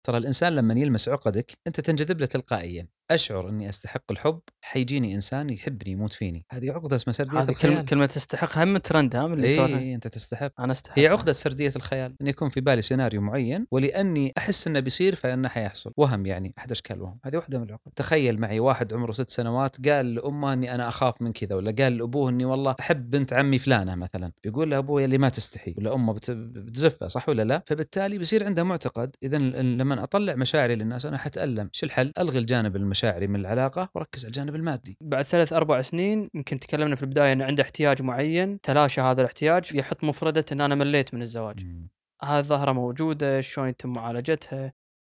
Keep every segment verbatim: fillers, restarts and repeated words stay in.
ترى الإنسان لما يلمس عقدك أنت تنجذب له تلقائيا. أشعر أني أستحق الحب، حيجيني إنسان يحبني يموت فيني. هذه عقدة اسمها سردية هذه الخيال. كلمة تستحق هم ترند هم اللي إيه صار. إيه أنت تستحق. أنا استحق. هي عقدة سردية الخيال، أن يكون في بالي سيناريو معين ولأني أحس أنه بيصير فإنه حيحصل. وهم يعني أحد أشكال وهم، هذه واحدة من العقد. تخيل معي واحد عمره ست سنوات قال لأمه أني أنا أخاف من كذا، ولا قال لأبوه أني والله أحب بنت عمي فلانة مثلا، بيقول له أبوه اللي ما تستحي، ولا أمه بت... بتزفه، صح ولا لا؟ فبالتالي بيصير عنده معتقد إذا لما أطلع مشاعري للناس أنا حتألم. شو الحل؟ ألغي الجانب المشاعري من العلاقة وركز على الجانب المادي. بعد ثلاث أربع سنين يمكن تكلمنا في البداية أنه عنده احتياج معين، تلاشى هذا الاحتياج، يحط مفردة أن أنا مليت من الزواج. مم. هذه ظاهرة موجودة، شلون يتم معالجتها؟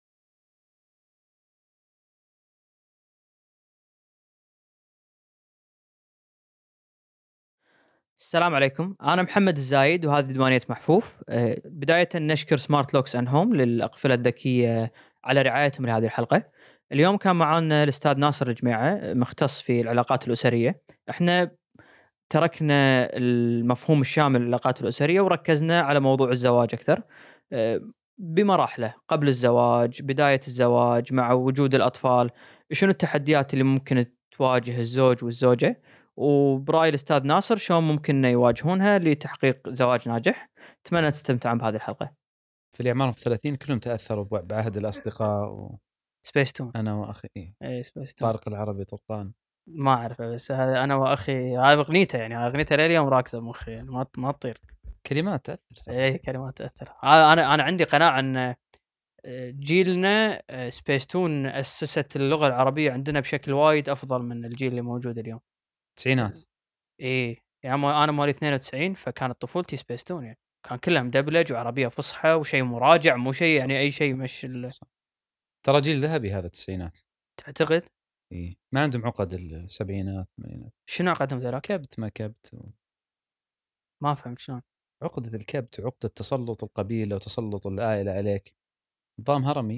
السلام عليكم، أنا محمد الزايد وهذه ديوانية محفوف. أه، بداية نشكر سمارت لوكس أند هوم للأقفلة الذكية على رعايتهم لهذه الحلقة. اليوم كان معنا الأستاذ ناصر الجميعة مختص في العلاقات الأسرية. احنا تركنا المفهوم الشامل للعلاقات الأسرية وركزنا على موضوع الزواج أكثر، أه، بمراحله قبل الزواج، بداية الزواج، مع وجود الأطفال، شنو التحديات اللي ممكن تواجه الزوج والزوجة، وبرأي الأستاذ ناصر شلون ممكن يواجهونها لتحقيق زواج ناجح. أتمنى تستمتعون بهذه الحلقة. في الأعمار الثلاثين كلهم تأثروا بعهد الأصدقاء و... سبيستون. أنا وأخي إيه؟ اي سبيستون. طارق العربي طرطان. ما أعرفه، بس هذا أنا وأخي، هاي أغنيته يعني، هاي أغنيته لليوم راكزة بمخي يعني، ما ما تطير. كلمات تأثر صراحة. اي كلمات تأثر. أنا أنا عندي قناعة أن جيلنا سبيستون أسست اللغة العربية عندنا بشكل وايد أفضل من الجيل اللي موجود اليوم. تسعينات. إيه يعني أنا مواليد اثنين وتسعين، فكانت طفولتي سبيستون يعني، كان كلها مدبلج وعربية فصحى وشيء مراجع، مو شيء يعني أي شيء مش ال... ترى جيل ذهبي هذا التسعينات. تعتقد؟ إيه ما عندهم عقد السبعينات الثمانينات. شنو عقدهم ذولاك؟ كبت ما كبت و... ما فهمت شلون. عقدة الكبت وعقدة تسلط القبيلة وتسلط العائلة عليك، نظام هرمي.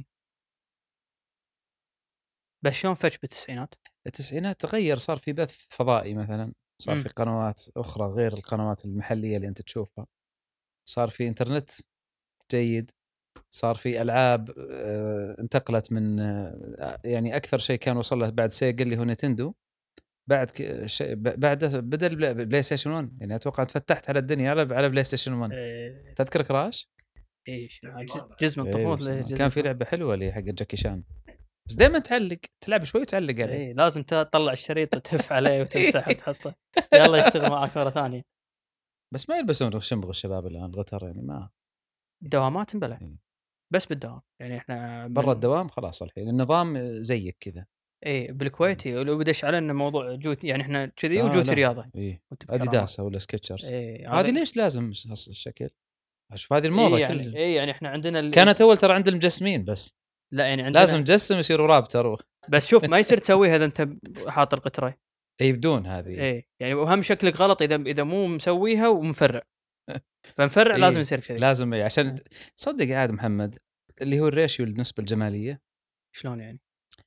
بس شلون فج بالتسعينات؟ التسعينات تغير، صار في بث فضائي مثلا، صار مم. في قنوات أخرى غير القنوات المحلية اللي أنت تشوفها، صار في إنترنت جيد، صار في ألعاب آه، انتقلت من آه، يعني أكثر شيء كان وصل له بعد سيجا اللي هو نينتندو، بعد شيء بعد بدل بلاي ستيشن واحد. يعني أتوقع تفتحت على الدنيا على على بلاي ستيشن واحد. إيه. تذكر كراش؟ إيش جزء من ايوه طفولتي، جزء كان من في طفولتي. لعبه حلوه اللي حق جاكي شان، بس دائما تعلق، تلعب شوي وتعلق عليه. إيه لازم تطلع الشريط وتهف عليه وتمسح وتحطه، يلا يشتغل معك مرة ثانية. بس ما يلبسون شنبغ الشباب الان غتر يعني ما. دوامات مبلى يعني بس بالدوام يعني احنا برا من... الدوام خلاص الحين النظام زيك كذا. ايه بالكويتي ولو بدش علينا موضوع جوت يعني احنا كذي لا وجوت لا رياضه ايه وانت بكرامات. اديداس ولا سكتشرز. ايه هذه هذا ليش لازم هالس- الشكل؟ اشوف هذه الموضه ايه يعني كل ايه يعني احنا عندنا ال... كانت اول ترى عند المجسمين بس. لا يعني لازم عندنا، جسم يصيروا رابتر. بس شوف ما يصير تسويها اذا انت حاط القطره. اي بدون هذه. ايه يعني وهم شكلك غلط اذا اذا مو مسويها ومفرع، فمفرع لازم ايه يصير كذي. لازم إيه عشان إيه. تصدق عاد محمد اللي هو الريشيو النسبه الجماليه. شلون يعني؟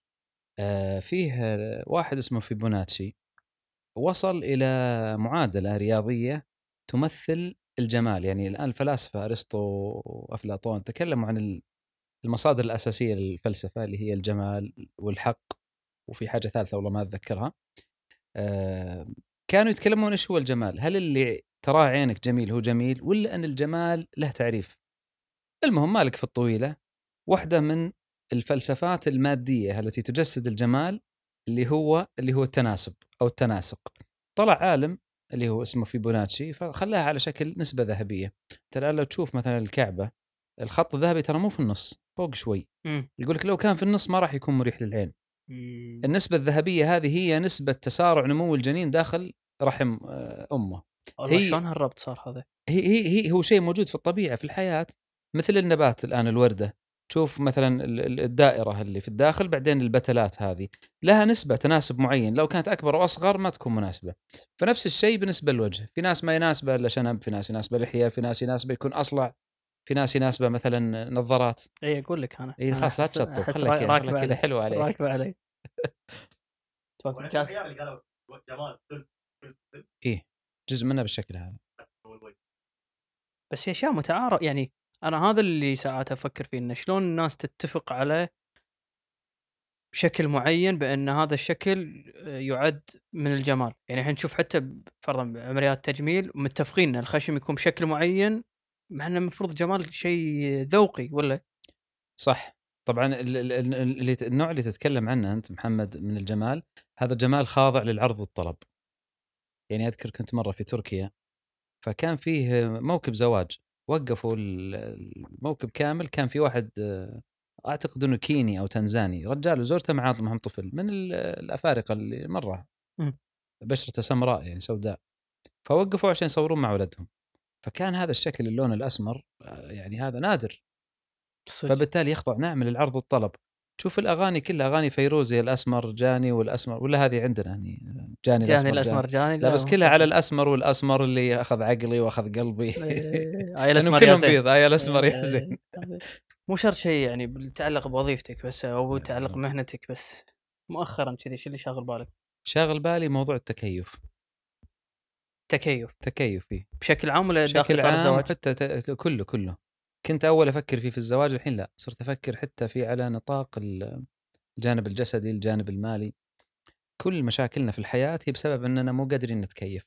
آه فيه واحد اسمه فيبوناتشي وصل إلى معادلة رياضية تمثل الجمال. يعني الآن الفلاسفة أرسطو وأفلاطون تكلموا عن المصادر الأساسية للفلسفة اللي هي الجمال والحق، وفي حاجة ثالثة والله ما أتذكرها. آه كانوا يتكلمون إيش هو الجمال، هل اللي تراه عينك جميل هو جميل، ولا أن الجمال له تعريف. المهم مالك في الطويلة واحدة من الفلسفات المادية التي تجسد الجمال اللي هو اللي هو التناسب أو التناسق. طلع عالم اللي هو اسمه فيبوناتشي فخلاها على شكل نسبة ذهبية. ترى لو تشوف مثلا الكعبة الخط الذهبي ترى مو في النص، فوق شوي. يقول لك لو كان في النص ما راح يكون مريح للعين. مم. النسبة الذهبية هذه هي نسبة تسارع نمو الجنين داخل رحم أمه. والله هي شلون هالربط صار هذا؟ هي هي, هي هو شيء موجود في الطبيعة في الحياة، مثل النبات الآن الوردة، تشوف مثلا الدائرة اللي في الداخل بعدين البتلات هذه لها نسبة تناسب معين، لو كانت أكبر أو أصغر ما تكون مناسبة. فنفس الشيء بالنسبة للوجه، في ناس ما يناسبه إلا شنب، في ناس يناسبه لحية، في ناس يناسبه يكون أصلع، في ناس يناسبه مثلا نظارات. اي اقول لك انا إيه انا خلاص لا احس تشطب، احس خلك راكبه خلك كذا علي، حلو عليك. راكبه علي. إيه جزء منه بالشكل هذا. بس في اشياء متعارف يعني، انا هذا اللي ساعات افكر فيه، انه شلون الناس تتفق على شكل معين بان هذا الشكل يعد من الجمال. يعني الحين نشوف حتى فرضا بعمليات تجميل متفقين ان الخشم يكون بشكل معين، مع انه المفروض جمال شيء ذوقي ولا. صح. طبعا ال- ال- ال- اللي النوع اللي تتكلم عنه انت محمد من الجمال، هذا جمال خاضع للعرض والطلب. يعني اذكر كنت مره في تركيا، فكان فيه موكب زواج، وقفوا ال- الموكب كامل، كان في واحد آه، اعتقد انه كيني او تنزاني، رجال وزوجته معاه معهم طفل من ال- الافارقه اللي مره م. بشرته سمراء يعني سوداء، فوقفوا عشان يصورون مع ولدهم. فكان هذا الشكل اللون الاسمر آه، يعني هذا نادر، صدق. فبالتالي يخضع نعم للعرض والطلب. تشوف الاغاني كلها اغاني فيروزي، الاسمر جاني والاسمر، ولا هذه عندنا يعني جاني جاني الاسمر جاني، الاسمر جاني، لا لا بس مو كلها صح. على الاسمر، والاسمر اللي اخذ عقلي واخذ قلبي آه، آه، لانهم الاسمر يا كلهم زين. بيض، اي الاسمر يا زين. آه، آه، مو شرط شيء يعني يتعلق بوظيفتك بس او لا يتعلق لا. بمهنتك بس. مؤخرا كذي شو اللي شاغل بالك؟ شاغل بالي موضوع التكيف. تكيف تكيفي بشكل عام ولا داخل بشكل اطار عام، الزواج؟ وحتى ت... كله كله. كنت اول افكر فيه في الزواج، الحين لا، صرت افكر حتى في على نطاق الجانب الجسدي، الجانب المالي. كل مشاكلنا في الحياة هي بسبب اننا مو قادرين نتكيف.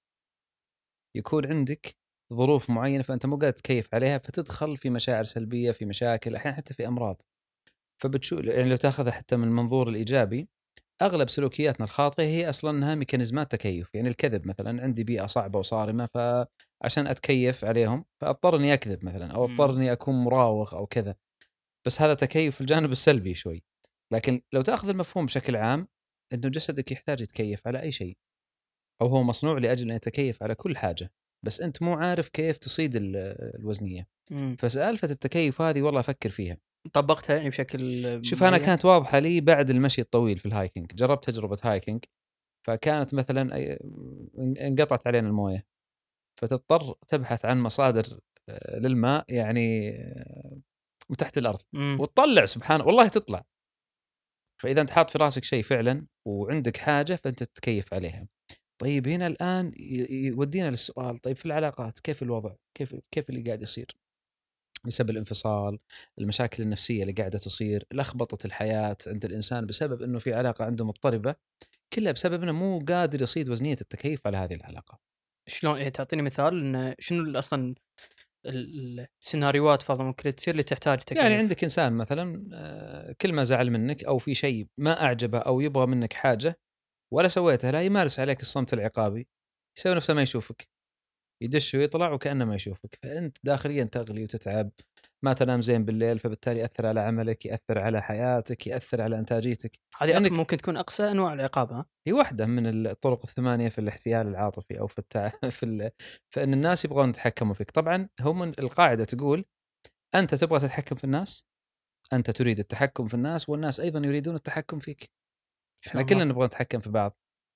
يكون عندك ظروف معينة فأنت مو قادر تكيف عليها، فتدخل في مشاعر سلبية، في مشاكل، أحيانا حتى في أمراض. فبتشوف يعني لو تاخذها حتى من المنظور الإيجابي، أغلب سلوكياتنا الخاطئة هي أصلا أنها ميكانيزمات تكيف. يعني الكذب مثلا، عندي بيئة صعبة وصارمة، فعشان أتكيف عليهم فأضطر أني أكذب مثلا، أو أضطر مم. أني أكون مراوغ أو كذا. بس هذا تكيف في الجانب السلبي شوي. لكن لو تأخذ المفهوم بشكل عام، أنه جسدك يحتاج يتكيف على أي شيء، أو هو مصنوع لأجل أن يتكيف على كل حاجة، بس أنت مو عارف كيف تصيد ال- الوزنية. مم. فسالفة التكيف هذه والله أفكر فيها. طبقتها يعني بشكل شوف أنا معين؟ كانت واضحة لي بعد المشي الطويل في الهايكنج، جربت تجربة هايكنج، فكانت مثلا أي- انقطعت علينا الموية، فتضطر تبحث عن مصادر آه، للماء يعني آه، من تحت الأرض، مم. وتطلع سبحان والله تطلع. فإذا أنت حاط في راسك شيء فعلا وعندك حاجة فأنت تتكيف عليها. طيب هنا الآن ي- يودينا للسؤال، طيب في العلاقات كيف الوضع؟ كيف كيف اللي قاعد يصير بسبب الانفصال، المشاكل النفسية اللي قاعدة تصير، لخبطة الحياة عند الإنسان بسبب أنه في علاقة عنده مضطربة، كلها بسبب أنه مو قادر يصيد وزنية التكيف على هذه العلاقة. شلون يعني؟ تعطيني مثال انه شنو ال- اصلا ال- السيناريوهات فرضا ممكن تصير اللي تحتاج يعني تكيف. عندك إنسان مثلا آه، كل ما زعل منك أو في شيء ما أعجبه أو يبغى منك حاجة ولا سويتها، لا يمارس عليك الصمت العقابي، يسوي نفسه ما يشوفك، يدش ويطلع وكأنه ما يشوفك، فأنت داخليا تغلي وتتعب، ما تنام زين بالليل، فبالتالي يأثر على عملك، يأثر على حياتك، يأثر على إنتاجيتك. هذه أق- لأنك ممكن تكون اقصى انواع العقاب، ها؟ هي واحدة من الطرق الثمانية في الاحتيال العاطفي، أو في التع... في ال... فإن الناس يبغون يتحكموا فيك. طبعا هم القاعدة تقول أنت تبغى تتحكم في الناس، أنت تريد التحكم في الناس، والناس أيضا يريدون التحكم فيك. إحنا شلون كلنا هذا؟ نبغى نتحكم في بعض.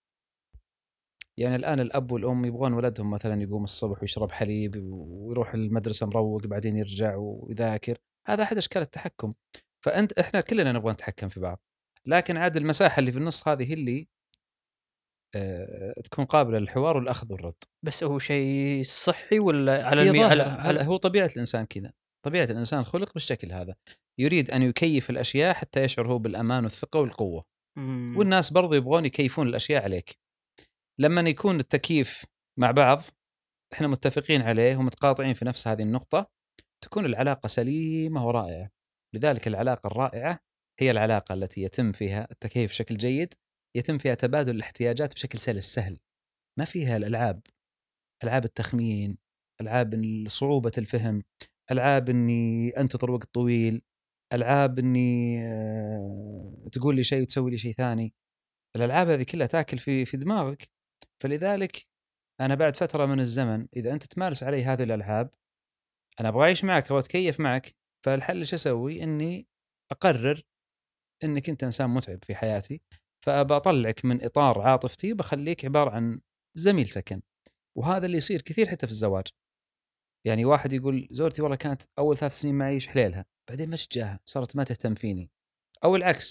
يعني الآن الأب والأم يبغون ولدهم مثلا يقوم الصبح ويشرب حليب ويروح المدرسة مروق، بعدين يرجع ويذاكر، هذا أحد أشكال التحكم. فأنت إحنا كلنا نبغى نتحكم في بعض، لكن عاد المساحة اللي في النص هذه هي اللي آه، تكون قابلة للحوار والأخذ والرد. بس هو شيء صحي ولا على هي المي على ظاهرة، على هو طبيعة الإنسان كذا، طبيعة الإنسان خلق بالشكل هذا، يريد أن يكيف الأشياء حتى يشعر هو بالأمان والثقة والقوة. مم. والناس برضو يبغون يكيفون الأشياء عليك. لما يكون التكييف مع بعض احنا متفقين عليه ومتقاطعين في نفس هذه النقطة، تكون العلاقة سليمة ورائعة. لذلك العلاقة الرائعة هي العلاقة التي يتم فيها التكيف بشكل جيد، يتم فيها تبادل الاحتياجات بشكل سلس سهل، ما فيها الألعاب، ألعاب التخمين، ألعاب صعوبة الفهم، ألعاب أني أنتظر وقت طويل، ألعاب أني آه، تقول لي شيء وتسوي لي شيء ثاني. الألعاب هذه كلها تاكل في في دماغك. فلذلك أنا بعد فترة من الزمن إذا أنت تمارس علي هذه الألعاب، أنا أبغى أعيش معك وأتكيف معك، فالحل إيش أسوي؟ إني أقرر إنك أنت إنسان متعب في حياتي، فبطلعك من إطار عاطفتي وبخليك عبارة عن زميل سكن. وهذا اللي يصير كثير حتى في الزواج. يعني واحد يقول زوجتي والله كانت أول ثلاث سنين معي حليلها، بعدين ما شجاها، صارت ما تهتم فيني. أو العكس،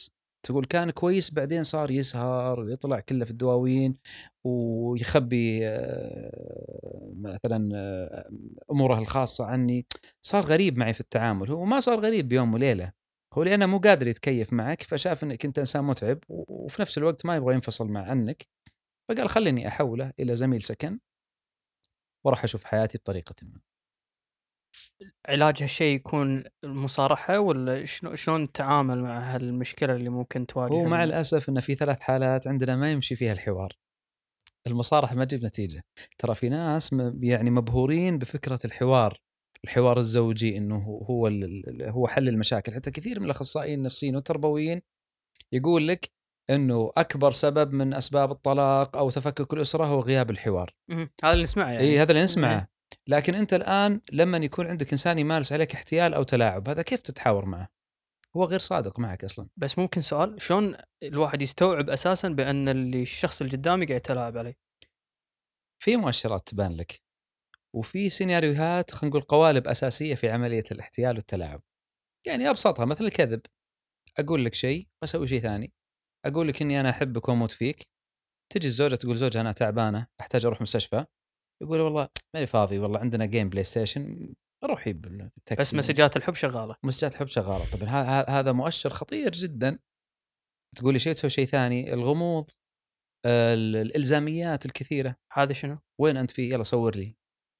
تقول كان كويس بعدين صار يسهر ويطلع كله في الدواوين ويخبي آه، مثلا آه، أموره الخاصة عني. صار غريب معي في التعامل. هو ما صار غريب بيوم وليلة، هو لأنه مو قادر يتكيف معك، فشاف أنك أنت إنسان متعب وفي نفس الوقت ما يبغى ينفصل مع عنك، فقال خليني أحوله إلى زميل سكن وراح أشوف حياتي بطريقة ما. علاج هالشيء يكون المصارحة، ولا شلون شلون التعامل مع هالمشكلة اللي ممكن تواجه؟ هو مع الأسف أن في ثلاث حالات عندنا ما يمشي فيها الحوار. المصارحة ما تجيب نتيجة. ترى في ناس يعني مبهورين بفكرة الحوار، الحوار الزوجي، إنه هو هو حل المشاكل. حتى كثير من الأخصائيين النفسيين والتربويين يقول لك إنه أكبر سبب من أسباب الطلاق أو تفكك الأسرة هو غياب الحوار. هذا اللي نسمعه يعني. إيه هذا اللي نسمعه. لكن أنت الآن لما يكون عندك إنسان يمارس عليك احتيال أو تلاعب، هذا كيف تتحاور معه؟ هو غير صادق معك أصلا. بس ممكن سؤال، شلون الواحد يستوعب أساسا بأن اللي الشخص اللي قدامي قاعد يتلاعب عليه؟ في مؤشرات تبان لك، وفي سيناريوهات، خلينا نقول قوالب أساسية في عملية الاحتيال والتلاعب. يعني أبسطها مثل الكذب. أقول لك شيء وأسوي شيء ثاني. أقول لك إني أنا أحبك وأموت فيك، تجي الزوجة تقول زوجها أنا تعبانة أحتاج أروح مستشفى، يقول والله ماني فاضي، والله عندنا جيم بلاي ستيشن، أروح يب التاكسي. بس مسجات الحب شغالة. مسجات الحب شغالة. طبعا هذا مؤشر خطير جدا. تقول لي شيء تسوي شيء ثاني. الغموض، الإلزاميات الكثيرة. هذا شنو؟ وين أنت فيه؟ يلا صور لي.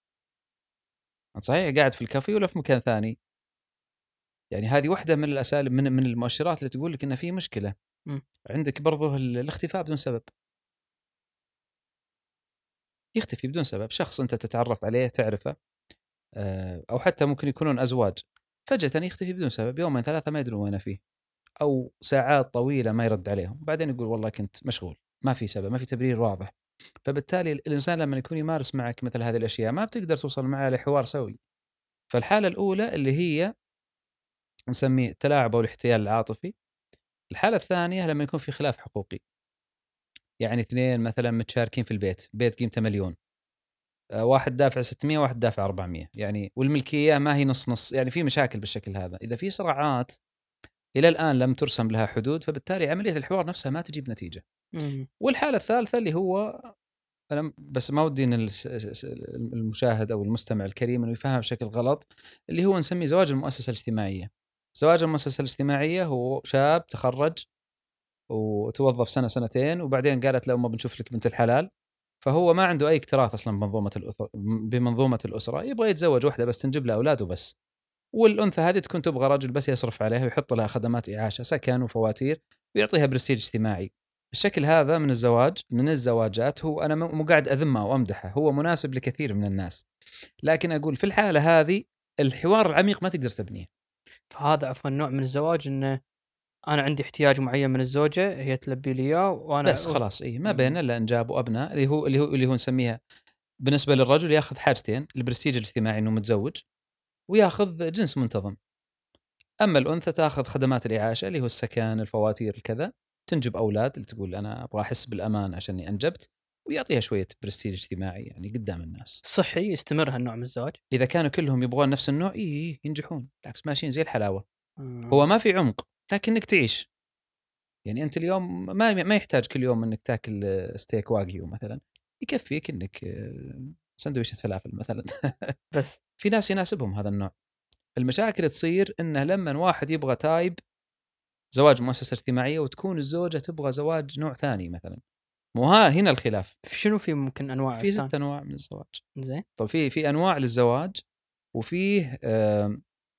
صحيح قاعد في الكافيه ولا في مكان ثاني؟ يعني هذه واحدة من الأساليب، من من المؤشرات اللي تقول لك إن في مشكلة. م. عندك برضه الاختفاء بدون سبب. يختفي بدون سبب. شخص أنت تتعرف عليه تعرفه، أو حتى ممكن يكونون أزواج، فجأة يختفي بدون سبب، يومين ثلاثة ما يدرون وين فيه، أو ساعات طويلة ما يرد عليهم، بعدين يقول والله كنت مشغول. ما في سبب، ما في تبرير واضح. فبالتالي الإنسان لما يكون يمارس معك مثل هذه الأشياء ما بتقدر توصل معه لحوار سوي. فالحالة الأولى اللي هي نسميه التلاعب أو الاحتيال العاطفي. الحالة الثانية لما يكون في خلاف حقوقي، يعني اثنين مثلا متشاركين في البيت، بيت قيمته مليون، واحد دافع ستمية واحد دافع أربعمية، يعني والملكية ما هي نص نص، يعني في مشاكل بالشكل هذا. إذا في صراعات إلى الآن لم ترسم لها حدود، فبالتالي عملية الحوار نفسها ما تجيب نتيجة. م. والحالة الثالثة اللي هو، أنا بس ما ودي إن المشاهد أو المستمع الكريم إنه يفهم بشكل غلط، اللي هو نسميه زواج المؤسسة الاجتماعية. زواج المؤسسة الاجتماعية هو شاب تخرج وتوظف سنة سنتين وبعدين قالت له ما بنشوف لك بنت الحلال، فهو ما عنده أي اكتراث أصلا بمنظومة الأسرة، بمنظومة الأسرة، يبغى يتزوج واحدة بس تنجب له أولاد وبس. والأنثى هذه تكون تبغى رجل بس يصرف عليها ويحط لها خدمات إعاشة، سكن وفواتير، ويعطيها برستيج اجتماعي. الشكل هذا من الزواج، من الزواجات، هو أنا مو قاعد أذمه وأمدحه، هو مناسب لكثير من الناس، لكن أقول في الحالة هذه الحوار العميق ما تقدر تبنيه. فهذا عفوا نوع من الزواج، إنه أنا عندي احتياج معين من الزوجة، هي تلبي لي إياه وأنا بس خلاص إيه ما بيننا إلا إن جابوا أبناء، اللي هو اللي هو اللي هو نسميها بالنسبة للرجل يأخذ حاجتين: البرستيج الاجتماعي إنه متزوج، ويأخذ جنس منتظم. أما الأنثى تأخذ خدمات الإعاشة اللي هو السكن، الفواتير، الكذا، تنجب أولاد اللي تقول أنا أبغى أحس بالأمان عشاني أنجبت، ويعطيها شوية برستيج اجتماعي يعني قدام الناس. صحي يستمر هالنوع من الزواج؟ إذا كانوا كلهم يبغون نفس النوع إيه ينجحون، بالعكس ماشيين زي الحلاوة. م. هو ما في عمق لكنك تعيش. يعني أنت اليوم ما ما يحتاج كل يوم إنك تاكل ستيك واغيو مثلا، يكفيك إنك سندويشة فلافل مثلا. بس في ناس يناسبهم هذا النوع. المشاكل تصير إنه لما واحد يبغى تايب زواج مؤسسة اجتماعية وتكون الزوجة تبغى زواج نوع ثاني مثلا، مو ها هنا الخلاف. شنو في ممكن أنواع؟ في ست أنواع من الزواج. زين. طب في في أنواع للزواج، وفيه آه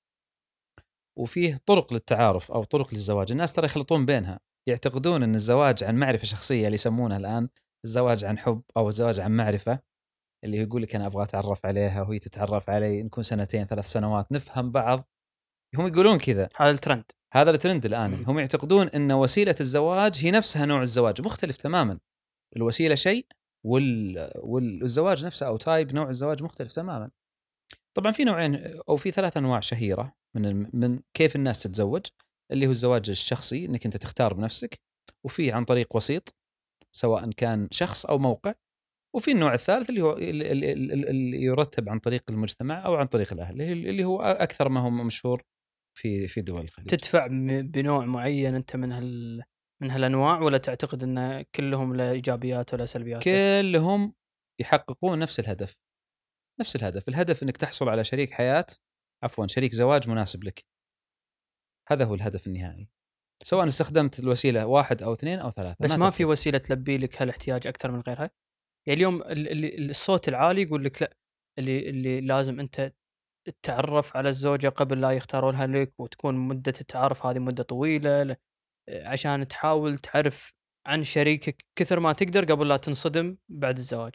وفيه طرق للتعارف أو طرق للزواج. الناس ترى يخلطون بينها، يعتقدون أن الزواج عن معرفة شخصية اللي يسمونه الآن الزواج عن حب أو الزواج عن معرفة، اللي يقول لك أنا أبغى أتعرف عليها وهي تتعرف علي، نكون سنتين ثلاث سنوات نفهم بعض. هم يقولون كذا، هذا الترند، هذا الترند الآن. م. هم يعتقدون أن وسيلة الزواج هي نفسها نوع الزواج، مختلف تماما. الوسيلة شيء وال... والزواج نفسه أو تايب نوع الزواج مختلف تماما. طبعا في نوعين أو في ثلاث أنواع شهيرة من من كيف الناس تتزوج، اللي هو الزواج الشخصي إنك أنت تختار بنفسك، وفي عن طريق وسيط سواء كان شخص أو موقع، وفي النوع الثالث اللي هو اللي يرتب عن طريق المجتمع أو عن طريق الأهل، اللي هو أكثر ما هو مشهور في في دول الخليج. تدفع بنوع معين أنت من هال من هالانواع، ولا تعتقد ان كلهم له ايجابيات ولا سلبيات؟ كلهم يحققون نفس الهدف، نفس الهدف، الهدف انك تحصل على شريك حياه، عفوا شريك زواج مناسب لك. هذا هو الهدف النهائي، سواء استخدمت الوسيله واحد او اثنين او ثلاثه بس ما ما في تفرق. وسيله تلبي لك هالاحتياج اكثر من غيرها. يعني اليوم ال- ال- الصوت العالي يقول لك لا، اللي اللي لازم انت تتعرف على الزوجه قبل لا يختارونها لك، وتكون مده التعارف هذه مده طويله ل- عشان تحاول تعرف عن شريكك كثر ما تقدر قبل لا تنصدم بعد الزواج.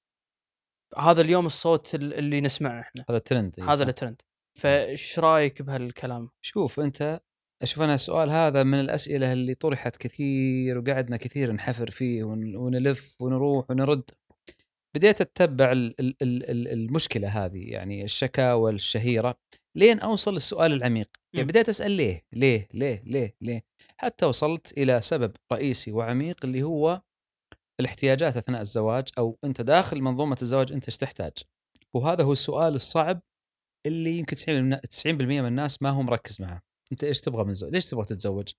هذا اليوم الصوت ال- اللي نسمعه احنا، هذا ترند، اي هذا صح. الترند. فايش رايك بهالكلام؟ شوف انت، اشوف انا السؤال هذا من الاسئله اللي طرحت كثير وقعدنا كثير نحفر فيه ون- ونلف ونروح ونرد. بديت اتبع ال- ال- ال- ال- المشكله هذه، يعني الشكاوى الشهيره، لين اوصل للسؤال العميق. يعني م. بديت اسال ليه ليه ليه ليه ليه حتى وصلت الى سبب رئيسي وعميق، اللي هو الاحتياجات اثناء الزواج، او انت داخل منظومه الزواج انت ايش تحتاج. وهذا هو السؤال الصعب اللي يمكن تسعين بالمئة من الناس ما هو مركز معه. انت ايش تبغى من الزواج؟ ليش تبغى تتزوج؟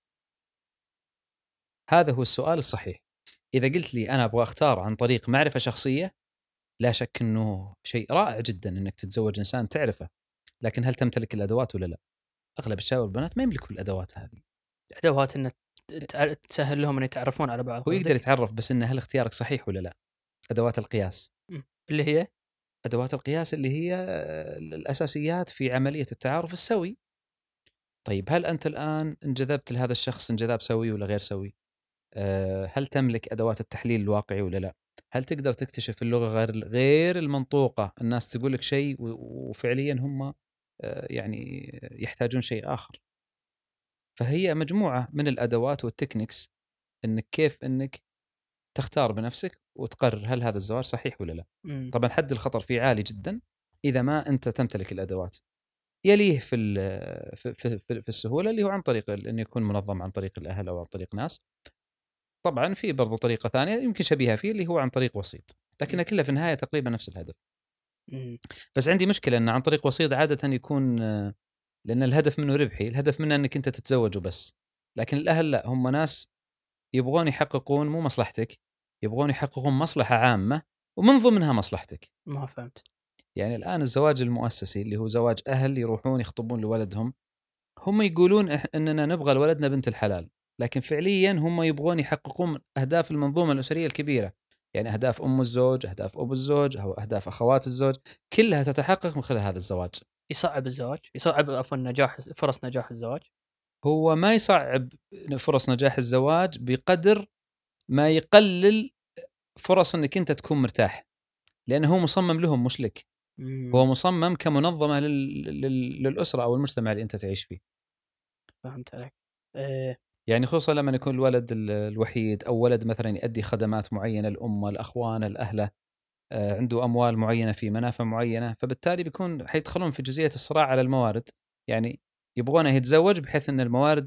هذا هو السؤال الصحيح. اذا قلت لي انا ابغى اختار عن طريق معرفه شخصيه، لا شك انه شيء رائع جدا انك تتزوج انسان تعرفه، لكن هل تمتلك الادوات ولا لا؟ اغلب الشباب والبنات ما يملكوا الادوات هذه. ادوات ان تع- تسهل لهم ان يتعرفون على بعض هو يقدر قصدك؟ يتعرف، بس انه هل اختيارك صحيح ولا لا؟ ادوات القياس. م. اللي هي ادوات القياس اللي هي الاساسيات في عمليه التعارف السوي. طيب هل انت الان انجذبت لهذا الشخص انجذاب سوي ولا غير سوي؟ أه هل تملك ادوات التحليل الواقعي ولا لا؟ هل تقدر تكتشف اللغه غير غير المنطوقه، الناس تقول لك شيء وفعليا هم أه يعني يحتاجون شيء اخر. فهي مجموعه من الادوات والتكنيكس، انك كيف انك تختار بنفسك وتقرر هل هذا الزواج صحيح ولا لا. م. طبعا حد الخطر فيه عالي جدا اذا ما انت تمتلك الادوات. يليه في في في, في السهوله اللي هو عن طريق انه يكون منظم عن طريق الاهل او عن طريق ناس. طبعا في برضو طريقه ثانيه يمكن شبيهه فيه اللي هو عن طريق وسيط، لكنها كلها في النهايه تقريبا نفس الهدف. م. بس عندي مشكله ان عن طريق وسيط عاده يكون، لان الهدف منه ربحي، الهدف منه انك انت تتزوج وبس. لكن الاهل لا، هم ناس يبغون يحققون مو مصلحتك، يبغون يحققون مصلحه عامه ومن ضمنها مصلحتك. ما فهمت. يعني الان الزواج المؤسسي اللي هو زواج اهل يروحون يخطبون لولدهم، هم يقولون إح- اننا نبغى لولدنا بنت الحلال، لكن فعليا هم يبغون يحققون اهداف المنظومه الاسريه الكبيره. يعني اهداف ام الزوج، اهداف ابو الزوج، او اهداف اخوات الزوج، كلها تتحقق من خلال هذا الزواج. يصعب الزواج، يصعب عفوا نجاح، فرص نجاح الزواج. هو ما يصعب فرص نجاح الزواج بقدر ما يقلل فرص انك انت تكون مرتاح، لانه هو مصمم لهم مش لك. م. هو مصمم كمنظمه لل... لل... للاسره او المجتمع اللي انت تعيش فيه. فهمت عليك. أه. يعني خصوصا لما يكون الولد ال- الوحيد، او ولد مثلا يؤدي خدمات معينه، الام، الاخوان، الاهله، آه، عنده اموال معينه في منافع معينه، فبالتالي بيكون حيدخلون في جزئيه الصراع على الموارد. يعني يبغونه يتزوج بحيث ان الموارد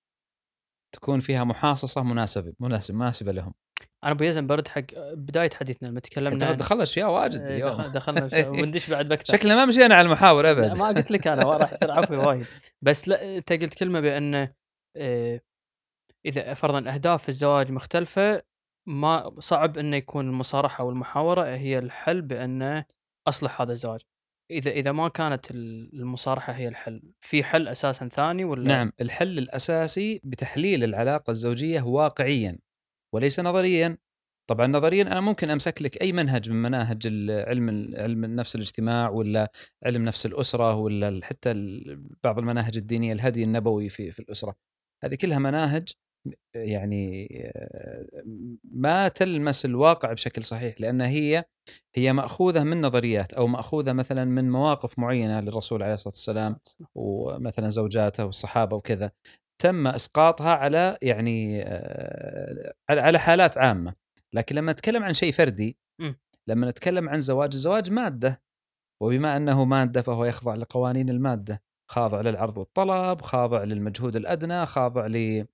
تكون فيها محاصصه مناسبه مناسبه مناسبه لهم. انا ابو يزن برد حق بدايه حديثنا لما تكلمنا عن دخلنا اشياء واجد آه، اليوم. دخل- دخلنا بش- وندش بعد بكتر. شكلنا ما مشينا على المحاور لا، ابد. ما قلت لك انا راح يصير عفوي وايد. بس لا، انت قلت كلمه بان آه، اذا فرضا اهداف الزواج مختلفه، ما صعب انه يكون المصارحه والمحاوره هي الحل بانه اصلح هذا الزواج. اذا اذا ما كانت المصارحه هي الحل، في حل اساسا ثاني ولا؟ نعم، الحل الاساسي بتحليل العلاقه الزوجيه واقعيا وليس نظريا. طبعا نظريا انا ممكن امسك لك اي منهج من مناهج علم علم النفس الاجتماع، ولا علم نفس الاسره، ولا حتى بعض المناهج الدينيه، الهدي النبوي في في الاسره. هذه كلها مناهج يعني ما تلمس الواقع بشكل صحيح، لان هي هي ماخوذه من نظريات، او ماخوذه مثلا من مواقف معينه للرسول عليه الصلاه والسلام ومثلا زوجاته والصحابه وكذا، تم اسقاطها على يعني على على حالات عامه. لكن لما نتكلم عن شيء فردي، م. لما نتكلم عن زواج، الزواج ماده، وبما انه ماده فهو يخضع لقوانين الماده، خاضع للعرض والطلب، خاضع للمجهود الادنى، خاضع ل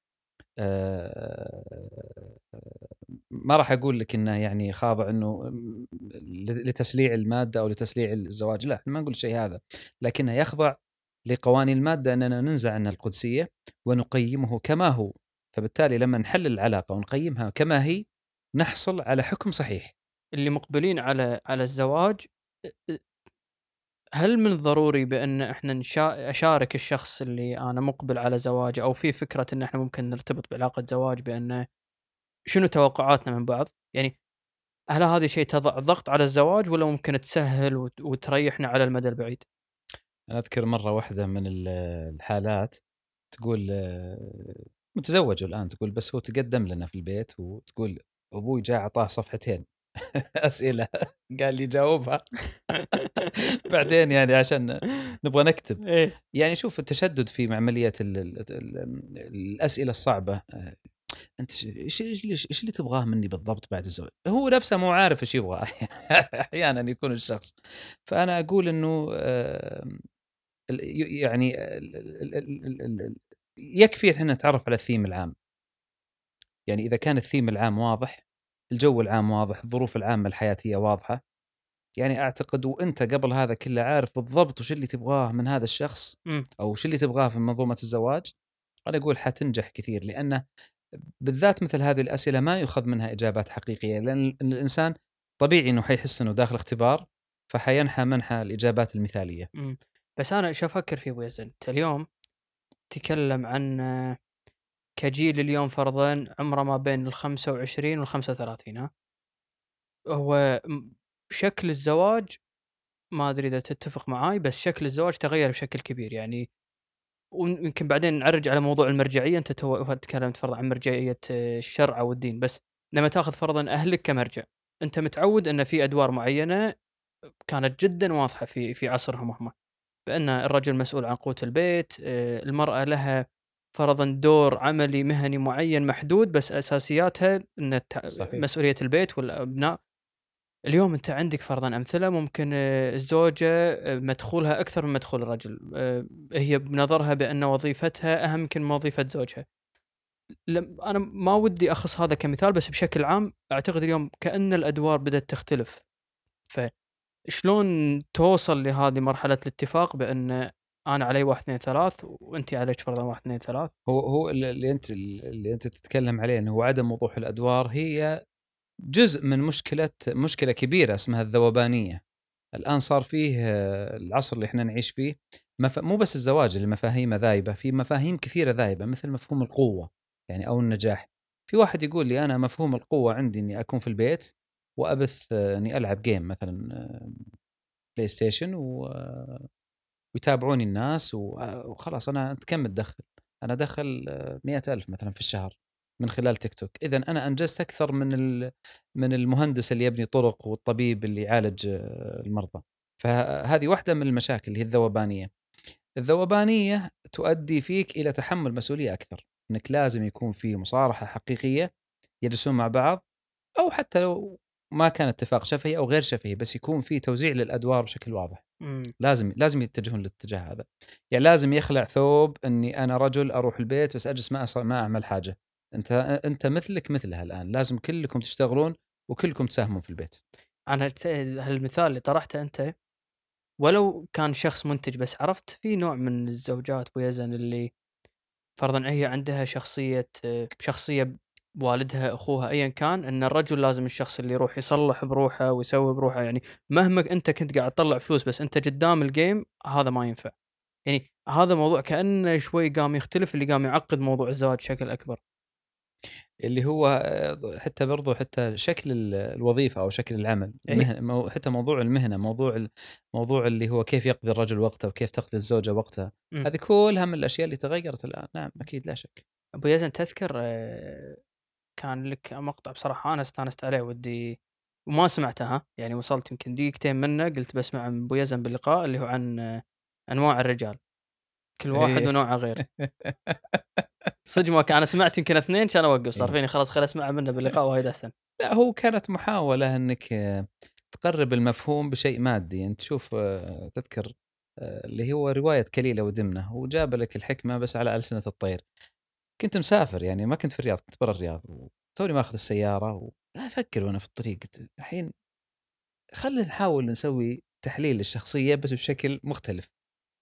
ما راح اقول لك انه يعني خاضع انه لتسليع الماده او لتسليع الزواج، لا ما نقول شيء هذا، لكنه يخضع لقوانين الماده، اننا ننزع عنه القدسيه ونقيمه كما هو. فبالتالي لما نحلل العلاقة ونقيمها كما هي نحصل على حكم صحيح. اللي مقبلين على على الزواج، هل من الضروري بأن إحنا نشا أشارك الشخص اللي أنا مقبل على زواجه، أو في فكرة إن إحنا ممكن نرتبط بعلاقة زواج، بأنه شنو توقعاتنا من بعض؟ يعني هل هذا شيء تضع ضغط على الزواج، ولا ممكن تسهل وت وتريحنا على المدى البعيد؟ أنا أذكر مرة واحدة من ال الحالات تقول آه، متزوجة الآن، تقول بس هو تقدم لنا في البيت، وتقول أبوي جاء أعطاه صفحتين أسئلة قال لي جاوبها بعدين يعني عشان نبغى نكتب. إيه. يعني شوف التشدد في عملية ال ال ال الأسئلة الصعبة. آه، أنت ش إيش إيش إيش إيش اللي تبغاه مني بالضبط بعد الزواج؟ هو نفسه مو عارف إيش يبغى أحيانًا يكون الشخص. فأنا أقول إنه آمم ال ي يعني ال ال ال ال ال ال يكفي إحنا نتعرف على الثيم العام. يعني إذا كان الثيم العام واضح، الجو العام واضح، الظروف العامة الحياتية واضحة، يعني أعتقد وأنت قبل هذا كله عارف بالضبط وش اللي تبغاه من هذا الشخص، إمم. أو وش اللي تبغاه في منظومة الزواج، أنا أقول حتنجح كثير. لأنه بالذات مثل هذه الأسئلة ما يُخَذ منها إجابات حقيقية، لأن ال الإنسان طبيعي إنه حيحس إنه داخل اختبار، فحينحى منحى الإجابات المثالية. إمم. بس أنا إيش أفكر فيه أبو يزن، أنت اليوم تتكلم عن آه، كجيل اليوم فرضًا عمره ما بين الخمسة وعشرين والخمسة وثلاثين، ها؟ هو م شكل الزواج، ما أدري إذا تتفق معاي، بس شكل الزواج تغيّر بشكل كبير، يعني ويمكن بعدين نعرج على موضوع المرجعية. أنت تو تكلمت فرضًا عن مرجعية آه، الشرع أو الدين، بس لمّا تاخذ فرضًا أهلك كمرجع، أنت متعود أن في أدوار معيّنة كانت جدًا واضحة في في عصرهم هم، بأن الرجل مسؤول عن قوت البيت، آآ، المرأة لها فرضًا دور عملي مهني معيّن محدود، بس أساسياتها إن ت صحيح. مسؤولية البيت والأبناء. اليوم أنت عندك فرضًا أمثلة ممكن آه، الزوجة آه، مدخولها أكثر من مدخول الرجل، آآ هي بنظرها بأن وظيفتها أهم يمكن من وظيفة زوجها. لم أنا ما ودي أخص هذا كمثال، بس بشكل عام أعتقد اليوم كأن الأدوار بدأت تختلف. فشلون توصل لهذه مرحلة الاتفاق بأن أنا علي واحد، اثنين، ثلاث وأنتِ عليكِ فرضًا واحد، اثنين، ثلاث؟ هو هو ال اللي أنت اللي أنت تتكلم عليه إنه هو عدم وضوح الأدوار، هي جزء من مشكلة مشكلة كبيرة اسمها الذوبانية. الآن صار فيه آه، العصر اللي إحنا نعيش فيه مف... مو بس الزواج اللي مفاهيمه ذايبة، في مفاهيم كثيرة ذايبة مثل مفهوم القوة يعني أو النجاح. في واحد يقول لي أنا مفهوم القوة عندي إني أكون في البيت وأبث آه، إني ألعب جيم مثلا آه، بلاي ستيشن و... آه، ويتابعوني الناس و- آه، وخلاص. أنا أنت كم تدخل؟ أنا أدخل آه، مئة ألف مثلا في الشهر من خلال تيك توك. إذا أنا أنجزت أكثر من ال... من المهندس اللي يبني طرق والطبيب اللي يعالج آه، المرضى. فهذه واحدة من المشاكل اللي هي الذوبانية. الذوبانية تؤدي فيك إلى تحمل مسؤولية أكثر، أنك لازم يكون في مصارحة حقيقية، يجلسون مع بعض، أو حتى لو ما كان اتفاق شفهي أو غير شفهي بس يكون في توزيع للأدوار بشكل واضح. إمم. لازم لازم يتجهون للاتجاه هذا. يعني لازم يخلع ثوب اني انا رجل اروح البيت بس اجلس ما أص- ما اعمل حاجه. انت انت مثلك مثلها الان، لازم كلكم تشتغلون وكلكم تساهمون في البيت. أنا ت هالمثال اللي طرحته أنت، ولو كان شخص منتج، بس عرفت في نوع من الزوجات أبو يزن اللي فرضًا هي عندها شخصية شخصية والدها، أخوها، أيًا كان، إن الرجل لازم الشخص اللي يروح يصلّح بروحه ويسوي بروحه، يعني مهما أنت كنت قاعد تطلّع فلوس بس أنت قدام الgame هذا ما ينفع. يعني هذا موضوع كأنه شوي قام يختلف، اللي قام يعقّد موضوع الزواج بشكل أكبر. اللي هو آه، حتى برضو حتى شكل ال- الوظيفه او شكل العمل إي. المهنه، مو- حتى موضوع المهنه، موضوع ال- موضوع اللي هو كيف يقضي الرجل وقته وكيف تقضي الزوجه وقتها. إمم. هذه كلها من الاشياء اللي تغيرت الان. نعم اكيد لا شك. أبو يزن تذكر آآ كان لك مقطع بصراحة أنا استانست عليه ودي، وما سمعته، ها، يعني وصلت يمكن دقيقتين منه، قلت باسمع من أبو يزن باللقاء، اللي هو عن آه، أنواع الرجال، كل واحد ايه ونوعه غير. صدق ما كان أنا سمعت يمكن اثنين كان أوقف، صار إيه. فيني خلاص خل أسمعه منه باللقاء وايد أحسن. لا هو كانت محاولة أنك آه، تقرب المفهوم بشيء مادي. أنت تشوف آه، تذكر آه، اللي هو رواية كليلة ودمنة، وجاب لك الحكمة بس على ألسنة الطير. كنت مسافر يعني ما كنت في الرياض، كنت برا الرياض وتوني ماخذ السيارة وأفكر وأنا في الطريق قلت الحين خلينا نحاول نسوي تحليل للشخصية بس بشكل مختلف.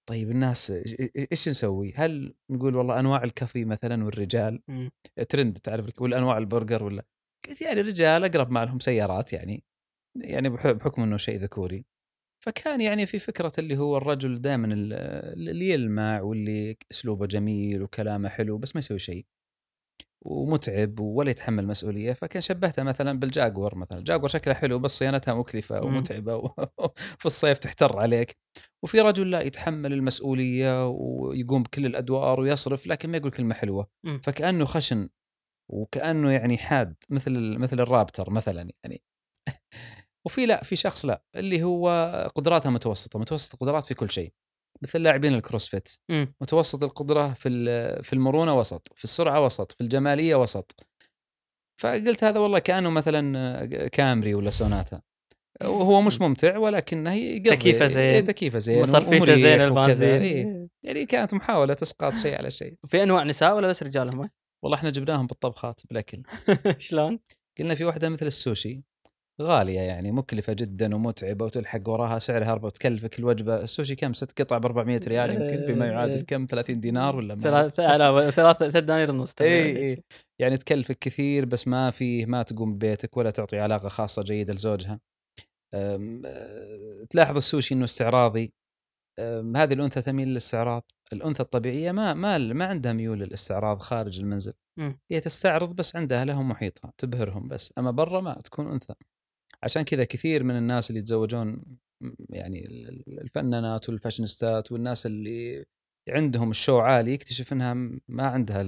طيب الناس ايش نسوي؟ هل نقول والله انواع الكافي مثلا والرجال مم. ترند تعرف، ولا انواع البرجر، ولا قلت يعني الرجال اقرب ما لهم سيارات يعني، يعني بحكم انه شيء ذكوري. فكان يعني في فكرة اللي هو الرجل دائما اللي يلمع واللي اسلوبه جميل وكلامه حلو بس ما يسوي شيء ومتعب ولا يتحمل مسؤولية. فكان شبهته مثلا بالجاكور، مثلا الجاكور شكلها حلو بس صيانتها مكلفة مم. ومتعبة وفي الصيف تحتر عليك. وفي رجل لا يتحمل المسؤولية ويقوم بكل الأدوار ويصرف لكن ما يقول كلمة حلوة، مم. فكأنه خشن وكأنه يعني حاد مثل مثل الرابتر مثلا يعني. وفي لا في شخص لا اللي هو قدراته متوسطة، متوسط القدرات في كل شيء، مثل لاعبين الكروسفيت، مم. متوسط القدرة في في المرونة وسط، في السرعة وسط، في الجمالية وسط. فقلت هذا والله كأنه مثلا كامري ولا سوناتا، وهو مش ممتع ولكنه يقضي تكييفه إيه زين، تكييفه زين مصرفيته زين، ومريح وكذا. البنزين. إيه يعني كانت محاولة اسقاط شيء على شيء. في انواع نساء ولا بس رجال هم؟ والله احنا جبناهم بالطبخات بالاكل. شلون؟ قلنا في واحدة مثل السوشي غالية يعني مكلفة جدا ومتعبة وتلحق وراها سعرها أربعة، تكلفك الوجبة السوشي كم ست قطع ب أربعمية ريال يمكن، بما يعادل كم ثلاثين دينار ولا ما أدري. ثلاث لا ثلاث ثلاث دنانير ونص اي تقريبا. اي يعني تكلفك كثير بس ما فيه ما تقوم ببيتك ولا تعطي علاقة خاصة جيدة لزوجها. أم، أه، تلاحظ السوشي انه استعراضي. أم، هذه الأنثى تميل للاستعراض، الأنثى الطبيعية ما ما ما عندها ميول للاستعراض خارج المنزل. مم. هي تستعرض بس عندها لهم محيطها تبهرهم بس، أما برا ما تكون أنثى. عشان كذا كثير من الناس اللي يتزوجون يعني الفنانات والفاشنستات والناس اللي عندهم الشو عالي يكتشف انها ما عندها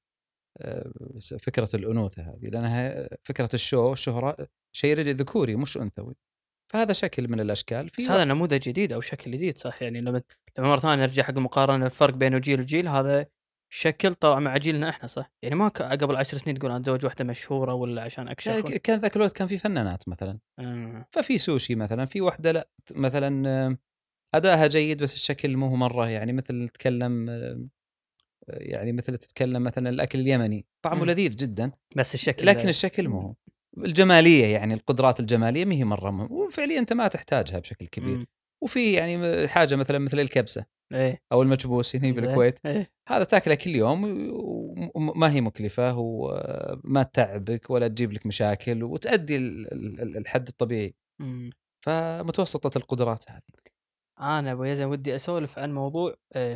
فكرة الأنوثة هذه، لأنها فكرة الشو الشهرة شيء ذكوري مش أنثوي. فهذا شكل من الأشكال في بس و... هذا نموذج جديد او شكل جديد صح؟ يعني لما لما مره ثانيه نرجع حق المقارنه الفرق بين جيل وجيل، هذا شكل طلع مع جيلنا احنا صح؟ يعني ما قبل عشر سنين تقول انا اتزوج واحده مشهوره ولا عشان لا اكشخ ولا... كان ذاك الوقت كان في فنانات مثلا، آه. ففي سوشي مثلا في واحدة لا مثلا أداها جيد بس الشكل مو مرة يعني مثل تتكلم يعني مثل تتكلم مثلا الأكل اليمني طعمه مم. لذيذ جدا بس الشكل لكن لا. الشكل مو هو. الجمالية يعني القدرات الجمالية ما هي مرة مهم. وفعليا أنت ما تحتاجها بشكل كبير. مم. وفي يعني حاجة مثلا مثل الكبسة ايه أو المكبوس هنا زين بالكويت، ايه. هذا تاكله كل يوم وما هي مكلفة وما تتعبك ولا تجيب لك مشاكل وتؤدي الحد الطبيعي. مم. فمتوسطة القدرات هذه. انا ابو يزن ودي اسولف عن موضوع ايه.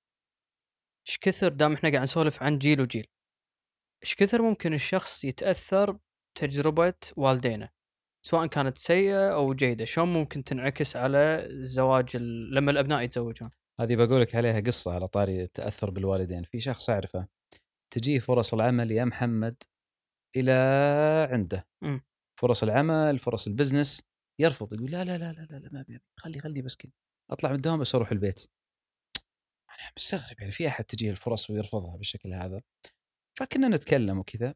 ايش كثر دام احنا قاعد نسولف عن جيل وجيل، ايش كثر ممكن الشخص يتاثر بتجربه والدينه سواء كانت سيئة أو جيدة؟ شلون ممكن تنعكس على الزواج ال... لما الأبناء يتزوجون؟ هذه بقولك عليها قصة على طاري التأثر بالوالدين. في شخص أعرفه تجيه فرص العمل يا محمد إلى عنده، م. فرص العمل فرص البزنس، يرفض يقول لا لا لا لا لا ما أبي، خلي خلي بس كذا أطلع من الدوام بس أروح البيت. أنا مستغرب يعني في أحد تجيه الفرص ويرفضها بالشكل هذا. فكنا نتكلم وكذا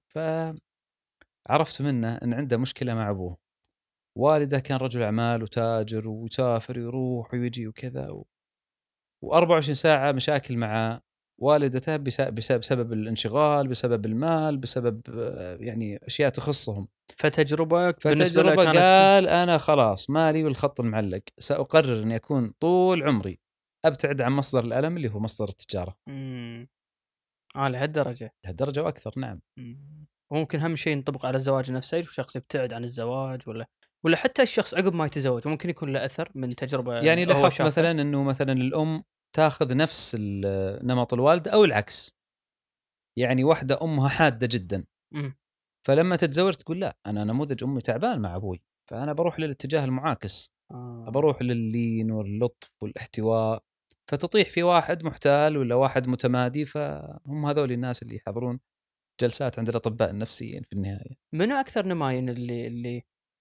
فعرفت منه أن عنده مشكلة مع أبوه. والده كان رجل أعمال وتاجر ويسافر ويروح ويجي وكذا و... و24 ساعة مشاكل مع والدته بسبب الانشغال، بسبب المال، بسبب يعني أشياء تخصهم. فتجربة بالنسبة له فتجربة كانت... قال أنا خلاص مالي والخط المعلق، سأقرر أن يكون طول عمري أبتعد عن مصدر الألم اللي هو مصدر التجارة. امم آه لهالدرجة. لهالدرجة وأكثر نعم. مم. وممكن أهم شيء ينطبق على الزواج نفسه، الشخص يبتعد عن الزواج ولا ولا حتى الشخص عقب ما يتزوج ممكن يكون له أثر من تجربة يعني هو لاحظت شافها. مثلا أنه مثلا الأم تاخذ نفس نمط الوالد أو العكس، يعني واحدة أمها حادة جدا مم. فلما تتزوج تقول لا أنا نموذج أمي تعبان مع أبوي فأنا بروح للاتجاه المعاكس، آه. بروح لللين واللطف والاحتواء. فتطيح في واحد محتال ولا واحد متمادي، فهم هذول الناس اللي يحضرون جلسات عند الأطباء النفسيين في النهاية. منو أكثر نماين اللي اللي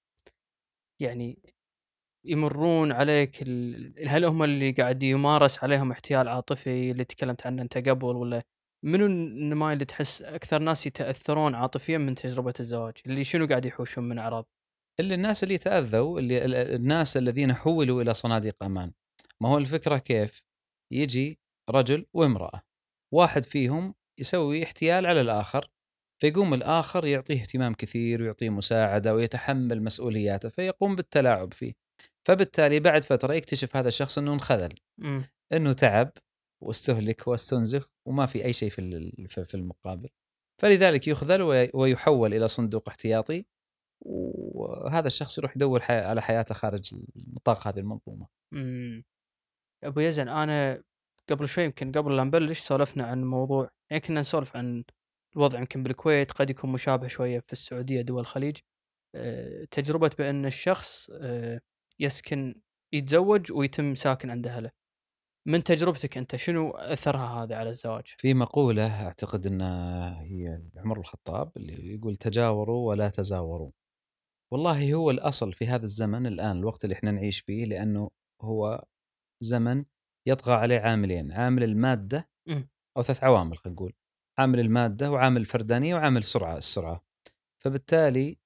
يعني يمرون عليك ال... هل هم اللي قاعد يمارس عليهم احتيال عاطفي اللي تكلمت عنه انت قبل، ولا منو النماذج اللي تحس اكثر ناس يتاثرون عاطفيا من تجربه الزواج، اللي شنو قاعد يحوشون من اعراض؟ اللي الناس اللي تأذوا، اللي الناس الذين حولوا إلى صناديق أمان. ما هو الفكرة كيف يجي رجل وامرأة، واحد فيهم يسوي احتيال على الآخر، فيقوم الآخر يعطيه اهتمام كثير ويعطيه مساعدة ويتحمل مسؤولياته فيقوم بالتلاعب فيه. فبالتالي بعد فترة يكتشف هذا الشخص أنه انخذل. امم انه تعب واستهلك واستنزف وما في اي شيء في ال- في في المقابل، فلذلك يخذل وي- ويحول الى صندوق احتياطي، وهذا الشخص يروح يدور حي- على حياته خارج نطاق هذه المنظومه. امم ابو يزن، انا قبل شوي يمكن قبل لا نبلش سولفنا عن موضوع، يعني كنا نسولف عن الوضع يمكن بالكويت قد يكون مشابه شويه في السعوديه دول الخليج. أه، تجربه بان الشخص أه، يسكن يتزوج ويتم ساكن عند اهله. من تجربتك انت شنو اثرها هذا على الزواج؟ في مقوله اعتقد انها هي عمر الخطاب اللي يقول تجاوروا ولا تزاوروا. والله هو الاصل في هذا الزمن الان، الوقت اللي احنا نعيش فيه، لانه هو زمن يطغى عليه عاملين: عامل الماده، امم او ثلاث عوامل خلينا نقول: عامل الماده وعامل الفردانيه وعامل السرعه السرعه. فبالتالي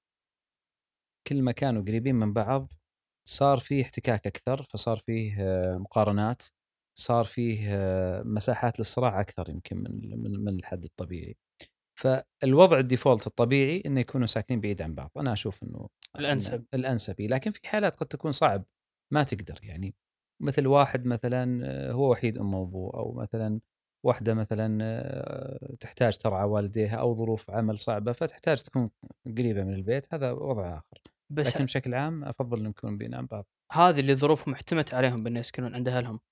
كل ما كانوا قريبين من بعض صار فيه احتكاك اكثر، فصار فيه آه، مقارنات، صار فيه آه، مساحات للصراع اكثر يمكن من من من الحد الطبيعي. فالوضع الديفولت الطبيعي انه يكونوا ساكنين بعيد عن بعض، انا اشوف انه إنه الانسب. الانسب. لكن في حالات قد تكون صعب ما تقدر، يعني مثل واحد مثلا آه، هو وحيد ام وابوه، او مثلا واحده مثلا آه، تحتاج ترعى والديها، او ظروف عمل صعبه فتحتاج تكون قريبه من البيت، هذا وضع اخر. بس لكن بشكل عام افضل ان نكون بين عن بعض. هذه اللي ظروفهم احتمت عليهم بان يسكنون عند اهلهم،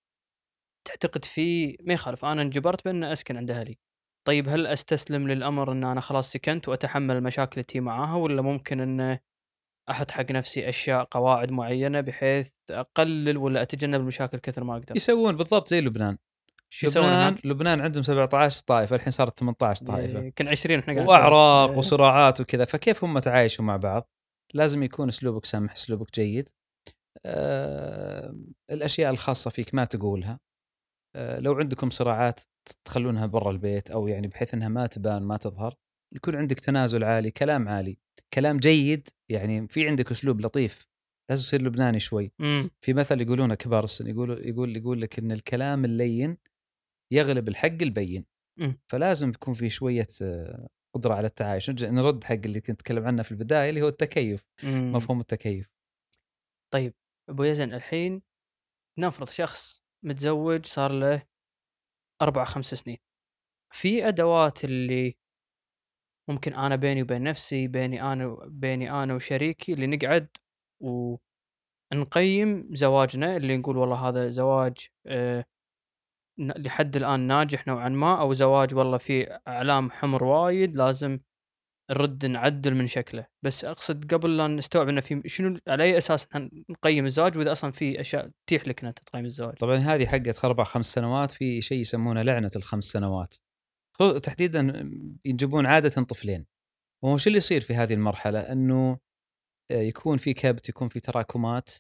تعتقد في ما يخالف انا انجبرت بان اسكن عند اهلي، طيب هل استسلم للامر ان انا خلاص سكنت واتحمل المشاكل التي معاها، ولا ممكن ان احط حق نفسي اشياء قواعد معينه بحيث اقلل ولا اتجنب المشاكل كثر ما اقدر؟ يسوون بالضبط زي لبنان. شو يسوون لبنان هناك؟ لبنان عندهم سبعة عشر طائفه، الحين صارت ثمانية عشر طائفه، يمكن عشرين احنا قاعد نسولف. واعراق إيه. وصراعات وكذا. فكيف هم تعايشوا مع بعض؟ لازم يكون اسلوبك سمح، اسلوبك جيد. أه الاشياء الخاصه فيك ما تقولها. أه لو عندكم صراعات تخلونها برا البيت، او يعني بحيث انها ما تبان ما تظهر. يكون عندك تنازل عالي، كلام عالي، كلام جيد، يعني في عندك اسلوب لطيف. لازم تصير لبناني شوي. امم في مثل يقولونه كبار السن، يقول يقول يقول لك ان الكلام اللين يغلب الحق البين. امم فلازم يكون في شويه آه، قدره على التعايش. نرجع نرد حق اللي كنت اتكلم عنه في البدايه، اللي هو التكيف، امم مفهوم التكيف. طيب ابو يزن، الحين نفرض شخص متزوج صار له اربع خمس سنين، في ادوات اللي ممكن انا بيني وبين نفسي، بيني انا بيني انا وشريكي اللي نقعد ونقيم زواجنا، اللي نقول والله هذا زواج آه، ن- لحد الان ناجح نوعا ما، او زواج والله فيه اعلام حمر وايد لازم نرد نعدل من شكله. بس اقصد قبل لا نستوعب انه في شنو، على اي اساس إحنا نقيم الزواج، واذا اصلا في اشياء تتيح لك ان انت تقيم الزواج؟ طبعا هذه حقت اربع خمس سنوات، في شيء يسمونه لعنه الخمس سنوات. خو- تحديدا ينجبون عاده طفلين. وهو شو اللي يصير في هذه المرحله؟ انه آه، يكون في كبت، يكون في تراكمات،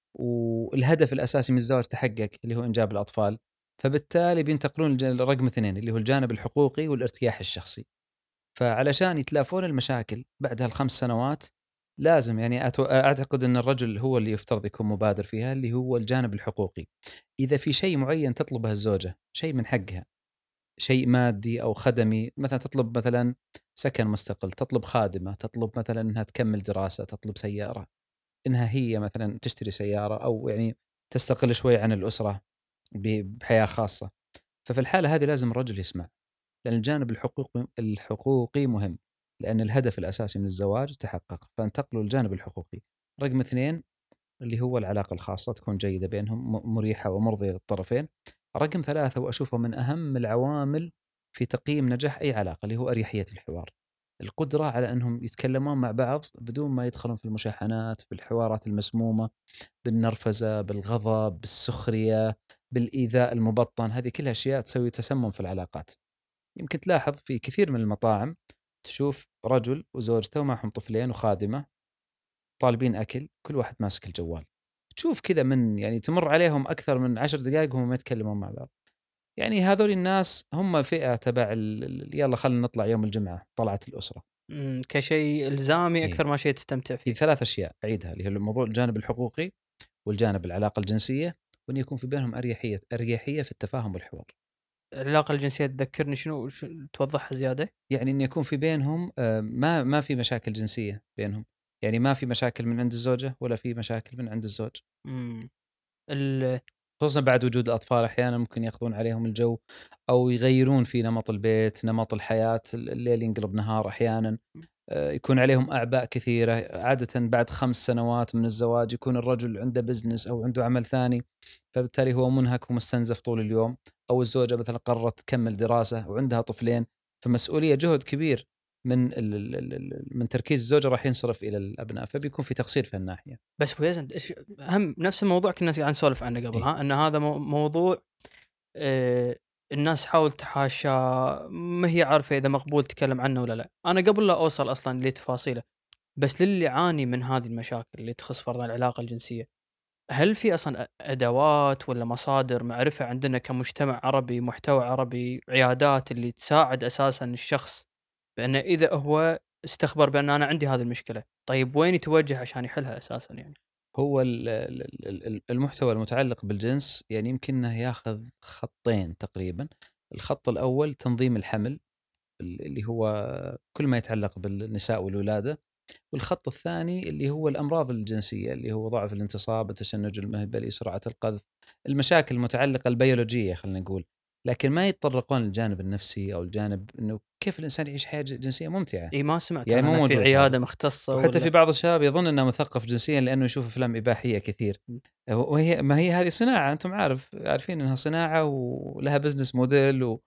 والهدف الاساسي من الزواج تحقق اللي هو انجاب الاطفال. فبالتالي بينتقلون للج- لرقم اثنين اللي هو الجانب الحقوقي والارتياح الشخصي. فعلشان يتلافون المشاكل بعد هالخمس سنوات، لازم يعني أتو... اعتقد ان الرجل هو اللي يفترض يكون مبادر فيها، اللي هو الجانب الحقوقي. اذا في شيء معين تطلبه الزوجه، شيء من حقها، شيء مادي او خدمي، مثلا تطلب مثلا سكن مستقل، تطلب خادمه، تطلب مثلا انها تكمل دراسه، تطلب سياره، انها هي مثلا تشتري سياره، او يعني تستقل شوي عن الاسره ب- بحياه خاصه. ففي الحاله هذه لازم الرجل يسمع، لأن الجانب الحقوقي الحقوقي مهم، لأن الهدف الأساسي من الزواج تحقق، فانتقلوا للجانب الحقوقي. رقم اثنين اللي هو العلاقة الخاصة تكون جيدة بينهم، م- مريحة ومرضية للطرفين. رقم ثلاثة وأشوفه من أهم العوامل في تقييم نجاح أي علاقة، اللي هو أريحية الحوار. القدرة على أنهم يتكلمون مع بعض بدون ما يدخلون في المشاحنات، بالحوارات المسمومة، بالنرفزة، بالغضب، بالسخرية، بالإيذاء المبطن. هذه كلها أشياء تسوي تسمم في العلاقات. يمكن تلاحظ في كثير من المطاعم تشوف رجل وزوجته ومعهم طفلين وخادمة طالبين أكل، كل واحد ماسك الجوال. تشوف كذا من يعني تمر عليهم أكثر من عشر دقائق وهم ما يتكلمون مع بعض. يعني هذول الناس هم فئة تبع ال- ال- يلا خلينا نطلع يوم الجمعة، طلعت الأسرة. مم، كشيء الزامي إيه. اكثر ما شيء تستمتع في فيه. ثلاث أشياء أعيدها، اللي هو الموضوع الجانب الحقوقي، والجانب العلاقة الجنسية، وأن يكون في بينهم أريحية أريحية في التفاهم والحوار. العلاقه الجنسيه تذكرني شنو، شو توضحها زياده؟ يعني ان يكون في بينهم آه، ما ما في مشاكل جنسيه بينهم، يعني ما في مشاكل من عند الزوجه ولا في مشاكل من عند الزوج. امم خصوصا بعد وجود الأطفال أحيانا ممكن يأخذون عليهم الجو أو يغيرون في نمط البيت، نمط الحياة، الليل ينقلب نهار أحيانا، آه، يكون عليهم أعباء كثيرة. عادة بعد خمس سنوات من الزواج يكون الرجل عنده بزنس أو عنده عمل ثاني، فبالتالي هو منهك ومستنزف طول اليوم. أو الزوجة مثلا قررت تكمل دراسة وعندها طفلين، فمسؤولية جهد كبير من ال ال ال ال- من تركيز الزوجة راح ينصرف إلى الأبناء، فبيكون في تقصير في الناحية. بس ابو يزن إيش- هم نفس الموضوع كنا قاعد نسولف عنه قبل، إيه. ها ان هذا مو- موضوع آه، الناس تحاول تحاشى، ما هي عارفه اذا مقبول تتكلم عنه ولا لا. انا قبل لا اوصل اصلا لتفاصيله، بس للي يعاني من هذه المشاكل اللي تخص فرضا العلاقه الجنسيه، هل في اصلا ادوات ولا مصادر معرفه عندنا كمجتمع عربي، محتوى عربي، عيادات اللي تساعد اساسا الشخص بانه اذا هو استخبر بان انا عندي هذه المشكله، طيب وين يتوجه عشان يحلها اساسا يعني؟ هو ال- ال- ال- ال- المحتوى المتعلق بالجنس يعني يمكن انه ياخذ خطين تقريبا. الخط الاول تنظيم الحمل، اللي هو كل ما يتعلق بالنساء والولاده. والخط الثاني اللي هو الامراض الجنسيه، اللي هو ضعف الانتصاب، التشنج المهبلي، سرعه القذف، المشاكل المتعلقه البيولوجيه خلينا نقول. لكن ما يتطرقون للجانب النفسي او الجانب انه كيف الانسان يعيش حياه جنسيه ممتعه. اي ما سمعت يعني انا مو انه في موجود هذا. عياده مختصه وحتى في ولا. بعض الشباب يظن انه مثقف جنسيا لانه يشوف افلام اباحيه كثير، وهي ما هي هذه صناعه، انتم عارف عارفين انها صناعه ولها بزنس موديل و...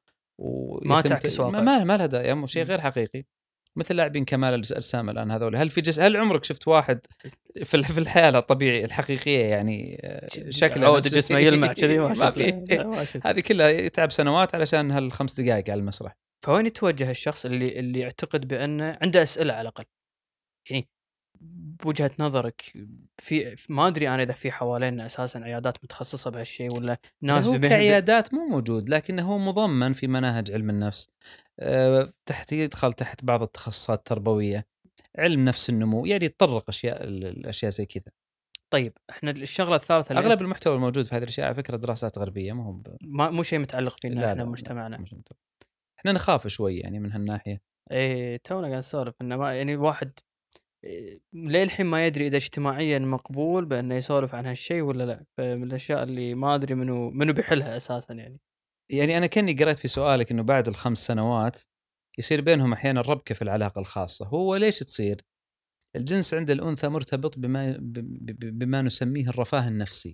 ما ويتم ت... تعكس ما واقع. ما ما لها داعي، شيء مم. غير حقيقي. مثل لاعبين كمال الاجسام الان هذول، هل في جس... هل عمرك شفت واحد في ال- في الحياه الطبيعي الحقيقيه يعني آه، شكله عود نفسه؟ جسمه يلمع كذي ما ما شفت في. له، لا ما شفت. هذه كلها يتعب سنوات علشان هالخمس دقائق على المسرح. فوين يتوجه الشخص اللي اللي يعتقد بانه عنده اسئله على الاقل؟ يعني بوجهه نظرك، في ما ادري انا اذا في حوالينا اساسا عيادات متخصصه بهالشيء ولا لا، ناس هو بمه ب... كعيادات مو موجود، لكنه هو مضمن في مناهج علم النفس. أه، تحت يدخل تحت بعض التخصصات التربوية، علم نفس النمو، يعني يتطرق أشياء الأشياء زي كذا. طيب احنا الشغله الثالثه اللي انت أغلب المحتوى الموجود في هذه الأشياء على فكرة دراسات غربية، ما هو ب... ما مو شيء متعلق فينا لا احنا لا لا مجتمعنا. مش أنت. إحنا نخاف شوي يعني من هالناحية. ايه تونا قاعد نسولف انه ما يعني الواحد إيه، للحين ما يدري اذا اجتماعيا مقبول بانه يسولف عن هالشيء ولا لا، فمن الاشياء اللي ما ادري منو منو بيحلها اساسا يعني. يعني أنا كني قرأت في سؤالك إنه بعد الخمس سنوات يصير بينهم أحيانا ربكة في العلاقة الخاصة. هو ليش تصير؟ الجنس عند الأنثى مرتبط بما ب- ب- بما نسميه الرفاه النفسي.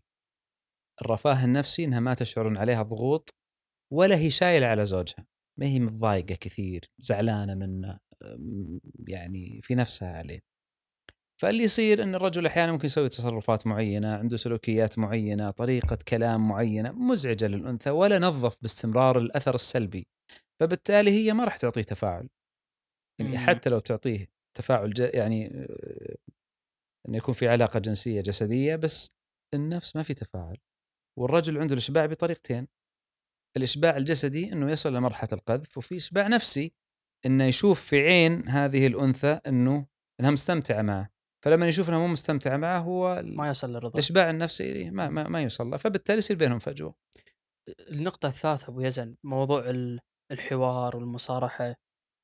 الرفاه النفسي انها ما تشعرون عليها ضغوط، ولا هي شايله على زوجها، ما هي متضايقه كثير، زعلانه منه، أم، يعني في نفسها عليه. فاللي يصير ان الرجل احيانا ممكن يسوي تصرفات معينه، عنده سلوكيات معينه، طريقه كلام معينه مزعجه للانثى، ولا نظف باستمرار الاثر السلبي. فبالتالي هي ما راح تعطيه تفاعل. يعني امم حتى لو تعطيه تفاعل ج... يعني آه، انه يكون في علاقه جنسيه جسديه، بس النفس ما في تفاعل. والرجل عنده الاشباع بطريقتين: الإشباع الجسدي إنه يصل لمرحلة القذف، وفي إشباع نفسي إنه يشوف في عين هذه الأنثى إنه إنها مستمتعة معه. فلما يشوف إنها مو مستمتعة معه، هو ال- ما يصل للرضا. الإشباع النفسي ما ما, ما يوصل له، فبالتالي يصير بينهم فجوة. النقطة الثالثة أبو يزن، موضوع ال- الحوار والمصارحة،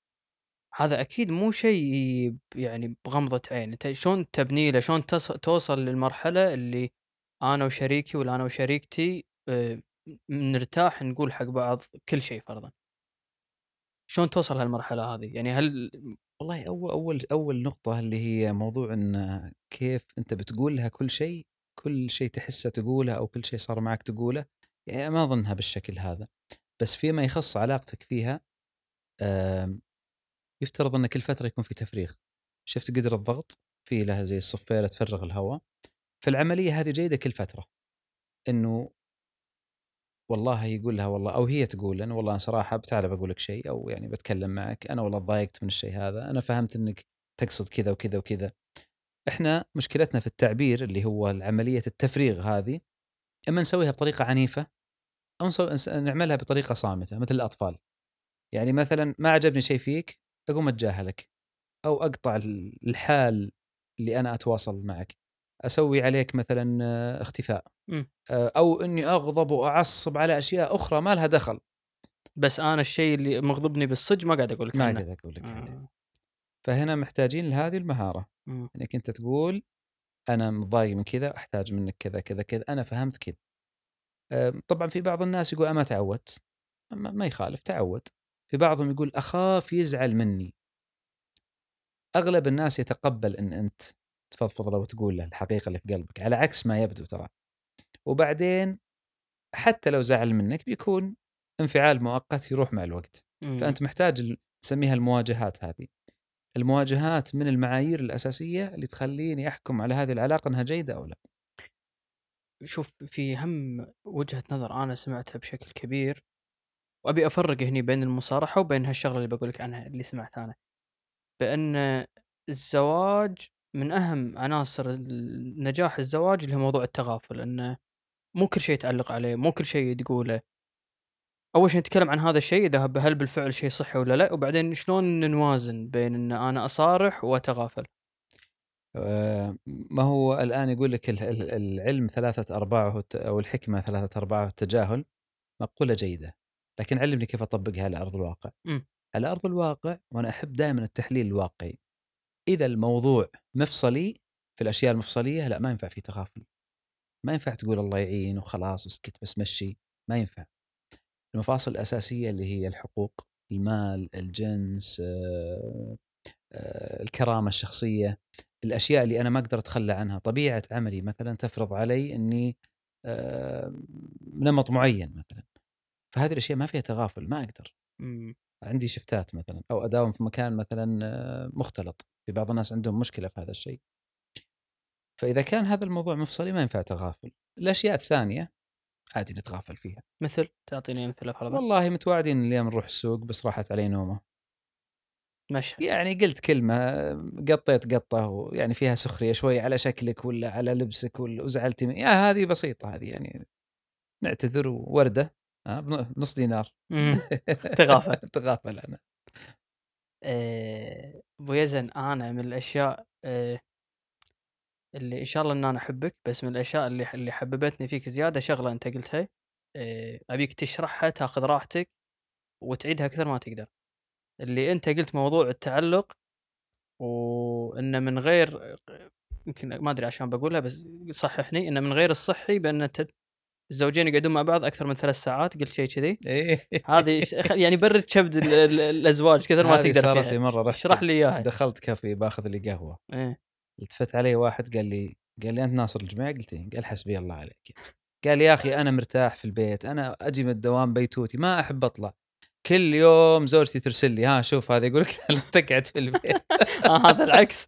هذا أكيد مو شيء يعني بغمضة عين. أنت شلون تبني له، شلون تص- توصل للمرحلة اللي أنا وشريكي ولا أنا وشريكتي آه، نرتاح نقول حق بعض كل شيء فرضا؟ شلون توصل هالمرحلة هذه يعني؟ هل والله أول أول أول نقطة اللي هي موضوع إن كيف أنت بتقول لها كل شيء، كل شيء تحسه تقوله أو كل شيء صار معك تقوله. يعني ما أظنها بالشكل هذا. بس فيما يخص علاقتك فيها، آم، يفترض أن كل فترة يكون في تفريغ. شفت قدر الضغط؟ في لها زي الصفيرة تفرغ الهواء. فالعملية هذه جيدة كل فترة، إنه والله يقول لها والله، أو هي تقول له: أنا والله صراحة بتعال بقول لك شيء، أو يعني بتكلم معك، أنا والله ضايقت من الشيء هذا، أنا فهمت إنك تقصد كذا وكذا وكذا. إحنا مشكلتنا في التعبير اللي هو عملية التفريغ هذه، إما نسويها بطريقة عنيفة، أو نسوي نعملها بطريقة صامتة مثل الأطفال. يعني مثلا ما عجبني شيء فيك، أقوم أتجاهلك، أو أقطع الحال اللي أنا أتواصل معك، أسوي عليك مثلا آه، اختفاء، مم. آه، أو أني أغضب وأعصب على أشياء أخرى ما لها دخل. بس أنا الشيء اللي مغضبني بالصج ما قاعد أقول لك ما عنه. أقدر أقول لك عليه. آه. فهنا محتاجين لهذه المهارة، مم. أنك أنت تقول: أنا متضايق من كذا، أحتاج منك كذا كذا كذا، أنا فهمت كذا. طبعا في بعض الناس يقول أنا ما تعودت، ما يخالف تعود. في بعضهم يقول أخاف يزعل مني. أغلب الناس يتقبل أن أنت تفضفض له وتقول له الحقيقة اللي في قلبك على عكس ما يبدو ترى. وبعدين حتى لو زعل منك بيكون انفعال مؤقت يروح مع الوقت. مم. فأنت محتاج نسميها المواجهات. هذه المواجهات من المعايير الأساسية اللي تخليني أحكم على هذه العلاقة أنها جيدة أو لا. شوف، في هم وجهة نظر أنا سمعتها بشكل كبير، وأبي أفرق هني بين المصارحة وبين هالشغلة اللي بقولك عنها اللي سمعت أنا، بأن الزواج من أهم عناصر نجاح الزواج اللي هو موضوع التغافل، أنه مو كل شيء تعلق عليه، مو كل شيء تقوله. أول شيء نتكلم عن هذا الشيء إذا هل بالفعل شيء صحي ولا لا، وبعدين شلون نوازن بين أن أنا أصارح وأتغافل. ما هو الآن يقول لك العلم ثلاثة أرباعه أو الحكمة ثلاثة أرباعه التجاهل، مقولة جيدة، لكن علمني كيف أطبقها على أرض الواقع. م. على أرض الواقع، وأنا أحب دائما التحليل الواقعي، إذا الموضوع مفصلي في الأشياء المفصلية لا ما ينفع فيه تغافل. ما ينفع تقول الله يعين وخلاص اسكت بس مشي، ما ينفع. المفاصل الأساسية اللي هي الحقوق، المال، الجنس، آه، آه، الكرامة الشخصية، الأشياء اللي أنا ما أقدر أتخلى عنها. طبيعة عملي مثلا تفرض علي أني آه، نمط معين مثلا، فهذه الأشياء ما فيها تغافل، ما أقدر. م. عندي شفتات مثلا أو أداوم في مكان مثلا آه، مختلط، في بعض الناس عندهم مشكلة في هذا الشيء. فإذا كان هذا الموضوع مفصلي ما ينفع تغافل. الأشياء الثانية عادي نتغافل فيها. مثل تعطيني أمثلة فرضا. والله متواعدين اليوم نروح السوق بس راحت علي نومة، مشهد يعني قلت كلمة قطيت قطة ويعني فيها سخرية شوي على شكلك ولا على لبسك ولا وزعلتي من... يا هذه بسيطة، هذه يعني نعتذر ووردة نص دينار. تغافل. تغافل أنا. آه، أبو يزن، أنا من الأشياء آه، اللي إن شاء الله أن أنا أحبك، بس من الأشياء اللي اللي حببتني فيك زيادة شغلة أنت قلتها، آه، أبيك تشرحها تاخذ راحتك وتعيدها أكثر ما تقدر. اللي أنت قلت موضوع التعلق، وإنه من غير، يمكن ما أدري عشان بقولها بس صححني، إنه من غير الصحي بأن الت- الزوجين يقعدون مع بعض أكثر من ثلاث ساعات، قلت شيء كذي. إيه. هذه يعني برد كبد ال- ال- الأزواج كثر ما هذه تقدر صارت فيها. لي مرة، رحت اشرح لي إياها. دخلت كافي باخذ لي قهوة، إيه. التفت علي واحد قال لي قال لي أنت ناصر الجماعة؟ قلت إيه. قال حسبي الله عليك. قال لي يا أخي أنا مرتاح في البيت، أنا أجي من الدوام بيتوتي ما أحب أطلع، كل يوم زوجتي ترسل لي ها شوف هذا يقول لك لا تقعد في البيت. آه هذا العكس.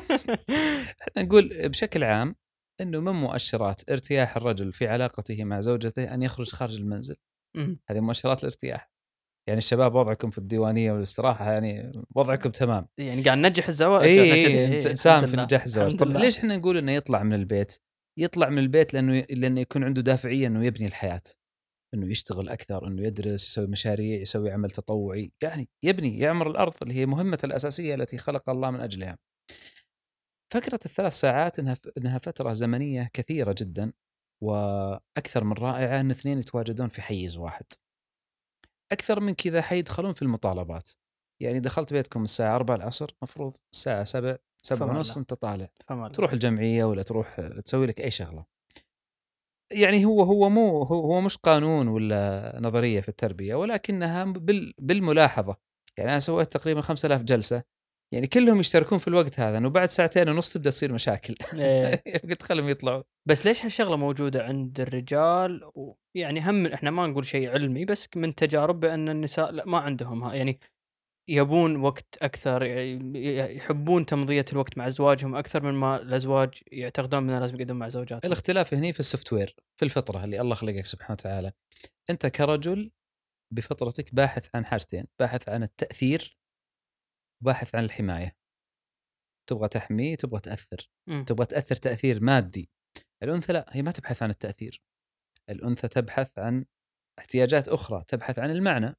احنا نقول بشكل عام انه من مؤشرات ارتياح الرجل في علاقته مع زوجته ان يخرج خارج المنزل. هذه مؤشرات الارتياح. يعني الشباب وضعكم في الديوانيه والاستراحه يعني وضعكم تمام، يعني قاعد ننجح الزواج. اي إيه نساهم في نجاح الزواج. طب لله. ليش احنا نقول انه يطلع من البيت؟ يطلع من البيت لانه لانه يكون عنده دافعيه انه يبني الحياه، انه يشتغل اكثر، انه يدرس، يسوي مشاريع، يسوي عمل تطوعي، يعني يبني يعمر الارض اللي هي مهمته الاساسيه التي خلق الله من اجلها. فكرة الثلاث ساعات إنها إنها فترة زمنية كثيرة جدا وأكثر من رائعة إن اثنين يتواجدون في حيز واحد. أكثر من كذا حيدخلون في المطالبات. يعني دخلت بيتكم الساعة أربعة العصر، مفروض الساعة سبع سبع ونص أنت طالع تروح الجمعية ولا تروح تسوي لك أي شغلة. يعني هو هو مو هو, هو مش قانون ولا نظرية في التربية، ولكنها بال بالملاحظة. يعني أنا سويت تقريبا خمسة آلاف جلسة، يعني كلهم يشتركون في الوقت هذا، انه بعد ساعتين ونص تبدا تصير مشاكل. إيه. قلت خلهم يطلعوا. بس ليش هالشغله موجوده عند الرجال؟ ويعني هم احنا ما نقول شيء علمي، بس من تجارب بان النساء لا ما عندهم ها، يعني يبون وقت اكثر، يحبون تمضيه الوقت مع ازواجهم اكثر من ما الازواج يعتقدون انه لازم يقعدون مع زوجاتهم. الاختلاف هنا في السوفت وير، في الفطره اللي الله خلقك سبحانه وتعالى. انت كرجل بفطرتك باحث عن حاجتين، باحث عن التاثير وباحث عن الحمايه. تبغى تحمي، تبغى تاثر، م. تبغى تاثر تاثير مادي. الانثى لا، هي ما تبحث عن التاثير، الانثى تبحث عن احتياجات اخرى، تبحث عن المعنى.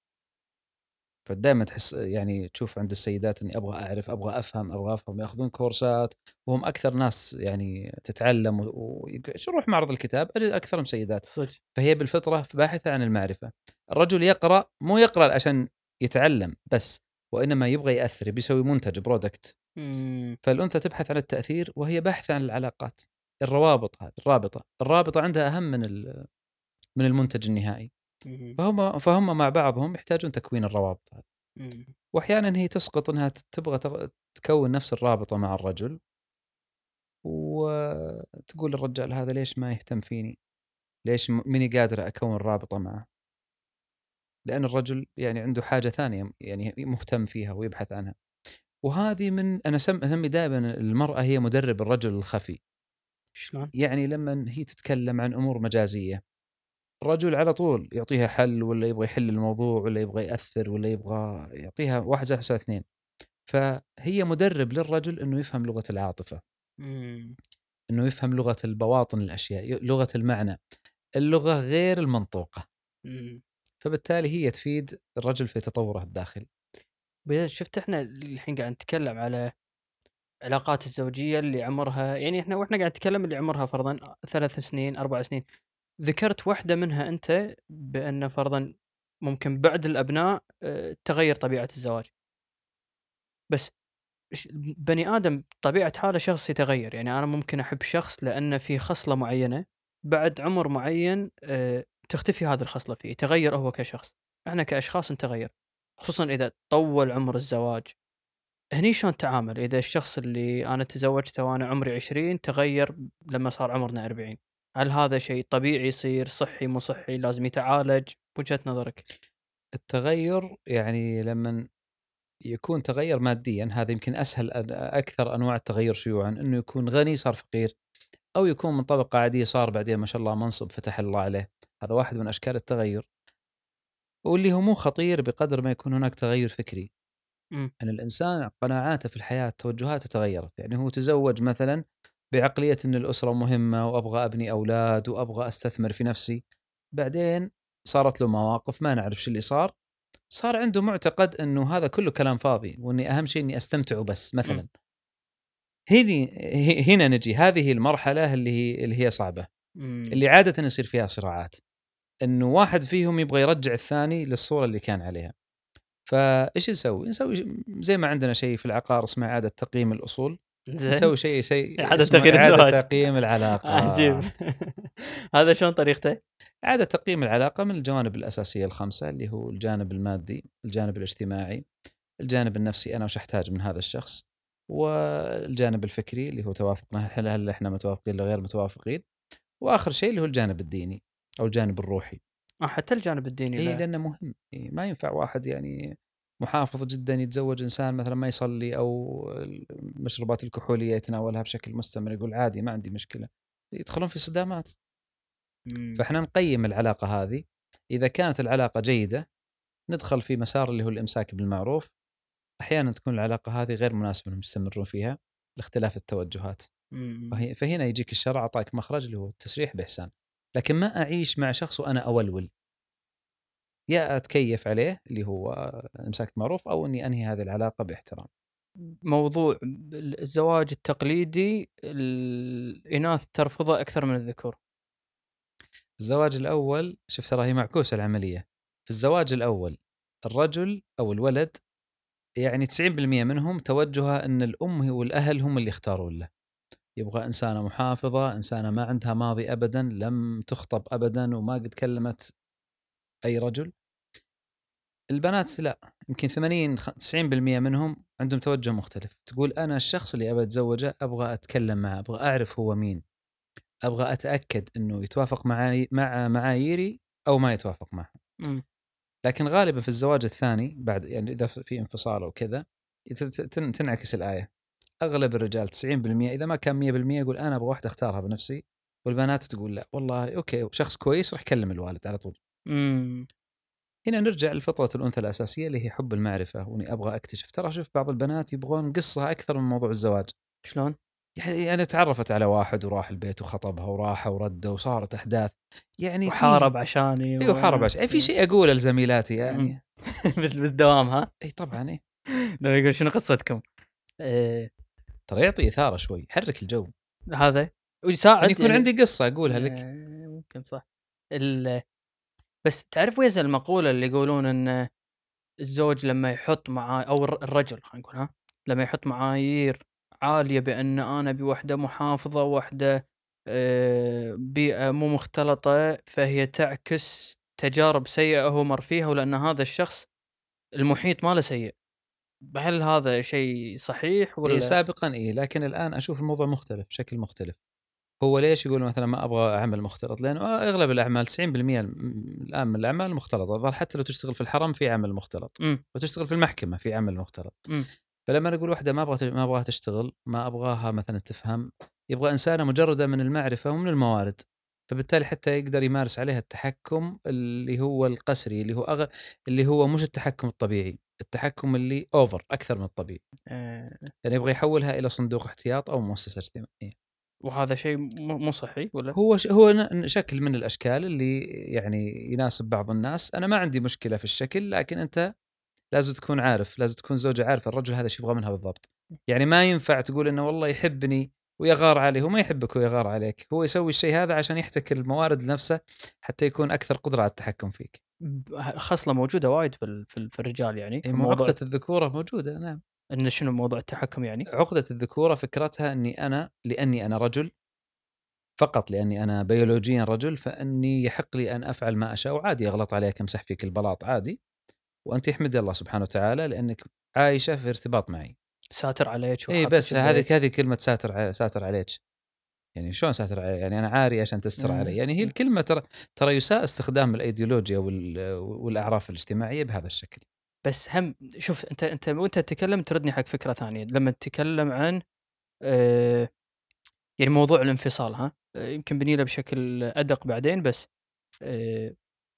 فدائما تحس يعني تشوف عند السيدات اني ابغى اعرف، ابغى افهم، ابغى افهم، ياخذون كورسات وهم اكثر ناس يعني تتعلم ويروح معرض الكتاب اكثر من سيدات. صدق. فهي بالفطره باحثه عن المعرفه. الرجل يقرا مو يقرا عشان يتعلم بس، وانما يبغى ياثر، بيسوي منتج برودكت. فالانثى تبحث عن التاثير وهي باحثه عن العلاقات، الروابط. هذه الرابطه الرابطه عندها اهم من من المنتج النهائي. فهم فهم مع بعضهم يحتاجون تكوين الروابط هذه. واحيانا هي تسقط انها تبغى تكون نفس الرابطه مع الرجل، وتقول الرجال هذا ليش ما يهتم فيني، ليش ماني قادر اكون رابطه معه، لان الرجل يعني عنده حاجه ثانيه يعني مهتم فيها ويبحث عنها. وهذه من انا اسمي دائما المراه هي مدرب الرجل الخفي. شلون؟ يعني لما هي تتكلم عن امور مجازيه، الرجل على طول يعطيها حل، ولا يبغى يحل الموضوع، ولا يبغى يأثر، ولا يبغى يعطيها واحد زائد اثنين. فهي مدرب للرجل انه يفهم لغه العاطفه، مم. انه يفهم لغه البواطن الاشياء، لغه المعنى، اللغه غير المنطوقه. مم. فبالتالي هي تفيد الرجل في تطوره الداخلي. شفت احنا الحين قاعد نتكلم على علاقات الزوجيه اللي عمرها، يعني احنا واحنا قاعد نتكلم اللي عمرها فرضا ثلاث سنين اربع سنين، ذكرت واحده منها انت بان فرضا ممكن بعد الابناء اه تغير طبيعه الزواج. بس بني ادم طبيعه حاله شخص يتغير، يعني انا ممكن احب شخص لان في خصله معينه بعد عمر معين اه تختفي هذه الخصله فيه، يتغير هو كشخص. احنا كاشخاص نتغير، خصوصا اذا طول عمر الزواج. هني شلون تعامل اذا الشخص اللي انا تزوجته وانا عمري عشرين تغير لما صار عمرنا أربعين؟ هل هذا شيء طبيعي يصير، صحي مو صحي، لازم يتعالج؟ بوجهة نظرك. التغير يعني لما يكون تغير ماديا، هذا يمكن اسهل اكثر انواع التغير شيوعا، انه يكون غني صار فقير، او يكون من طبقه عاديه صار بعدين ما شاء الله منصب فتح الله عليه. هذا واحد من اشكال التغير، واللي هو مو خطير بقدر ما يكون هناك تغير فكري. م. أن الإنسان قناعاته في الحياة توجهاته تغيرت. يعني هو تزوج مثلا بعقلية أن الأسرة مهمة، وأبغى أبني أولاد، وأبغى أستثمر في نفسي. بعدين صارت له مواقف ما نعرف شو اللي صار، صار عنده معتقد أنه هذا كله كلام فاضي، وأني أهم شيء أني أستمتع بس مثلا. م. هنا هنا نجي هذه المرحلة اللي هي اللي هي صعبة، م. اللي عادة يصير فيها صراعات، أنه واحد فيهم يبغى يرجع الثاني للصورة اللي كان عليها. فايش نسوي؟ نسوي زي ما عندنا شيء في العقار اسمه اعاده تقييم الاصول، نسوي شيء شيء إعادة اسمه تغيير اعاده الزواج. تقييم العلاقه. عجيب. هذا شلون طريقته؟ اعاده تقييم العلاقه من الجوانب الاساسيه الخمسه، اللي هو الجانب المادي، الجانب الاجتماعي، الجانب النفسي انا وش احتاج من هذا الشخص، والجانب الفكري اللي هو توافقنا، هل هل احنا متوافقين ولا غير متوافقين، واخر شيء اللي هو الجانب الديني او الجانب الروحي. آه حتى الجانب الديني اي لا. لانه مهم. إيه ما ينفع واحد يعني محافظ جدا يتزوج انسان مثلا ما يصلي، او المشروبات الكحوليه يتناولها بشكل مستمر، يقول عادي ما عندي مشكله، يدخلون في صدامات. م. فاحنا نقيم العلاقه هذه، اذا كانت العلاقه جيده ندخل في مسار اللي هو الامساك بالمعروف. احيانا تكون العلاقه هذه غير مناسبه انهم يستمرون فيها لاختلاف التوجهات. م. فهي فهنا يجيك الشرع اعطاك مخرج اللي هو التسريح باحسان. لكن ما اعيش مع شخص وانا اولول، يا أتكيف عليه اللي هو إمساك معروف، أو إني أنهي هذه العلاقة باحترام. موضوع الزواج التقليدي الإناث ترفضه أكثر من الذكور. الزواج الأول شوف ترى هي معكوسة العملية. في الزواج الأول الرجل أو الولد يعني تسعين بالمئة منهم توجهه أن الأم والأهل هم اللي يختارون له. يبغى إنسانة محافظة، إنسانة ما عندها ماضي أبدا، لم تخطب أبدا، وما قد كلمت أي رجل. البنات لا، يمكن ثمانين تسعين بالمئة منهم عندهم توجه مختلف. تقول أنا الشخص اللي أبغى أتزوجه أبغى أتكلم معه، أبغى أعرف هو مين، أبغى أتأكد أنه يتوافق معي مع معاييري أو ما يتوافق معها. م. لكن غالبا في الزواج الثاني بعد يعني إذا في انفصال أو كذا تنعكس الآية. أغلب الرجال تسعين بالمئة إذا ما كان مئة بالمئة يقول أنا أبغى واحدة أختارها بنفسي، والبنات تقول لا والله أوكي شخص كويس رح كلم الوالد على طول. م. هنا نرجع لفطرة الأنثى الأساسية اللي هي حب المعرفة، وإني أبغى أكتشف. ترى شوف بعض البنات يبغون قصة أكثر من موضوع الزواج. شلون؟ يعني أنا تعرفت على واحد وراح البيت وخطبها وراح ورد وصارت أحداث يعني وحارب فيه. عشاني أيوة حارب عشان يعني في شيء أقوله لزميلاتي يعني. بس دوام ها؟ أي طبعا إيه. لما يقول شنو قصتكم؟ إيه. ترى يعطي إثارة شوي، حرك الجو. هذا ويساعد يعني يكون يعني عندي قصة أقولها لك. إيه ممكن صح. ال... بس تعرف ويز المقولة اللي يقولون إن الزوج لما يحط مع أو الرجل خلينا نقول ها، لما يحط معايير عالية بأن أنا بوحدة محافظة، وحدة آه، بيئة مو مختلطة، فهي تعكس تجارب سيئة هو مر فيها، ولأن هذا الشخص المحيط ماله سيء. هل هذا شيء صحيح إيه ولا؟ سابقا إيه، لكن الآن أشوف الموضوع مختلف بشكل مختلف. هو ليش يقول مثلا ما أبغى أعمل مختلط؟ لأنه أغلب الأعمال تسعين بالمئة الآن من الأعمال مختلطة. ظهر حتى لو تشتغل في الحرم في عمل مختلط، امم وتشتغل في المحكمة في عمل مختلط. امم فلما نقول واحدة ما أبغى ما أبغاها تشتغل، ما أبغاها مثلا تفهم، يبغى إنسانة مجردة من المعرفة ومن الموارد، فبالتالي حتى يقدر يمارس عليها التحكم اللي هو القسري، اللي هو أغ... اللي هو مش التحكم الطبيعي، التحكم اللي أوفر أكثر من الطبيعي. آه، يعني يبغى يحولها إلى صندوق احتياط أو مؤسسة اجتماعية. وهذا شيء مو مو صحي ولا؟ هو ش... هو ن- شكل من الأشكال اللي يعني يناسب بعض الناس. أنا ما عندي مشكلة في الشكل، لكن أنت لازم تكون عارف، لازم تكون زوجة عارفة الرجل هذا ايش يبغى منها بالضبط. يعني ما ينفع تقول انه والله يحبني ويغار عليه، هو ما يحبك ويغار عليك، هو يسوي الشيء هذا عشان يحتكر الموارد لنفسه حتى يكون اكثر قدرة على التحكم فيك. ب- خصلة موجودة وايد في ال- في ال- في الرجال، يعني اي مو موضوع عقدة الذكورة موجودة، نعم. انه شنو موضوع التحكم يعني. عقدة الذكورة فكرتها اني انا لاني انا رجل، فقط لاني انا بيولوجيا رجل، فاني يحق لي ان افعل ما اشاء، وعادي اغلط عليك امسح فيك البلاط عادي، وانت احمد الله سبحانه وتعالى لانك عايشة في ارتباط معي. ساتر عليك اي وحاطك بس هذه ببيت. هذه كلمة ساتر ع- ساتر عليك. يعني شلون ساتر علي؟ يعني انا عاري عشان تستر علي؟ مم. يعني هي الكلمه ترى ترى يساء استخدام الايديولوجيا وال- والاعراف الاجتماعيه بهذا الشكل. بس هم شوف، انت انت وانت تتكلم تردني حق فكره ثانيه لما تتكلم عن آه يعني موضوع الانفصال. ها آه، يمكن بنيله بشكل ادق بعدين، بس آه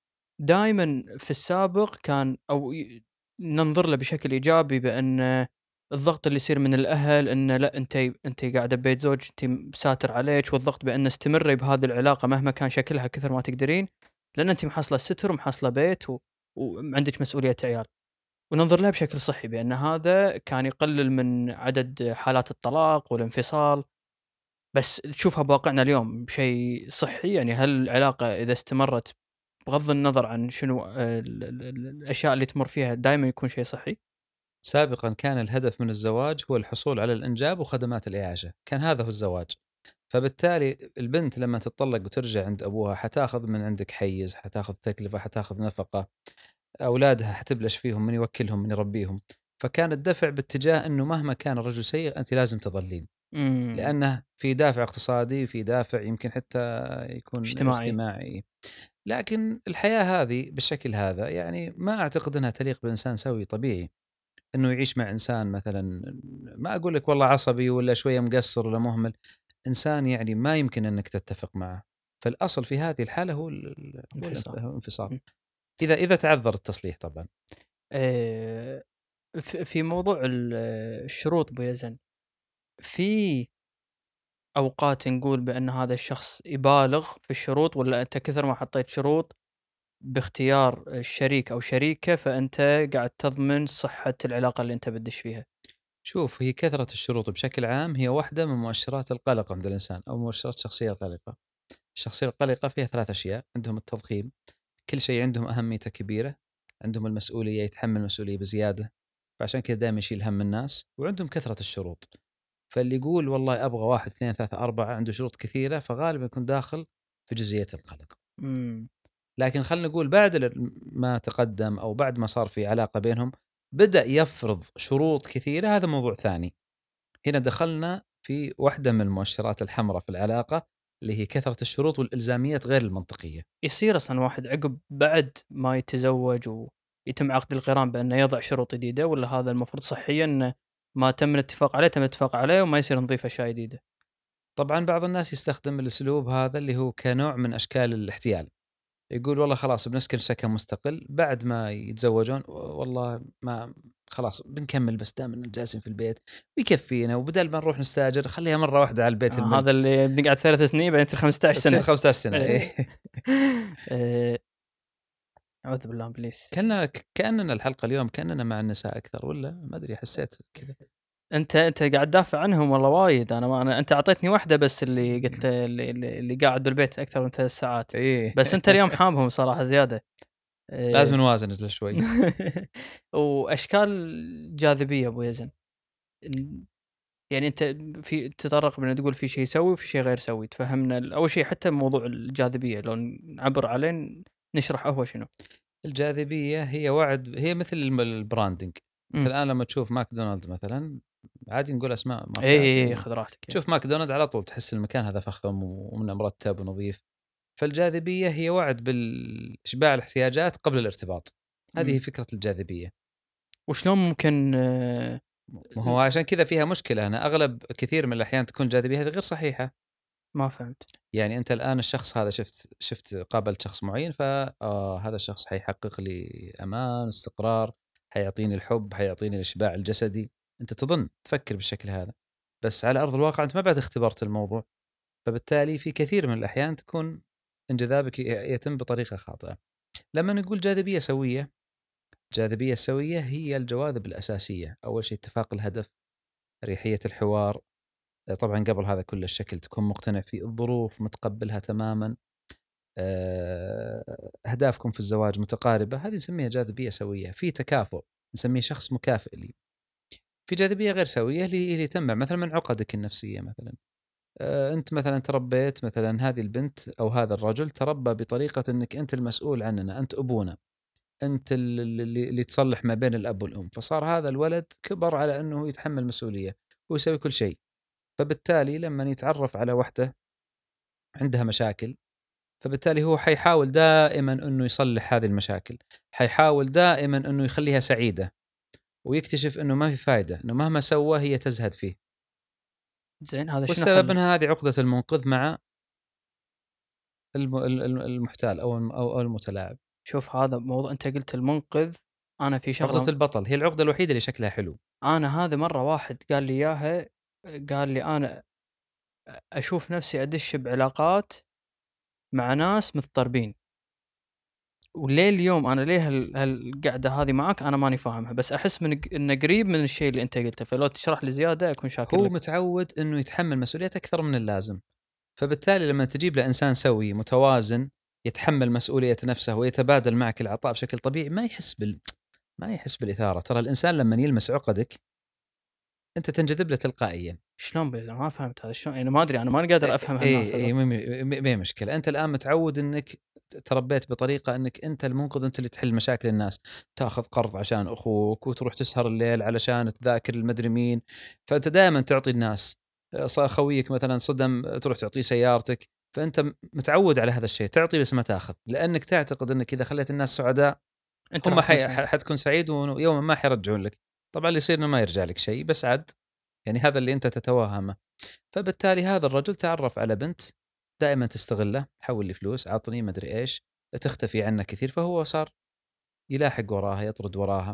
دائما في السابق كان او ي- ننظر له بشكل ايجابي، بان الضغط اللي يصير من الاهل انه لا انت انت قاعده ببيت زوج، انت ساتر عليك، والضغط بان استمري بهذه العلاقه مهما كان شكلها كثر ما تقدرين، لان انت محصله ستر ومحصله بيت و... وعندك مسؤوليه عيال. وننظر لها بشكل صحي بان هذا كان يقلل من عدد حالات الطلاق والانفصال. بس تشوفها بواقعنا اليوم شيء صحي؟ يعني هل العلاقه اذا استمرت بغض النظر عن شنو آه، ال- ال- ال- الاشياء اللي تمر فيها دائما يكون شيء صحي؟ سابقا كان الهدف من الزواج هو الحصول على الانجاب وخدمات الاعاشه، كان هذا هو الزواج. فبالتالي البنت لما تطلق وترجع عند ابوها حتاخذ من عندك حيز، حتاخذ تكلفه، حتاخذ نفقه، اولادها حتبلش فيهم من يوكلهم من يربيهم. فكان الدفع باتجاه انه مهما كان الرجل سيء انت لازم تظلين، امم لأنه في دافع اقتصادي، في دافع يمكن حتى يكون اجتماعي. اجتماعي. لكن الحياة هذه بالشكل هذا يعني ما أعتقد أنها تليق بالإنسان سوي طبيعي، أنه يعيش مع إنسان مثلا، ما أقول لك والله عصبي ولا شوية مقصر ولا مهمل، إنسان يعني ما يمكن أنك تتفق معه. فالأصل في هذه الحالة هو ال- هو انفصال. الانف- هو الانفصال، مم. إذا إذا تعذر التصليح طبعا. آه، في في موضوع ال- الشروط ابو يزن، في اوقات نقول بان هذا الشخص يبالغ في الشروط، ولا انت كثر ما حطيت شروط باختيار الشريك او شريكه فانت قاعد تضمن صحه العلاقه اللي انت بدش فيها؟ شوف، هي كثرة الشروط بشكل عام هي واحدة من مؤشرات القلق عند الإنسان أو مؤشرات شخصية قلقة. الشخصية القلقة فيها ثلاث أشياء: عندهم التضخيم، كل شيء عندهم أهميته كبيرة، عندهم المسؤولية، يتحمل مسؤولية بزيادة، فعشان كذا دائما يشيل هم الناس، وعندهم كثرة الشروط. فاللي يقول والله أبغى واحد اثنين ثلاثة أربعة عنده شروط كثيرة فغالبا يكون داخل في جزئية القلق. امم لكن خلينا نقول بعد ما تقدم أو بعد ما صار في علاقة بينهم بدأ يفرض شروط كثيرة، هذا موضوع ثاني. هنا دخلنا في واحدة من المؤشرات الحمراء في العلاقة، اللي هي كثرة الشروط والإلزاميات غير المنطقية. يصير اصلا واحد عقب بعد ما يتزوج ويتم عقد القران بانه يضع شروط جديده، ولا هذا المفروض صحيا انه ما تم الاتفاق عليه تم الاتفاق عليه وما يصير نضيف اشياء جديده؟ طبعا بعض الناس يستخدم الأسلوب هذا اللي هو كنوع من أشكال الاحتيال، يقول والله خلاص بنسكن سكن مستقل بعد ما يتزوجون، والله ما خلاص بنكمل بس دائما جالسين في البيت ويكفينا، وبدل ما نروح نستاجر خليها مرة واحدة على البيت آه هذا الملك. اللي بنقعد ثلاث سنين بعدين تصير خمسة عشر تصير سنه. خمسة عشر سنة إيه. إيه. إيه، اعوذ بالله من ابليس. كأننا كأننا الحلقة اليوم كأننا مع النساء أكثر، ولا ما أدري حسيت كذا. انت انت قاعد تدافع عنهم والله وايد. انا ما أنا انت اعطيتني واحده بس اللي قلت اللي, اللي اللي قاعد بالبيت اكثر من ثلاث ساعات. إيه. بس انت اليوم حامهم صراحه زياده. لازم إيه. نوازن شوي. واشكال جاذبيه ابو يزن، يعني انت في تطرق بان تقول في شيء سوي وفي شيء غير سوي، تفهمنا اول شيء حتى موضوع الجاذبيه لو نعبر عليه نشرح هو شنو. الجاذبيه هي وعد، هي مثل الم- البراندنج. انت امم الان لما تشوف ماكدونالد مثلا، عادي نقول اسماء ماركات، اي يعني خذ راحتك. تشوف ماكدونالد على طول تحس المكان هذا فخم ومنه مرتب ونظيف. فالجاذبيه هي وعد بالاشباع الاحتياجات قبل الارتباط. هذه هي امم فكره الجاذبيه. وشلون ممكن آه، ما هو عشان كذا فيها مشكله. انا اغلب كثير من الاحيان تكون الجاذبيه هذه غير صحيحه. ما فهمت. يعني انت الان الشخص هذا شفت شفت قابلت شخص معين، فآه هذا الشخص حيحقق لي امان، استقرار، حيعطيني الحب، حيعطيني الاشباع الجسدي. انت تظن تفكر بالشكل هذا، بس على ارض الواقع انت ما بعد اختبرت الموضوع. فبالتالي في كثير من الاحيان تكون انجذابك يتم بطريقه خاطئه. لما نقول جاذبيه سويه، الجاذبيه السويه هي الجواذب الاساسيه. اول شيء اتفاق الهدف، اريحيه الحوار. طبعا قبل هذا كل الشكل تكون مقتنع في الظروف، متقبلها تماما. آه، أهدافكم في الزواج متقاربة، هذه نسميها جاذبية سوية. في تكافؤ، نسميه شخص مكافئ لي. في جاذبية غير سوية اللي اللي تنبع مثلا من عقدك النفسية. مثلا آه، أنت مثلا تربيت، مثلا هذه البنت أو هذا الرجل تربى بطريقة أنك أنت المسؤول عننا، أنت أبونا، أنت اللي, اللي تصلح ما بين الأب والأم. فصار هذا الولد كبر على أنه يتحمل مسؤولية ويسوي كل شيء. فبالتالي لما يتعرف على وحدة عندها مشاكل، فبالتالي هو حيحاول دائما أنه يصلح هذه المشاكل، حيحاول دائما أنه يخليها سعيدة، ويكتشف أنه ما في فايدة، أنه مهما سوى هي تزهد فيه. زين هذا شنو والسبب حله؟ أنها هذه عقدة المنقذ مع الم- الم- المحتال أو الم- أو أو المتلاعب. شوف هذا موضوع انت قلت المنقذ. انا في عقدة شغله، البطل هي العقدة الوحيدة اللي شكلها حلو. انا هذا مره واحد قال لي اياها، قال لي انا اشوف نفسي ادش بعلاقات مع ناس مضطربين، وليه اليوم انا ليه هال- هالقعده هذه معك انا ماني فاهمها، بس احس من انه قريب من الشيء اللي انت قلته، فلو تشرح لي زياده اكون شاكر هو لك. متعود أنه يتحمل مسؤوليات أكثر من اللازم. فبالتالي لما تجيب له إنسان سوي متوازن يتحمل مسؤولية نفسه ويتبادل معك العطاء بشكل طبيعي، ما يحس بال ما يحس بالإثارة. ترى الإنسان لما يلمس عقدك أنت تنجذب له تلقائيا. شلون بي- ما فهمت هذا شلون، يعني ما ادري انا ماني قادر افهم اي هالناس اي هذول. ما مشكله. انت الان متعود انك تربيت بطريقه انك انت المنقذ، انت اللي تحل مشاكل الناس، تاخذ قرض عشان اخوك وتروح تسهر الليل علشان تذاكر المدري مين. فانت دائما تعطي الناس. صار خويك مثلا صدم تروح تعطيه سيارتك. فانت متعود على هذا الشيء، تعطي بس ما تاخذ، لانك تعتقد انك اذا خليت الناس سعداء انت راح هم تكون حي... سعيد. حتكون سعيد ويوما ما حيرجعون لك. طبعا اللي يصير انه ما يرجع لك شيء، بس عاد يعني هذا اللي انت تتوهمه. فبالتالي هذا الرجل تعرف على بنت دائما تستغله، حول لي فلوس، عطني ما ادري ايش، تختفي عنه كثير، فهو صار يلاحق وراها، يطرد وراها،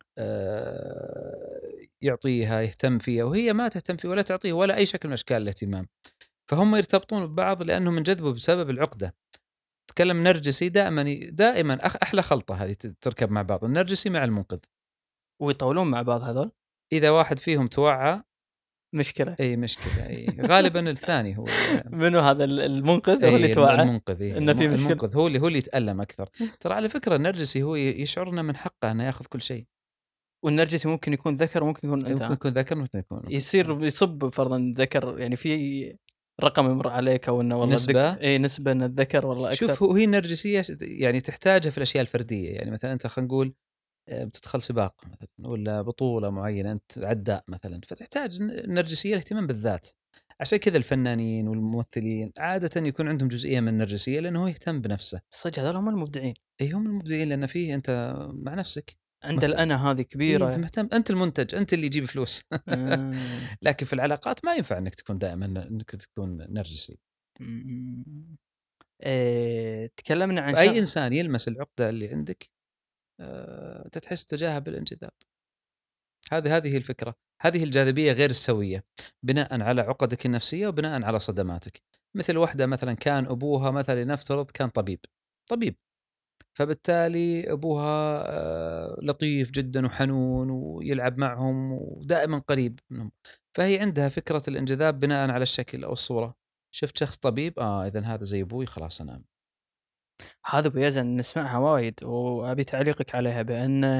آه، يعطيها، يهتم فيها، وهي ما تهتم فيه ولا تعطيه ولا اي شكل من اشكال الاهتمام. فهم يرتبطون ببعض لانهم انجذبوا بسبب العقده. تكلم نرجسي دائما دائما أخ احلى خلطه هذه تركب مع بعض، النرجسي مع المنقذ. ويطولون مع بعض هذول. اذا واحد فيهم توعى مشكله. اي مشكله، اي غالبا الثاني هو ال- منو هذا ال- المنقذ هو اللي اي توعى المنقذ. إيه انه الم- في مشكله. المنقذ هو اللي هو اللي يتألم اكثر. ترى على فكره النرجسي هو ي- يشعر انه من حقه انه ياخذ كل شيء. والنرجسي ممكن يكون ذكر وممكن يكون انثى ممكن ها؟ يكون ذكر ممكن يكون أنثى. يصير يصب فرضا ذكر، يعني في رقم يمر عليك او انه والله الذكر نسبه. اي نسبه ان الذكر والله اكثر. شوف هو هي النرجسيه يعني تحتاجها في الاشياء الفرديه. يعني مثلا انت خلينا نقول آه، بتدخل سباق مثلا ولا بطوله معينه، انت عداء مثلا، فتحتاج النرجسيه الاهتمام بالذات. عشان كذا الفنانين والممثلين عاده يكون عندهم جزئيه من النرجسيه لانه هو يهتم بنفسه. صدق هذول هم المبدعين. اي هم المبدعين لان فيه انت مع نفسك عند مهتم. الانا هذه اي انت كبيره. مهتم، انت المنتج، انت اللي يجيب فلوس. آه. لكن في العلاقات ما ينفع انك تكون دائما انك تكون نرجسي. م- إيه، تكلمنا عن فاي شغله. انسان يلمس العقده اللي عندك أه تحس تجاهه بالانجذاب. هذه هذه الفكره. هذه الجاذبيه غير السويه بناء على عقدك النفسيه وبناء على صدماتك. مثل واحده مثلا كان ابوها مثلا لنفترض كان طبيب طبيب فبالتالي ابوها آه، لطيف جدا وحنون ويلعب معهم ودائما قريب منهم. فهي عندها فكره الانجذاب بناء على الشكل او الصوره. شفت شخص طبيب، اه اذا هذا زي ابوي خلاص انا. هذا بيزن نسمعها وايد، وابي تعليقك عليها بان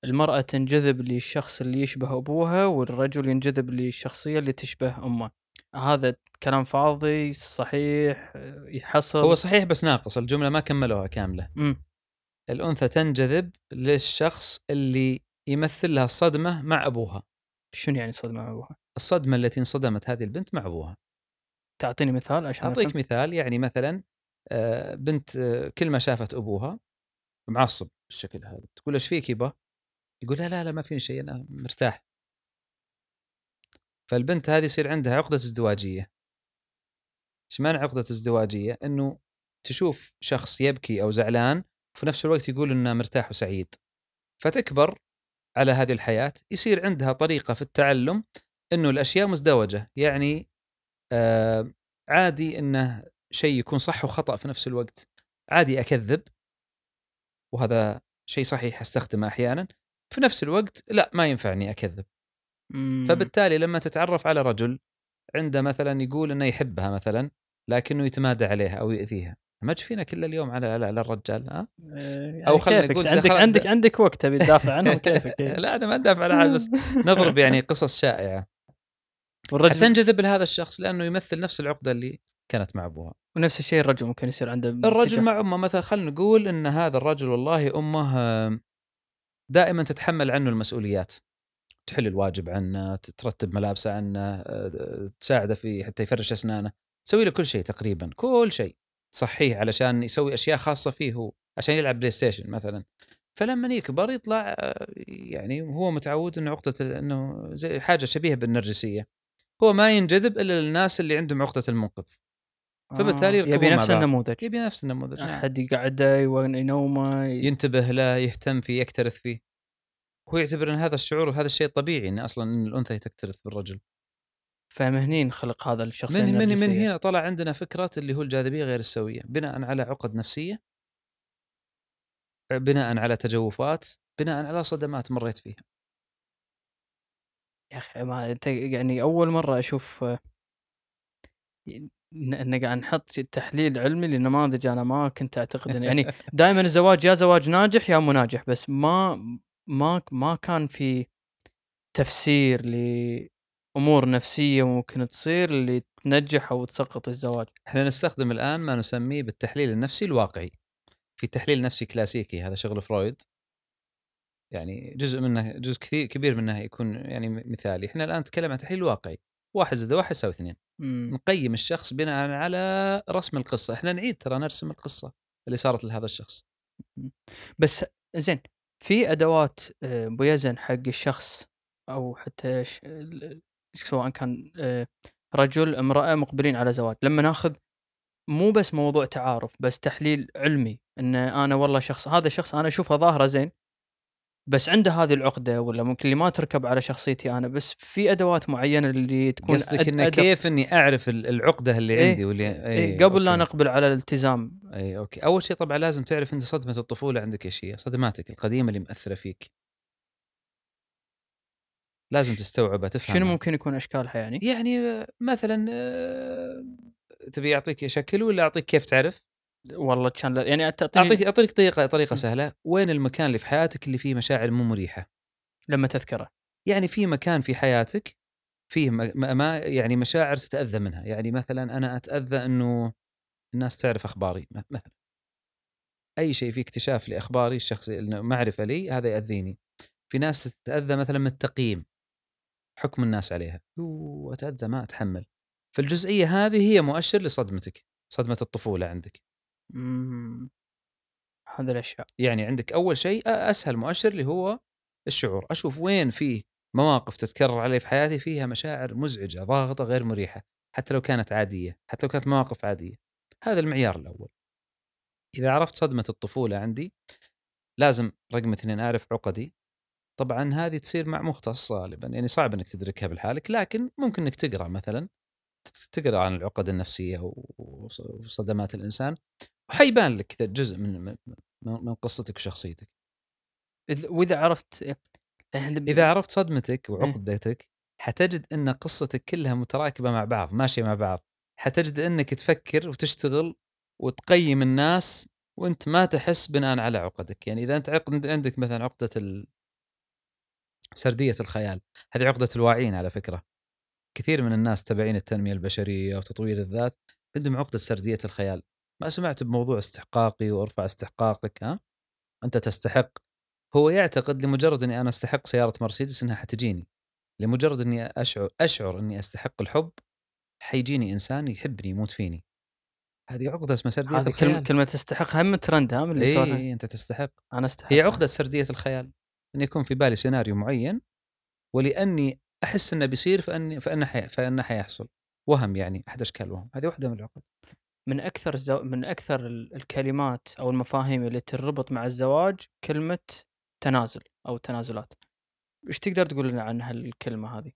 المرأة تنجذب للشخص اللي يشبه أبوها، والرجل ينجذب للشخصية اللي تشبه أمه. هذا كلام فاضي صحيح يحصل؟ هو صحيح بس ناقص، الجملة ما كملوها كاملة. مم. الأنثى تنجذب للشخص اللي يمثل لها الصدمة مع أبوها. شنو يعني صدمة مع أبوها؟ الصدمة التي انصدمت هذه البنت مع أبوها. تعطيني مثال عشان أعطيك أفهم. مثال، يعني مثلا آه، بنت آه، كل ما شافت أبوها معصب بالشكل هذا، تقول إيش فيك يبا؟ يقول لا لا لا ما فيني شيء، أنا مرتاح. فالبنت هذه يصير عندها عقدة ازدواجية. إيش معنى عقدة ازدواجية؟ إنه تشوف شخص يبكي أو زعلان وفي نفس الوقت يقول إنه مرتاح وسعيد، فتكبر على هذه الحياة. يصير عندها طريقة في التعلم إنه الأشياء مزدوجة، يعني آه عادي إنه شيء يكون صح وخطأ في نفس الوقت. عادي أكذب وهذا شيء صحيح استخدمه أحيانا، في نفس الوقت لا ما ينفعني أكذب. مم. فبالتالي لما تتعرف على رجل عنده مثلا يقول إنه يحبها مثلا لكنه يتمادى عليها أو يؤذيها، ما تشوفينا كل اليوم على على على الرجال ها؟ يعني أو خلنا كيفك، نقول عندك دخل عندك د... عندك وقت تبي تدافع عنهم كيفك. لا أنا ما أدافع على أحد، بس نضرب يعني قصص شائعة. والرجل حتنجذب لهذا الشخص لأنه يمثل نفس العقدة اللي كانت مع أبوها. ونفس الشيء الرجل ممكن يصير عنده الرجل اتجاه. مع أمه مثلا، خلنا نقول إن هذا الرجل والله أمه دائما تتحمل عنه المسؤوليات، تحل الواجب عنه، ترتب ملابسه عنه، تساعده في حتى يفرش أسنانه، تسوي له كل شيء تقريبا، كل شيء تصحيه علشان يسوي أشياء خاصة فيه هو، عشان يلعب بلاي ستيشن مثلا. فلما يكبر يطلع يعني هو متعود إنه عقدة إنه زي حاجة شبيهة بالنرجسية، هو ما ينجذب إلا للناس اللي عندهم عقدة المنقذ، فبالتالي آه. يبي يركبون مع نفس بعض. النموذج، يبي نفس النموذج، نعم. أحد يقعده ينومه ي... ينتبه له، يهتم فيه، يكترث فيه. هو يعتبر أن هذا الشعور وهذا الشيء طبيعي، إن أصلا إن الأنثى تكترث بالرجل. فمهنين خلق هذا الشخصية من من من النرجسية. هنا طلع عندنا فكرة اللي هو الجاذبية غير السوية، بناء على عقد نفسية، بناء على تجوفات، بناء على صدمات مريت فيها. يا أخي ما أنت يعني أول مرة أشوف إن قاعد نحط تحليل علمي لنماذج أنا ما كنت أعتقد إن يعني دائما الزواج يا زواج ناجح يا مو ناجح، بس ما ما ما كان في تفسير لأمور نفسية ممكن تصير اللي تنجح أو تسقط الزواج. احنا نستخدم الآن ما نسميه بالتحليل النفسي الواقعي. في تحليل نفسي كلاسيكي، هذا شغل فرويد، يعني جزء منه، جزء كثير كبير منه يكون يعني مثالي. احنا الآن نتكلم عن تحليل واقعي، واحد زائد واحد يساوي اثنين. مم. نقيم الشخص بناء على رسم القصة، احنا نعيد ترى نرسم القصة اللي صارت لهذا الشخص. بس زين، في أدوات آه، بيزن حق الشخص أو حتى ش... ال- سواء كان آه، رجل امرأة مقبلين على زواج، لما ناخذ مو بس موضوع تعارف بس تحليل علمي ان انا والله شخص هذا الشخص انا اشوفه ظاهره زين بس عنده هذه العقده، ولا ممكن اللي ما تركب على شخصيتي انا، بس في ادوات معينه اللي تكون قصدك أد انه أدق. كيف اني اعرف ال- العقده اللي عندي ايه واللي ايه اي قبل لا اوكي. نقبل على الالتزام. اي اوكي، اول شيء طبعا لازم تعرف انت صدمه الطفوله عندك ايش هي، صدماتك القديمه اللي مأثره فيك، لازم ش- تستوعبها شنو تفهمها. ممكن يكون اشكالها يعني؟ يعني آه، مثلا آه، تبي اعطيك شكل ولا اعطيك كيف تعرف؟ والله كان لا- يعني اعطيك تعطيني اعطيك طريقه طريقه م. سهله. وين المكان اللي في حياتك اللي فيه مشاعر مو مريحه؟ لما تذكره. يعني في مكان في حياتك فيه ما ما- يعني مشاعر تتاذى منها. يعني مثلا انا اتاذى انه الناس تعرف اخباري مثلا، اي شيء في اكتشاف لاخباري الشخصي، انه معرفه لي، هذا ياذيني. في ناس تتاذى مثلا من التقييم، حكم الناس عليها، واتاذى ما اتحمل. فالجزئيه هذه هي مؤشر لصدمتك، صدمه الطفوله عندك. مم. هذه الاشياء. يعني عندك اول شيء اسهل مؤشر اللي هو الشعور، اشوف وين فيه مواقف تتكرر علي في حياتي فيها مشاعر مزعجه ضاغطه غير مريحه، حتى لو كانت عاديه، حتى لو كانت مواقف عاديه. هذا المعيار الاول. اذا عرفت صدمه الطفوله عندي، لازم رقم اثنين اعرف عقدي. طبعا هذه تصير مع مختص غالبا، يعني صعب انك تدركها بالحالك، لكن ممكن انك تقرا مثلا، تقرا عن العقد النفسيه وصدمات الانسان، وحيبان لك كذا جزء من من من قصتك وشخصيتك. إذ- واذا عرفت اذا عرفت صدمتك إيه. وعقدتك، حتجد ان قصتك كلها متراكبه مع بعض، ماشيه مع بعض. حتجد انك تفكر وتشتغل وتقيم الناس وانت ما تحس بناء على عقدك. يعني اذا انت عقد عندك مثلا عقده سردية الخيال. هذه عقدة الواعين على فكرة. كثير من الناس تبعين التنمية البشرية وتطوير الذات عندهم عقدة سردية الخيال. ما سمعت بموضوع استحقاقي وارفع استحقاقك؟ ها، أنت تستحق. هو يعتقد لمجرد أني أنا أستحق سيارة مرسيدس أنها حتجيني، لمجرد أني أشعر أشعر أني أستحق الحب حيجيني إنسان يحبني يموت فيني. هذه عقدة اسمها سردية هذه كلمة الخيال. كلمة تستحق هم ترند ها من اللي إيه, صار. إيه أنت تستحق. أنا هي استحقها. عقدة سردية الخيال، أن يكون في بالي سيناريو معين، ولأني أحس أنه بيصير فأني فأنه حي فأنه حيحصل. وهم يعني أحد أشكال الوهم. هذه واحدة من العقد. من أكثر الزو... من أكثر ال- الكلمات أو المفاهيم اللي تربط مع الزواج كلمة تنازل أو تنازلات. إيش تقدر تقول لنا عن هالكلمة هذه؟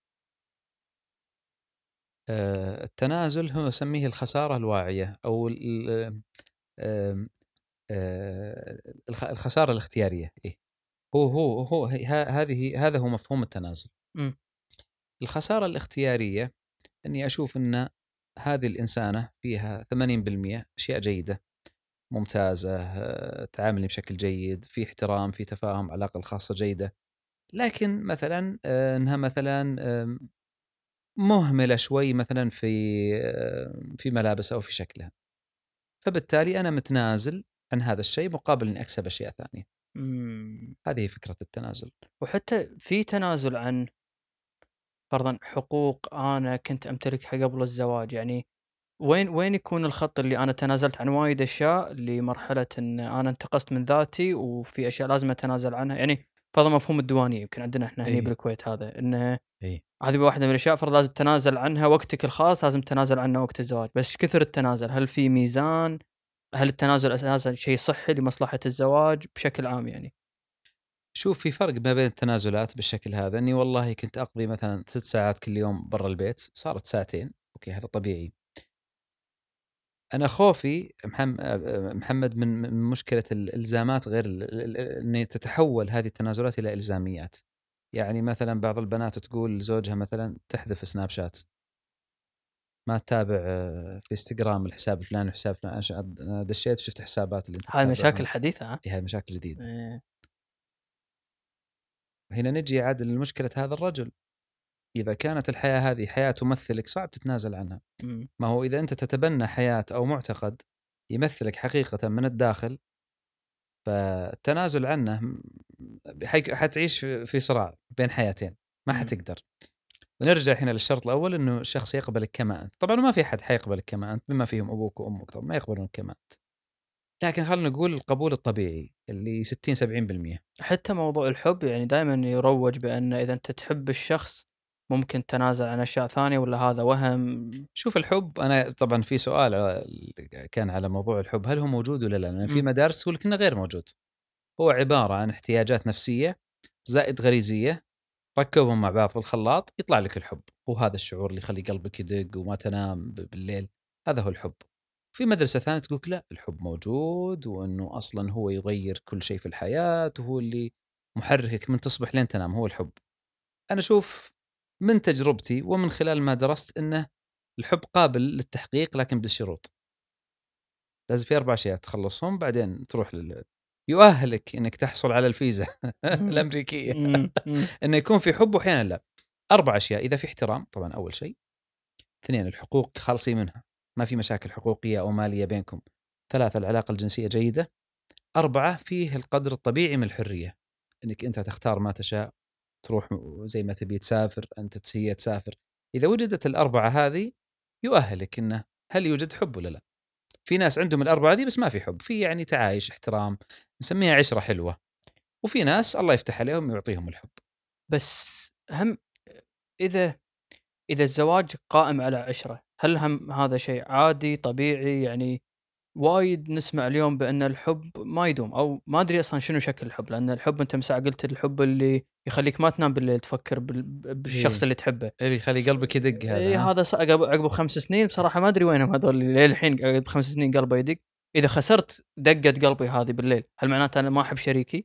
آه، التنازل هو سميه الخسارة الواعية أو ال- آم، آه، الخ- الخسارة الاختيارية. إيه هو هو هو هي- ه- هذه هذا هو مفهوم التنازل. امم الخسارة الاختيارية أني أشوف أن هذه الإنسانة فيها ثمانين بالمئة أشياء جيدة ممتازة، آه، تعاملني بشكل جيد، في احترام، في تفاهم، علاقة الخاصة جيدة، لكن مثلا آه، أنها مثلا آم، مهملة شوي مثلا في آه، في ملابس أو في شكلها، فبالتالي أنا متنازل عن هذا الشيء مقابل أن أكسب أشياء ثانية. امم هذه فكرة التنازل. وحتى في تنازل عن فرضا حقوق أنا كنت أمتلكها قبل الزواج، يعني وين وين يكون الخط اللي أنا تنازلت عن وايد أشياء لمرحلة إن أنا انتقصت من ذاتي وفي أشياء لازم أتنازل عنها، يعني فرضا مفهوم الديوانية يمكن عندنا إحنا هني أي بالكويت، هذا إنه أي هذه واحدة من الأشياء فرض لازم تتنازل عنها، وقتك الخاص لازم تتنازل عنه وقت الزواج، بس إيش كثر التنازل؟ هل في ميزان؟ هل التنازل أساسا شيء صحي لمصلحة الزواج بشكل عام يعني؟ شوف، في فرق ما بين التنازلات بالشكل هذا، أني والله كنت أقضي مثلا ست ساعات كل يوم برا البيت صارت ساعتين، أوكي هذا طبيعي. أنا خوفي محم- محمد من من مشكلة الإلزامات، غير ال- ال- ال- أن تتحول هذه التنازلات إلى إلزاميات. يعني مثلا بعض البنات تقول لزوجها مثلا تحذف سناب شات، ما تتابع آه، في انستغرام الحساب الفلاني وحساب فلان، أنا أنا دشيت وشفت حسابات اللي أنت هاي مشاكل تتابعهم. حديثة ها؟ هي هذه مشاكل جديدة. إيه. هنا نجي عاد لمشكلة هذا الرجل. إذا كانت الحياة هذه حياة تمثلك صعب تتنازل عنها. أمم. ما هو إذا أنت تتبنى حياة أو معتقد يمثلك حقيقة من الداخل، فالتنازل عنه م- حي- حتعيش في في صراع بين حياتين، ما أمم. حتقدر. ونرجع هنا للشرط الأول، أنه الشخص يقبلك كما أنت. طبعا ما في حد حيقبلك كما أنت بما فيهم أبوك وأمك، طبعا ما يقبلونك كما أنت، لكن خلينا نقول القبول الطبيعي اللي ستين سبعين بالمئة. حتى موضوع الحب يعني دائما يروج بأن إذا أنت تحب الشخص ممكن تنازل عن أشياء ثانية، ولا هذا وهم؟ شوف الحب، أنا طبعا في سؤال آه، كان على موضوع الحب، هل هو موجود ولا لا؟ لأن في أمم. مدارس تقول لك إنه غير موجود. هو عبارة عن احتياجات نفسية زائد غريزية، ركبهم مع بعض في الخلاط يطلع لك الحب. وهذا الشعور اللي يخلي قلبك يدق وما تنام ب- بالليل، هذا هو الحب. في مدرسة ثانية تقول لا، الحب موجود، وأنه أصلا هو يغير كل شيء في الحياة، وهو اللي محركك من تصبح لين تنام، هو الحب. أنا أشوف من تجربتي ومن خلال ما درست أنه الحب قابل للتحقيق لكن بشروط. لازم في أربع أشياء تخلصهم بعدين تروح لل يؤهلك أنك تحصل على الفيزا أمم. الأمريكية. أمم. أمم. أنه يكون في حب وأحيانا لا. أربع أشياء: إذا في احترام طبعا أول شيء. اثنين، الحقوق خالصين منها، ما في مشاكل حقوقية أو مالية بينكم. ثلاثة، العلاقة الجنسية جيدة. أربعة، فيه القدر الطبيعي من الحرية، أنك أنت تختار ما تشاء، تروح زي ما تبي، تسافر أنت، هي تسافر. إذا وجدت الأربعة هذه يؤهلك أنه هل يوجد حب ولا لا. في ناس عندهم الأربعة دي بس ما في حب، في يعني تعايش، احترام، نسميها عشرة حلوة. وفي ناس الله يفتح عليهم ويعطيهم الحب. بس هم إذا إذا الزواج قائم على عشرة، هل هم هذا شيء عادي طبيعي؟ يعني وايد نسمع اليوم بأن الحب ما يدوم، أو ما أدري أصلا شنو شكل الحب، لأن الحب أنت مساء قلت الحب اللي يخليك ما تنام بالليل تفكر بال- بالشخص إيه، اللي تحبه. اللي يخلي س- قلبك يدق هذا. إيه ها، هذا ص- عقب عقب خمس سنين بصراحة ما أدري وينهم هذول اللي للحين عقب خمس سنين قلبه يدق. إذا خسرت دقة قلبي هذه بالليل، هل معناته أنا ما أحب شريكي؟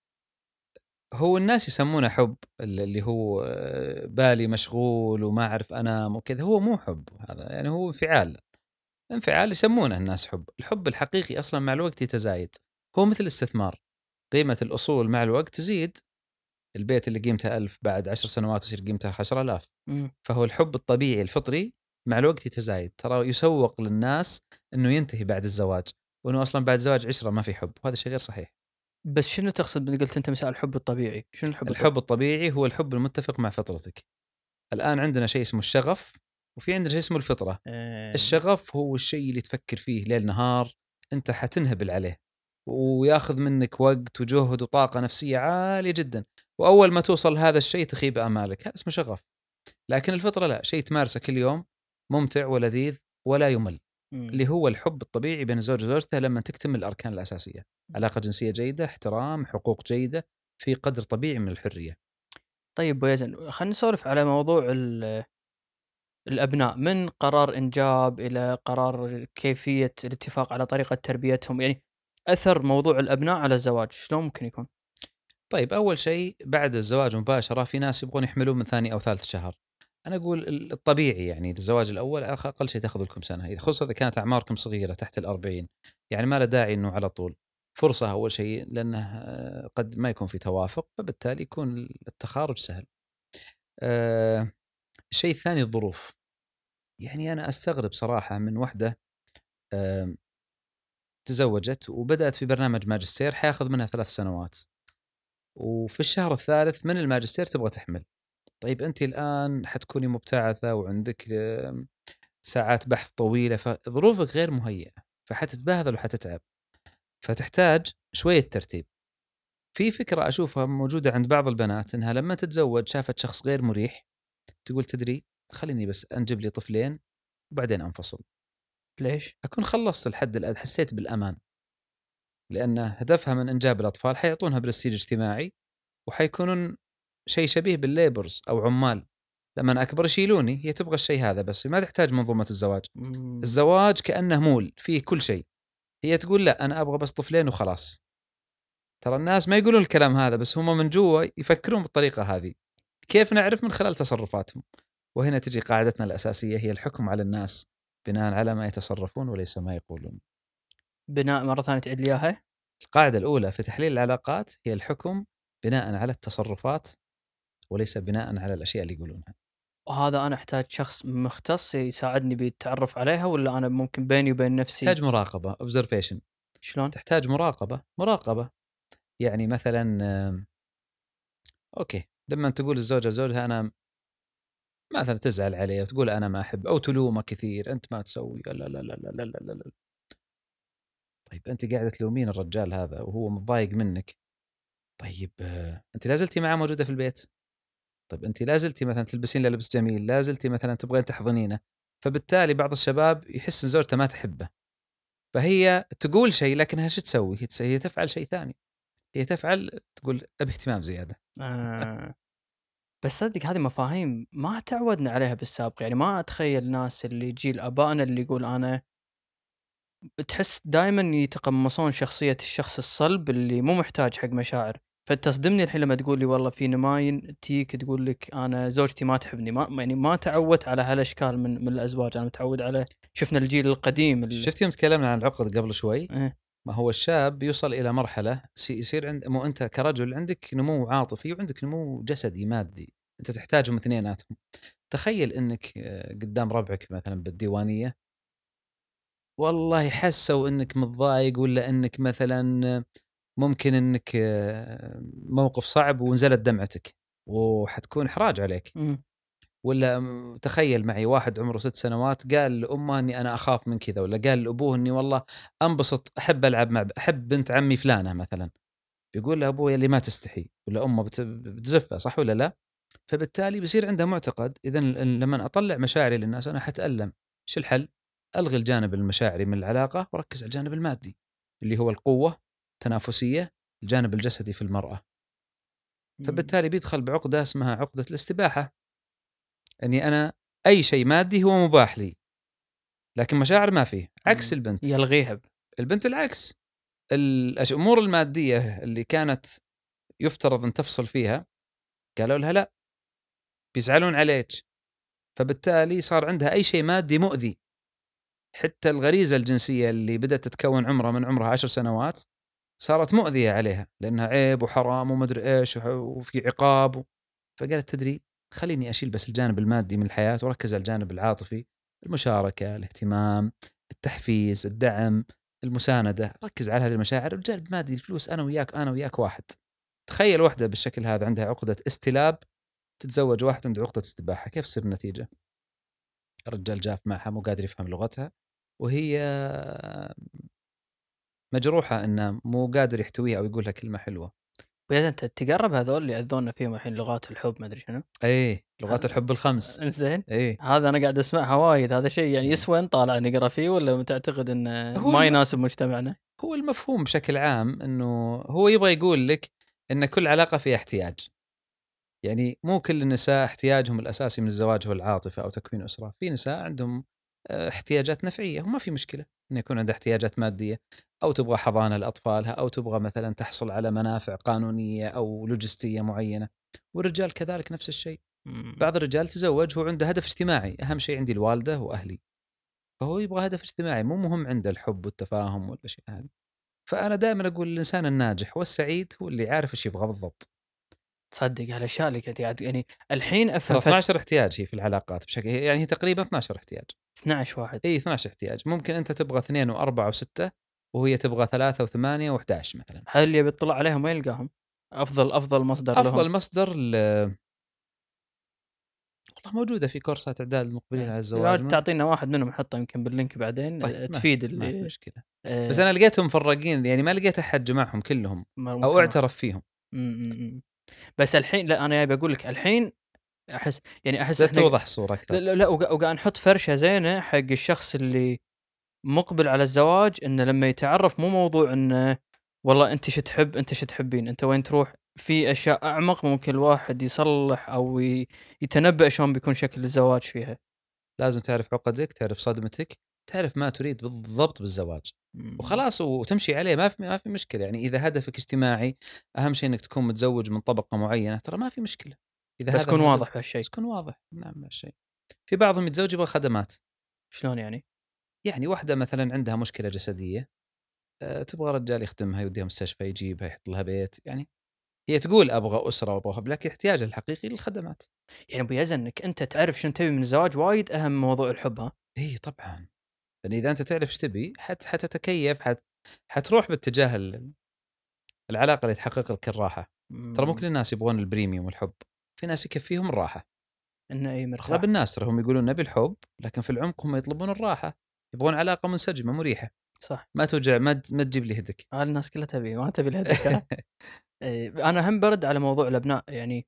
هو الناس يسمونه حب، اللي هو آه، بالي مشغول وما أعرف أنام وكذا، هو مو حب هذا، يعني هو انفعال. انفعال يسمونه الناس حب. الحب الحقيقي أصلا مع الوقت يتزايد، هو مثل الاستثمار، قيمة الأصول مع الوقت تزيد البيت اللي قيمته ألف بعد عشر سنوات يصير قيمته عشرة آلاف. مم. فهو الحب الطبيعي الفطري مع الوقت يتزايد. ترى يسوق للناس انه ينتهي بعد الزواج، وانه اصلا بعد الزواج عشره ما في حب، وهذا شيء غير صحيح. بس شنو تقصد؟ قلت انت مثال الحب الطبيعي، شنو الحب الطبيعي؟ الحب الطبيعي هو الحب المتفق مع فطرتك. الان عندنا شيء اسمه الشغف، وفي عندنا شيء اسمه الفطره. آه. الشغف هو الشيء اللي تفكر فيه ليل نهار، انت حتنهبل عليه وياخذ منك وقت وجهد وطاقه نفسيه عاليه جدا، واول ما توصل هذا الشيء تخيب امالك، هذا اسمه شغف. لكن الفطره لا، شيء تمارسه كل يوم، ممتع ولذيذ ولا يمل، مم. اللي هو الحب الطبيعي بين الزوج وزوجته لما تكتمل الاركان الاساسيه: علاقه جنسيه جيده، احترام، حقوق جيده، في قدر طبيعي من الحريه. طيب ابو يزن، خلينا نسولف على موضوع ال- الابناء، من قرار انجاب الى قرار كيفيه الاتفاق على طريقه تربيتهم، يعني اثر موضوع الابناء على الزواج شلون ممكن يكون؟ طيب اول شيء بعد الزواج مباشره في ناس يبغون يحملون من ثاني او ثالث شهر. انا اقول ال- الطبيعي يعني الزواج الاول اقل شيء تاخذ لكم سنه، اذا خصوصا اذا كانت اعماركم صغيره تحت الأربعين، يعني ما له داعي انه على طول. فرصه اول شيء، لانه آه، قد ما يكون في توافق، فبالتالي يكون التخارج سهل. أه الشيء الثاني الظروف. يعني انا استغرب صراحه من وحده أه تزوجت وبدات في برنامج ماجستير حياخذ منها ثلاث سنوات، وفي الشهر الثالث من الماجستير تبغى تحمل. طيب أنت الآن حتكوني مبتعثة وعندك آم، ساعات بحث طويلة، فظروفك غير مهيئة، فحتتبهذل وحتتعب، فتحتاج شوية ترتيب. في فكرة أشوفها موجودة عند بعض البنات أنها لما تتزوج شافت شخص غير مريح، تقول تدري خليني بس أنجب لي طفلين وبعدين أنفصل، ليش؟ أكون خلصت الحد الأدنى، حسيت بالأمان، لأن هدفها من إنجاب الأطفال حيعطونها برستيج اجتماعي، وحيكونون شيء شبيه بالليبرز أو عمال، لما أكبر يشيلوني. هي تبغى الشيء هذا بس ما تحتاج منظومة الزواج. مم. الزواج كأنه مول فيه كل شيء، هي تقول لا أنا أبغى بس طفلين وخلاص. ترى الناس ما يقولون الكلام هذا، بس هم من جوا يفكرون بالطريقة هذه. كيف نعرف؟ من خلال تصرفاتهم. وهنا تجي قاعدتنا الأساسية، هي الحكم على الناس بناء على ما يتصرفون وليس ما يقولون. بناء مرة ثانية تعيد لي إياها؟ القاعدة الأولى في تحليل العلاقات هي الحكم بناء على التصرفات وليس بناء على الأشياء اللي يقولونها. وهذا أنا أحتاج شخص مختص يساعدني بالتعرف عليها، ولا أنا ممكن بيني وبين نفسي؟ تحتاج مراقبة observation. شلون؟ تحتاج مراقبة مراقبة يعني مثلا آم، أوكي لما تقول الزوجة لزوجها أنا مثلا تزعل عليه وتقول أنا ما أحب، أو تلومه كثير أنت ما تسوي لا لا لا لا لا لا لا لا. طيب أنت قاعدة تلومين الرجال هذا وهو متضايق منك. طيب آه، أنت لازلتي معاه موجودة في البيت. طيب أنت لازلتي مثلا تلبسين له لبس جميل، لازلتي مثلا تبغين تحضنينه. فبالتالي بعض الشباب يحس إن زوجته ما تحبه، فهي تقول شيء لكنها شو تسوي؟ هي تس- هي تفعل شيء ثاني. هي تفعل تقول أبي اهتمام زيادة. آه. بس صدق هذه مفاهيم ما تعودنا عليها بالسابق، يعني ما أتخيل ناس اللي جيل آبائنا اللي يقول أنا، تحس دائما يتقمصون شخصية الشخص الصلب اللي مو محتاج حق مشاعر. فتصدمني الحين لما تقول لي والله في نماين تيك تقول لك أنا زوجتي ما تحبني، ما يعني ما تعودت على هالأشكال من من الأزواج. أنا متعود على، شفنا الجيل القديم ال... شفت يوم تكلمنا عن العقد قبل شوي؟ إيه. ما هو الشاب يوصل إلى مرحلة سي- يصير عند مو أنت كرجل عندك نمو عاطفي وعندك نمو جسدي مادي، أنت تحتاجهم اثنيناتهم. تخيل أنك آه، قدام ربعك مثلا بالديوانية، والله حسوا أنك متضايق، ولا أنك مثلا آه، ممكن أنك آه، موقف صعب ونزلت دمعتك وحتكون إحراج عليك. مم. ولا م- تخيل معي واحد عمره ست سنوات قال لأمه أني أنا أخاف من كذا، ولا قال لأبوه أني والله أنبسط أحب ألعب مع أحب بنت عمي فلانة مثلا، بيقول له أبوي اللي ما تستحي، ولا أمه بت- بتزفه، صح ولا لا؟ فبالتالي بيصير عنده معتقد إذا لما أطلع مشاعري للناس أنا حتألم. إيش الحل؟ ألغي الجانب المشاعري من العلاقة وركز على الجانب المادي اللي هو القوة، تنافسية، الجانب الجسدي في المرأة. مم. فبالتالي بيدخل بعقدة اسمها عقدة الاستباحة، أني أنا أي شيء مادي هو مباح لي لكن مشاعر ما فيه. عكس مم. البنت. يلغيها. البنت العكس، الأمور المادية اللي كانت يفترض أن تفصل فيها قالوا لها لا، بيزعلون عليك. فبالتالي صار عندها أي شيء مادي مؤذي. حتى الغريزة الجنسية اللي بدأت تتكون عمرها من عمرها عشر سنوات صارت مؤذية عليها لأنها عيب وحرام ومدري إيش وفي عقاب و... فقالت تدري خليني أشيل بس الجانب المادي من الحياة وركز على الجانب العاطفي، المشاركة، الاهتمام، التحفيز، الدعم، المساندة، ركز على هذه المشاعر. الجانب المادي الفلوس أنا وياك أنا وياك واحد. تخيل واحدة بالشكل هذا عندها عقدة استلاب تتزوج واحد عنده عقدة استباحة، كيف تصير النتيجة؟ الرجال جاف معها مو قادر يفهم لغتها وهي مجروحة إنه مو قادر يحتويها أو يقول لها كلمة حلوة. بس انت تقرب هذول اللي يعذونا فيهم الحين لغات الحب ما ادري شنو. ايه لغات الحب الخمس. زين. ايه هذا انا قاعد اسمعها وايد، هذا شيء يعني يسوى نطالع نقرا فيه ولا تعتقد انه هو ما الم... يناسب مجتمعنا؟ هو المفهوم بشكل عام انه هو يبغى يقول لك ان كل علاقة فيها احتياج. يعني مو كل النساء احتياجهم الاساسي من الزواج هو العاطفة او تكوين اسرة، في نساء عندهم احتياجات نفعية وما في مشكلة ان يكون عندها احتياجات مادية، او تبغى حضانة لاطفالها، او تبغى مثلا تحصل على منافع قانونية او لوجستية معينة. والرجال كذلك نفس الشيء. بعض الرجال تزوج هو عنده هدف اجتماعي، أهم شيء عندي الوالدة وأهلي، فهو يبغى هدف اجتماعي، مو مهم عنده الحب والتفاهم والأشياء هذه. فأنا دائما أقول الإنسان الناجح والسعيد هو اللي عارف إيش يبغى بالضبط. تصدق على الاشياء اللي قاعد يعني الحين افهم اثنا عشر احتياج هي في العلاقات بشكل، يعني هي تقريبا اثنا عشر احتياج. اثنا عشر واحد. اي اثنا عشر احتياج. ممكن أنت تبغى اثنين وأربعة وستة وهي تبغى ثلاثة وثمانية وأحد عشر مثلا. هل اللي بيطلع عليهم ما يلقاهم؟ افضل افضل مصدر أفضل لهم. مصدر ل... والله موجودة في كورسات إعداد المقبلين على الزواج. تعطينا واحد منهم نحطه يمكن باللينك بعدين. طيب تفيد ما, ما في اللي مشكلة. آه بس أنا لقيتهم مفرقين، يعني ما لقيت أحد جمعهم كلهم أو اعترف فيهم. م-م-م. بس الحين لا انا بقول لك الحين احس يعني احس احنا توضح الصورة أكثر. لا لا, لا وقاعد نحط فرشة زينة حق الشخص اللي مقبل على الزواج، انه لما يتعرف مو موضوع انه والله انت شو تحب انت شو تحبين انت وين تروح، في اشياء اعمق ممكن الواحد يصلح او يتنبأ شلون بيكون شكل الزواج فيها. لازم تعرف عقدك، تعرف صدمتك، تعرف ما تريد بالضبط بالزواج وخلاص وتمشي عليه. ما في ما في مشكلة. يعني إذا هدفك اجتماعي أهم شيء إنك تكون متزوج من طبقة معينة، ترى ما في مشكلة. إذا بس هذا كون الهدف واضح بهالشيء. بس كون واضح. نعم بهالشيء. في بعضهم يتزوج يبغى خدمات. شلون يعني؟ يعني واحدة مثلا عندها مشكلة جسدية، أه تبغى رجال يخدمها يوديها مستشفى يجيبها يحط لها بيت. يعني هي تقول أبغى أسرة وأبغى، لكن احتياجها الحقيقي للخدمات. يعني ابو يزن انك انت تعرف شنو تبي من الزواج وايد اهم من موضوع الحب. ها اي طبعا. لان اذا انت تعرف ايش تبي حت حتتكيف، حت حتروح باتجاه العلاقه اللي تحقق لك الراحه. ترى مو كل الناس يبغون البريميوم والحب، في ناس يكفيهم الراحه. انه اي مرتاح. اغلب الناس ترى هم يقولون نبي الحب، لكن في العمق هم يطلبون الراحه، يبغون علاقه منسجمه مريحه. صح. ما توجع، ما ما تجيب لي هدك. هاي الناس كلها تبي ما تبي الهدك. انا هم برد على موضوع الابناء. يعني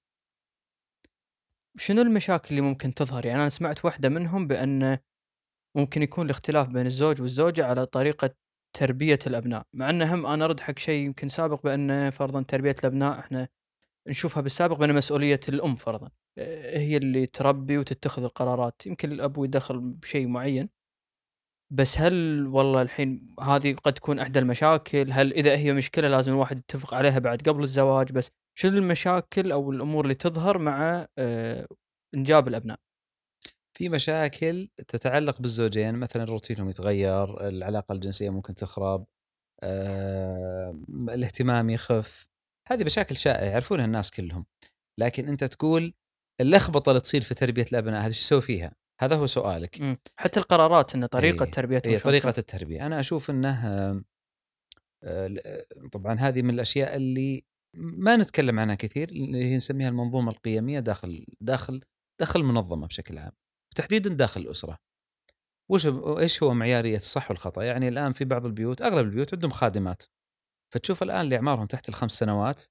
شنو المشاكل اللي ممكن تظهر؟ يعني انا سمعت واحده منهم بان ممكن يكون الاختلاف بين الزوج والزوجه على طريقه تربيه الابناء، مع انه هم انا ارد حق شيء يمكن سابق بان فرضا تربيه الابناء احنا نشوفها بالسابق بان مسؤوليه الام فرضا، هي اللي تربي وتتخذ القرارات، يمكن الاب يدخل بشيء معين. بس هل والله الحين هذه قد تكون احدى المشاكل؟ هل اذا هي مشكله لازم الواحد يتفق عليها بعد قبل الزواج؟ بس شنو المشاكل او الامور اللي تظهر مع آه انجاب الابناء؟ في مشاكل تتعلق بالزوجين، مثلا روتينهم يتغير، العلاقه الجنسيه ممكن تخرب، أه الاهتمام يخف. هذه مشاكل شائعه يعرفونها الناس كلهم. لكن انت تقول اللخبطه اللي تصير في تربيه الابناء هذه ايش تسوي فيها؟ هذا هو سؤالك. مم. حتى القرارات ان طريقه أيه تربيتهم هي شلون طريقه تكون؟ التربيه. انا اشوف انه طبعا هذه من الاشياء اللي ما نتكلم عنها كثير، اللي هي نسميها المنظومه القيميه داخل داخل داخل المنظمه بشكل عام، وتحديدا داخل الاسره. وش ايش هو معياريه الصح والخطا؟ يعني الان في بعض البيوت، اغلب البيوت عندهم خادمات، فتشوف الان اللي اعمارهم تحت الخمس سنوات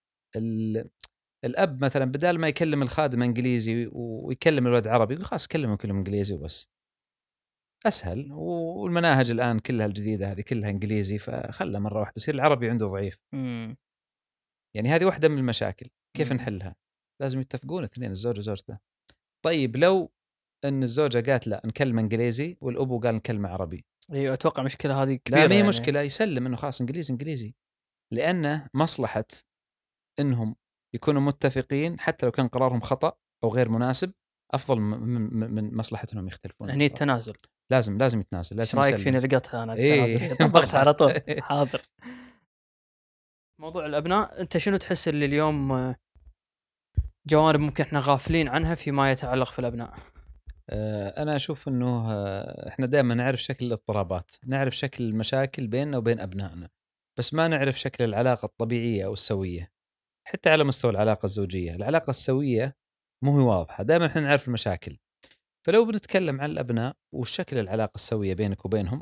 الاب مثلا بدال ما يكلم الخادم انجليزي ويكلم الولد عربي يقول خلاص كلمهم كلهم انجليزي وبس، اسهل. والمناهج الان كلها الجديده هذه كلها انجليزي، فخلى مره واحده يصير العربي عنده ضعيف. مم. يعني هذه واحده من المشاكل. كيف مم. نحلها؟ لازم يتفقون اثنين، الزوج وزوجته. طيب لو ان الزوجه قالت لا نكلم انجليزي والابو قال نكلم عربي، ايوه اتوقع مشكله هذه كبيره. لا ما هي يعني مشكله، يسلم انه خلاص انجليزي انجليزي، لانه مصلحه انهم يكونوا متفقين حتى لو كان قرارهم خطا او غير مناسب افضل من من مصلحه انهم يختلفون. هني التنازل. لازم لازم يتنازل، ايش لازم رايك يسلم. فيني لقطها انا إيه التنازل طبقتها على طول. حاضر. موضوع الابناء، انت شنو تحس اللي اليوم آه، جوانب ممكن احنا غافلين عنها فيما يتعلق في الابناء؟ آه، أنا أشوف أنه آه، إحنا دائما نعرف شكل الاضطرابات، نعرف شكل المشاكل بيننا وبين أبنائنا، بس ما نعرف شكل العلاقة الطبيعية أو السوية. حتى على مستوى العلاقة الزوجية، العلاقة السوية مو هي واضحة، دائما إحنا نعرف المشاكل. فلو بنتكلم عن الأبناء وشكل العلاقة السوية بينك وبينهم،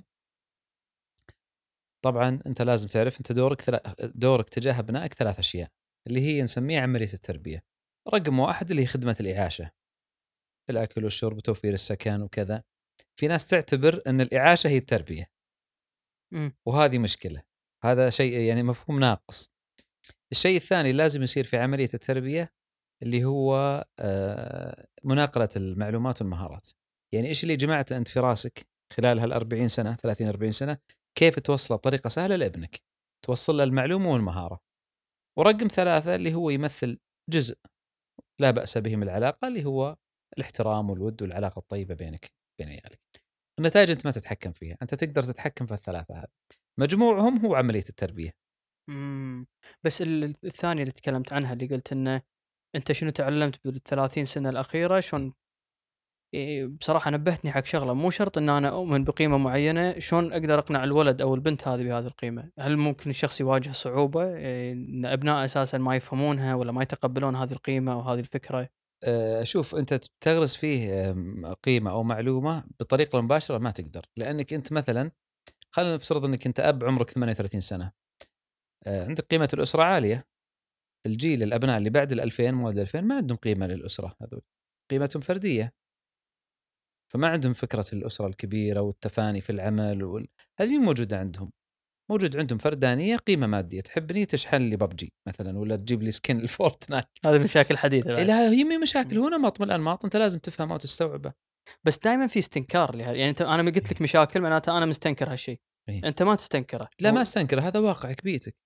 طبعا أنت لازم تعرف أنت دورك ثلا... دورك تجاه أبنائك ثلاث أشياء اللي هي نسميها عملية التربية. رقم واحد اللي هي خدمة الإعاشة، الأكل والشرب وتوفير السكن وكذا. في ناس تعتبر أن الإعاشة هي التربية، امم وهذه مشكلة، هذا شيء يعني مفهوم ناقص. الشيء الثاني لازم يصير في عملية التربية اللي هو آه، مناقلة المعلومات والمهارات. يعني إيش اللي جمعته أنت في راسك خلال هالأربعين سنة ثلاثين أربعين سنة، كيف توصله بطريقة سهلة لابنك، توصل له المعلومة والمهارة. ورقم ثلاثة اللي هو يمثل جزء لا بأس به من العلاقة، اللي هو الاحترام والود والعلاقة الطيبة بينك بين عيالك. النتائج أنت ما تتحكم فيها، أنت تقدر تتحكم في الثلاثة هذه، مجموعهم هو عملية التربية. امم بس ال- الثانيه اللي تكلمت عنها، اللي قلت انه انت شنو تعلمت بالثلاثين سنه الاخيره، شلون إيه، بصراحه نبهتني حق شغله. مو شرط ان انا اؤمن بقيمه معينه، شلون اقدر اقنع الولد او البنت هذه بهذه القيمه؟ هل ممكن الشخص يواجه صعوبه إيه، ان ابناء اساسا ما يفهمونها ولا ما يتقبلون هذه القيمه او هذه الفكره؟ آه، شوف أنت تغرس فيه آم، قيمة أو معلومة بطريقة مباشرة ما تقدر، لأنك أنت مثلا خلينا نفترض أنك أنت أب عمرك ثمانية وثلاثين سنة، آه، عندك قيمة الأسرة عالية. الجيل الأبناء اللي بعد الألفين مواليد الألفين ما عندهم قيمة للأسرة، هذول قيمتهم فردية، فما عندهم فكرة الأسرة الكبيرة والتفاني في العمل وال... هذه مين موجودة عندهم. موجود عندهم فردانية، قيمة مادية، تحبني تشحن لي ببجي مثلا ولا تجيب لي سكن الفورتنايت. هذه مشاكل حديثه بعد. لا هي مي مشاكل، هو نمط من الأنماط أنت لازم تفهمه وتستوعبه. بس دائما في استنكار لها، يعني انت انا ما قلت لك مشاكل معناته انا مستنكر هالشيء، إيه. انت ما تستنكره لا ما هو. استنكر، هذا واقعك بيئتك،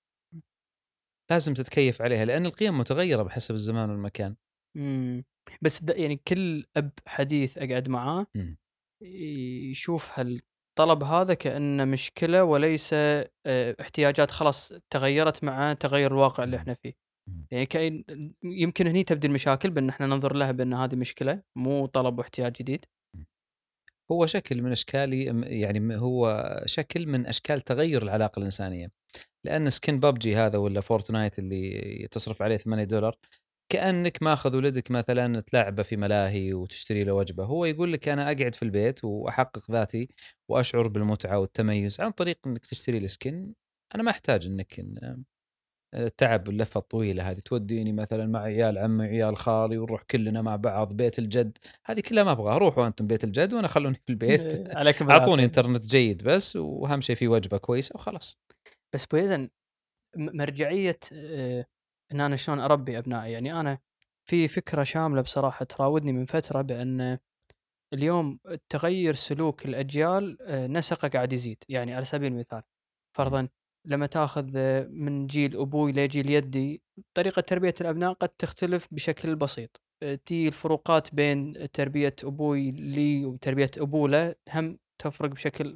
لازم تتكيف عليها لأن القيم متغيرة بحسب الزمان والمكان. امم بس د- يعني كل اب حديث اقعد معاه مم. يشوف هالطلب هذا كأنه مشكلة وليس آه، احتياجات خلاص تغيرت مع تغير الواقع اللي مم. احنا فيه. مم. يعني كأن يمكن هني تبدي المشاكل، بان احنا ننظر لها بان هذه مشكلة مو طلب واحتياج جديد. هو شكل من أشكال، يعني هو شكل من أشكال تغير العلاقة الإنسانية. لأن سكين ببجي هذا ولا فورتنايت اللي تصرف عليه ثمانية دولار، كأنك ماخذ ولدك مثلا تلعبه في ملاهي وتشتري له وجبة، هو يقول لك أنا أقعد في البيت وأحقق ذاتي وأشعر بالمتعة والتميز عن طريق أنك تشتري السكين. أنا ما أحتاج أنك إن- التعب واللفة الطويلة هذه توديني مثلا مع عيال عمي وعيال خالي ونروح كلنا مع بعض بيت الجد، هذه كلها ما أبغاها. روحوا أنتم بيت الجد وأنا خلوني في البيت. عليكم أعطوني بالعافية. إنترنت جيد بس، وأهم شيء في وجبة كويسة وخلاص. بس بويزن، م- مرجعية آه، ان انا شلون اربي ابنائي، يعني انا في فكرة شاملة بصراحة تراودني من فترة، بان اليوم تغير سلوك الأجيال آه، نسقه قاعد يزيد. يعني على سبيل المثال، فرضا لما تاخذ آه، من جيل أبوي لجيل يدي، طريقة تربية الأبناء قد تختلف بشكل بسيط. آه، تي الفروقات بين تربية أبوي لي وتربية أبوه له هم تفرق بشكل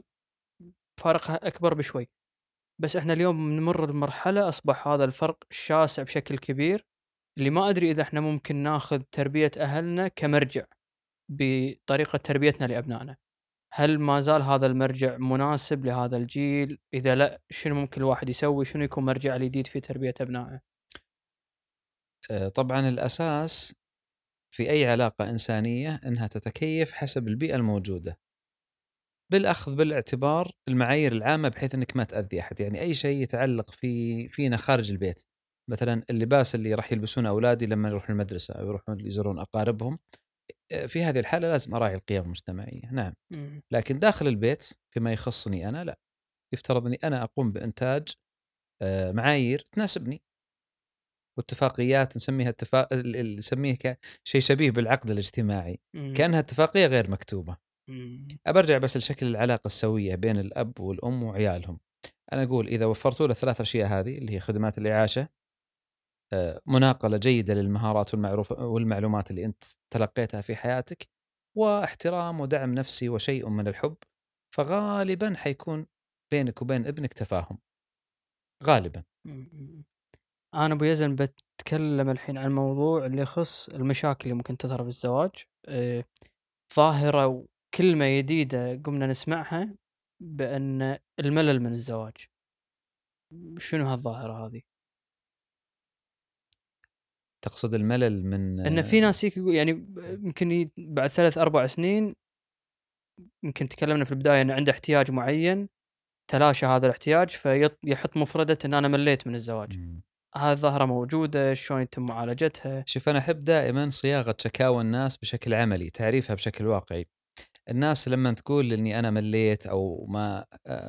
فارقها أكبر بشوي. بس احنا اليوم نمر بمرحلة أصبح هذا الفرق شاسع بشكل كبير، اللي ما أدري إذا احنا ممكن ناخذ تربية أهلنا كمرجع بطريقة تربيتنا لأبنائنا. هل ما زال هذا المرجع مناسب لهذا الجيل؟ إذا لا، شنو ممكن الواحد يسوي؟ شنو يكون مرجع الجديد في تربية أبنائه؟ آه، طبعا الأساس في أي علاقة إنسانية أنها تتكيف حسب البيئة الموجودة، بالأخذ بالاعتبار المعايير العامة بحيث أنك ما تأذي أحد. يعني أي شيء يتعلق في فينا خارج البيت، مثلا اللباس اللي راح يلبسونه أولادي لما يروحون المدرسة أو يروحون يزورون أقاربهم، آه، في هذه الحالة لازم أراعي القيم المجتمعية، نعم. مم. لكن داخل البيت فيما يخصني أنا لا، يفترض أني أنا أقوم بإنتاج آه، معايير تناسبني واتفاقيات نسميها اتفاق ال- نسميه كشيء شبيه بالعقد الاجتماعي، مم. كأنها اتفاقية غير مكتوبة. مم. أبرجع بس لشكل العلاقة السوية بين الأب والأم وعيالهم. أنا أقول إذا وفرتوا له ثلاث أشياء هذه اللي هي خدمات الإعاشة، آه، مناقلة جيدة للمهارات والمعروف والمعلومات اللي أنت تلقيتها في حياتك، واحترام ودعم نفسي وشيء من الحب، فغالبا حيكون بينك وبين ابنك تفاهم غالبا. مم. انا ابو يزن بتكلم الحين عن الموضوع اللي يخص المشاكل اللي ممكن تظهر في الزواج. آه، ظاهرة وكلمة جديدة قمنا نسمعها بأن الملل من الزواج. شنو هالظاهرة هذه؟ تقصد الملل من ان في ناس هيك يقول- يعني ب- يمكن ي- بعد ثلاث اربع سنين، يمكن تكلمنا في البداية ان عنده احتياج معين، تلاشى هذا الاحتياج فيحط مفردة ان انا مليت من الزواج. مم. هذه الظاهرة موجودة، شلون يتم معالجتها؟ شوف، أنا أحب دائما صياغة شكاوى الناس بشكل عملي، تعريفها بشكل واقعي. الناس لما تقول إني أنا مليت أو ما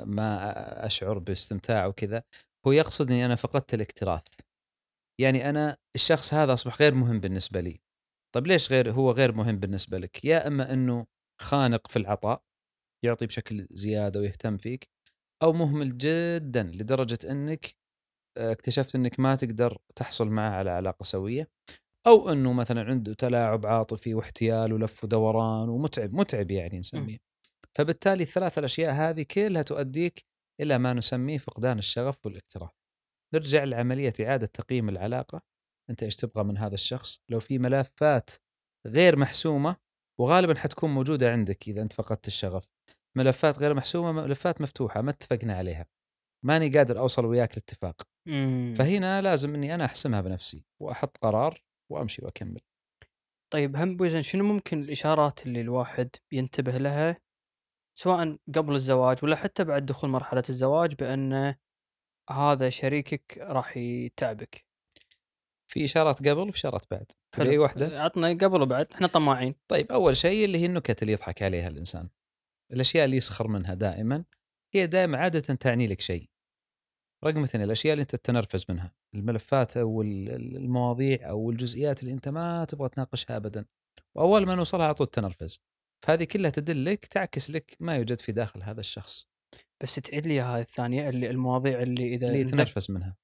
ما أشعر باستمتاع وكذا، هو يقصد إني أنا فقدت الاكتراث. يعني أنا الشخص هذا أصبح غير مهم بالنسبة لي. طيب ليش غير هو غير مهم بالنسبة لك؟ يا إما أنه خانق في العطاء، يعطي بشكل زيادة ويهتم فيك، أو مهمل جدا لدرجة أنك اكتشفت أنك ما تقدر تحصل معه على علاقة سوية، أو أنه مثلا عنده تلاعب عاطفي واحتيال ولف ودوران ومتعب متعب يعني نسميه. فبالتالي الثلاث الأشياء هذه كلها تؤديك إلى ما نسميه فقدان الشغف والاكتراث. نرجع لعملية إعادة تقييم العلاقة. أنت إيش تبغى من هذا الشخص؟ لو في ملفات غير محسومة، وغالبا حتكون موجودة عندك إذا أنت فقدت الشغف، ملفات غير محسومة، ملفات مفتوحة ما اتفقنا عليها، ماني قادر أوصل وياك لاتفاق، مم. فهنا لازم أني أنا أحسمها بنفسي وأحط قرار وأمشي وأكمل. طيب هم بوزن، شنو ممكن الإشارات اللي الواحد ينتبه لها سواء قبل الزواج ولا حتى بعد دخول مرحلة الزواج بأن هذا شريكك راح يتعبك؟ في إشارات قبل وإشارات بعد، تبي حلو، أي واحدة؟ عطنا قبل وبعد، احنا طماعين. طيب، أول شيء اللي هي النكت اللي يضحك عليها الإنسان، الأشياء اللي يسخر منها دائما، هي دائما عادة تعني لك شيء. رقم اثنين، الأشياء اللي أنت تتنرفز منها، الملفات أو المواضيع أو الجزئيات اللي أنت ما تبغى تناقشها أبدا، وأول ما نوصلها على طول تنرفز. فهذه كلها تدلك تعكس لك ما يوجد في داخل هذا الشخص بس تعيد لي هاي الثانية، اللي المواضيع اللي إذا اللي نذك... يتنرفز منها.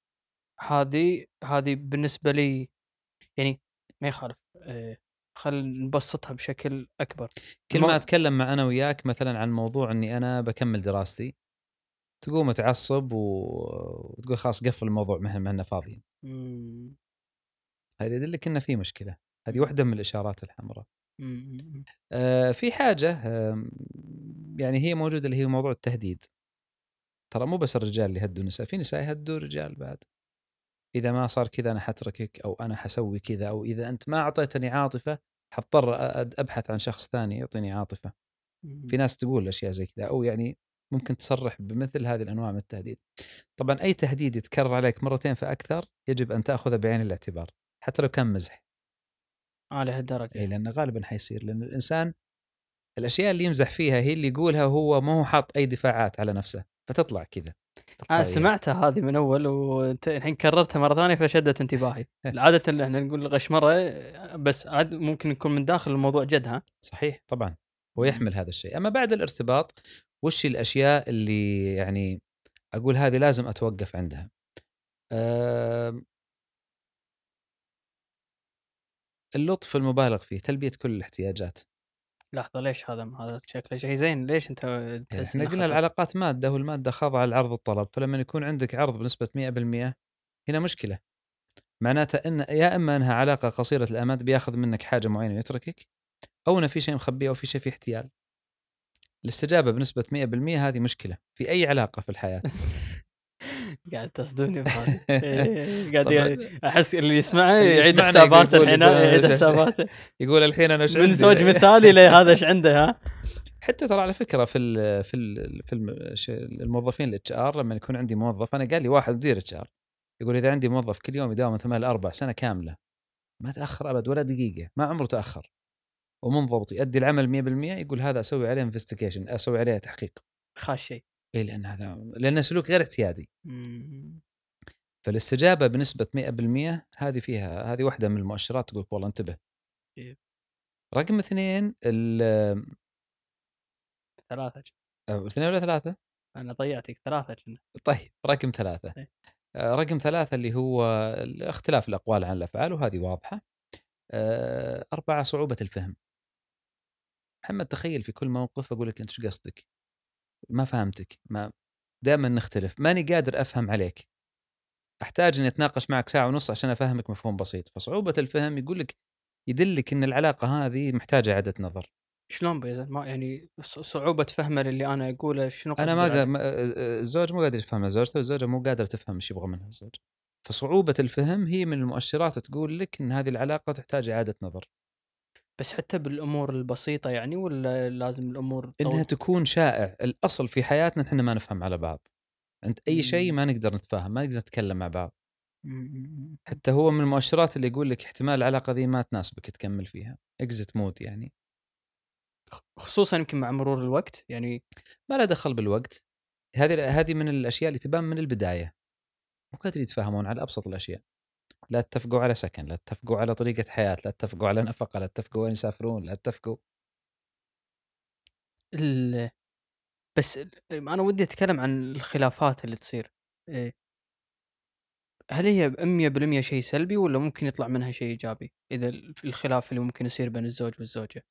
هذه هذه بالنسبة لي يعني ما يخالف. اه خل نبسطها بشكل أكبر. كل ما المو... أتكلم مع أنا وياك مثلا عن موضوع أني أنا بكمل دراستي، تقوم تعصب وتقول خلاص قفل الموضوع، ما احنا فاضيين. مم. هذا يدلك إن في مشكلة. هذه مم. واحدة من الإشارات الحمراء. مم. آه في حاجة آه يعني هي موجودة، اللي هي موضوع التهديد. ترى مو بس الرجال اللي يهدوا النساء، في نساء يهدوا رجال بعد. إذا ما صار كذا أنا حتركك، أو أنا حسوي كذا، أو إذا أنت ما أعطيتني عاطفة حضطر أبحث عن شخص ثاني يعطيني عاطفة. في مم. ناس تقول أشياء زي كذا، أو يعني ممكن تصرح بمثل هذه الأنواع من التهديد. طبعا أي تهديد يتكرر عليك مرتين فأكثر يجب أن تأخذه بعين الاعتبار، حتى لو كان مزح. آه لهالدرجة. أي لأنه غالبا حيصير، لأن الإنسان الأشياء اللي يمزح فيها هي اللي يقولها وهو ما هو حاط أي دفاعات على نفسه، فتطلع كذا أنا تلقائيا. سمعتها هذه من أول، وأنت الحين كررتها مرة ثانية فشدت انتباهي. عادة اللي احنا نقول غشمرة، بس عاد ممكن يكون من داخل الموضوع جدها. صحيح طبعا، هو يحمل هذا الشيء. أما بعد الارتباط، وش الأشياء اللي يعني أقول هذه لازم أتوقف عندها؟ أه اللطف المبالغ فيه، تلبية كل الاحتياجات. لحظة، ليش هذا هذا شكله شيء زين؟ ليش أنت يعني تحس احنا إنه قلنا خطر؟ العلاقات مادة، والمادة خاضعة للعرض والطلب، فلما يكون عندك عرض بنسبة مئة بالمئة هنا مشكلة. معناته أن يا إما أنها علاقة قصيرة الأمد بياخذ منك حاجة معينة ويتركك، أو أنه في شيء مخبيه، أو في شيء في احتيال. الاستجابة بنسبة مئة بالمئة هذه مشكلة في أي علاقة في الحياة. قاعد تصدمني بهذه. إيه، قاعد طبعا احس اللي يسمعه اللي يعيد يسمعنا حساباته يقول الحين، يقول أنا يعيد ش- ش- حساباته يقول الحين أنا ايش من عندي. زوج مثالي لهذا ايش عنده. ها حتى ترى على فكرة في ال في ال في الم- ش- الموظفين الاتش ار، لما يكون عندي موظف، أنا قال لي واحد مدير اتش ار يقول إذا عندي موظف كل يوم يداوم من ثمان لأربع سنة كاملة، ما تأخر أبد ولا دقيقة، ما عمره تأخر، ومنضبط يؤدي العمل مئة بالمئة، يقول هذا أسوي عليه انفستيجيشن، أسوي عليه تحقيق. خاش شيء. إيه، لأن هذا لأن سلوك غير اعتيادي. مم. فالاستجابة بنسبة مئة بالمئة هذه فيها، هذه واحدة من المؤشرات تقول والله انتبه. إيه. رقم اثنين، ال ثلاثة. أو اثنين ولا ثلاثة؟ أنا ضيعتك ثلاثة كنا. طيب رقم ثلاثة. إيه. آه، رقم ثلاثة اللي هو اختلاف الأقوال عن الأفعال، وهذه واضحة. آه، أربعة، صعوبة الفهم. محمد تخيل في كل موقف أقول لك أنت شو قصدك، ما فهمتك، ما دائما نختلف، ماني قادر أفهم عليك. احتاج اني اتناقش معك ساعه ونص عشان افهمك مفهوم بسيط. فصعوبه الفهم يقول لك يدلك ان العلاقه هذه محتاجه اعاده نظر. شلون بيزن ما يعني ص- صعوبة فهمه اللي انا اقوله شنو انا ما, قصدي قا... عليه؟ ما الزوج مو قادر يفهم زوجته، والزوجه مو قادره تفهم ايش يبغى منها الزوج. فصعوبه الفهم هي من المؤشرات تقول لك ان هذه العلاقه تحتاج اعاده نظر. بس حتى بالامور البسيطة يعني، ولا لازم الامور انها طول؟ تكون شائع. الاصل في حياتنا احنا ما نفهم على بعض، عند اي شيء مم. ما نقدر نتفاهم، ما نقدر نتكلم مع بعض. مم. حتى هو من المؤشرات اللي يقول لك احتمال العلاقه ذي ما تناسبك تكمل فيها، اكزت مود يعني. خصوصا يمكن مع مرور الوقت يعني. ما له دخل بالوقت. هذه هذه من الاشياء اللي تبان من البدايه. مو قادرين يتفاهمون على ابسط الاشياء. لا اتفقوا على سكن، لا اتفقوا على طريقه حياه، لا اتفقوا على نفقه، لا اتفقوا وين يسافرون، لا اتفقوا. ال... بس ال- انا ودي اتكلم عن الخلافات اللي تصير. إيه، هل هي مية بالمية شيء سلبي، ولا ممكن يطلع منها شيء ايجابي اذا ال- الخلاف اللي ممكن يصير بين الزوج والزوجة؟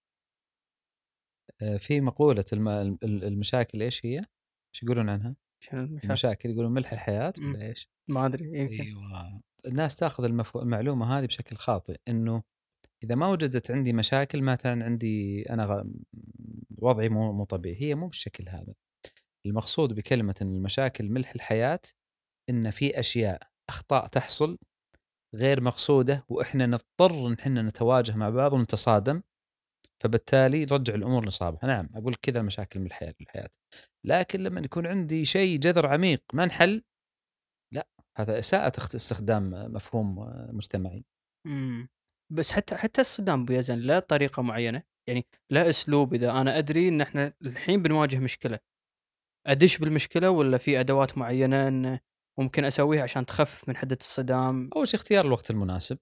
آه، في مقوله الم... ال- المشاكل ايش هي؟ ايش يقولون عنها؟ عشان المشاكل. المشاكل يقولون ملح الحياه مم. ولا ايش؟ ما ادري يمكن. ايوه. الناس تاخذ المفو... المعلومه هذه بشكل خاطئ، انه اذا ما وجدت عندي مشاكل معناته عندي انا غ... وضعي مو مو طبيعي. هي مو بالشكل هذا. المقصود بكلمه ان المشاكل ملح الحياه ان في اشياء اخطاء تحصل غير مقصوده، واحنا نضطر ان احنا نتواجه مع بعض ونتصادم، فبالتالي نرجع الامور لصابها. نعم اقول كذا المشاكل من الحياه الحياه. لكن لما يكون عندي شيء جذر عميق ما انحل، لا، هذا اساءه اخت- استخدام مفهوم مجتمعي. امم بس حتى حتى الصدام بيزن له طريقة معينة، يعني له اسلوب. اذا انا ادري ان احنا الحين بنواجه مشكلة، ادش بالمشكلة، ولا في ادوات معينة إن ممكن اسويها عشان تخفف من حدة الصدام؟ اول شيء اختيار الوقت المناسب،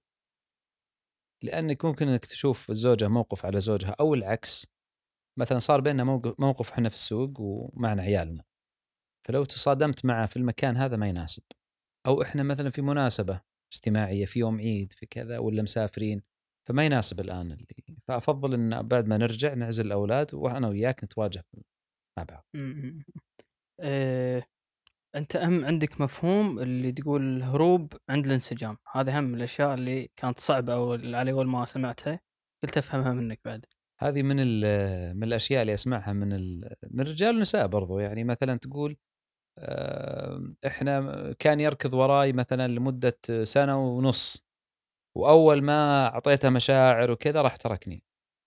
لانك ممكن انك تشوف الزوجه موقف على زوجها او العكس. مثلا صار بيننا موقف موقف احنا في السوق ومعنا عيالنا، فلو تصادمت معه في المكان هذا ما يناسب. او احنا مثلا في مناسبه اجتماعيه، في يوم عيد، في كذا، ولا مسافرين، فما يناسب الان اللي. فافضل ان بعد ما نرجع نعزل الاولاد وانا وياك نتواجه مع بعض. امم أه... انت هم عندك مفهوم اللي تقول الهروب عند الانسجام، هذا هم من الاشياء اللي كانت صعبة او اللي علي اول ما سمعتها قلت افهمها منك بعد. هذه من من الاشياء اللي اسمعها من ال- من الرجال والنساء برضو. يعني مثلا تقول آه، احنا كان يركض وراي مثلا لمده سنه ونص، واول ما اعطيته مشاعر وكذا راح تركني.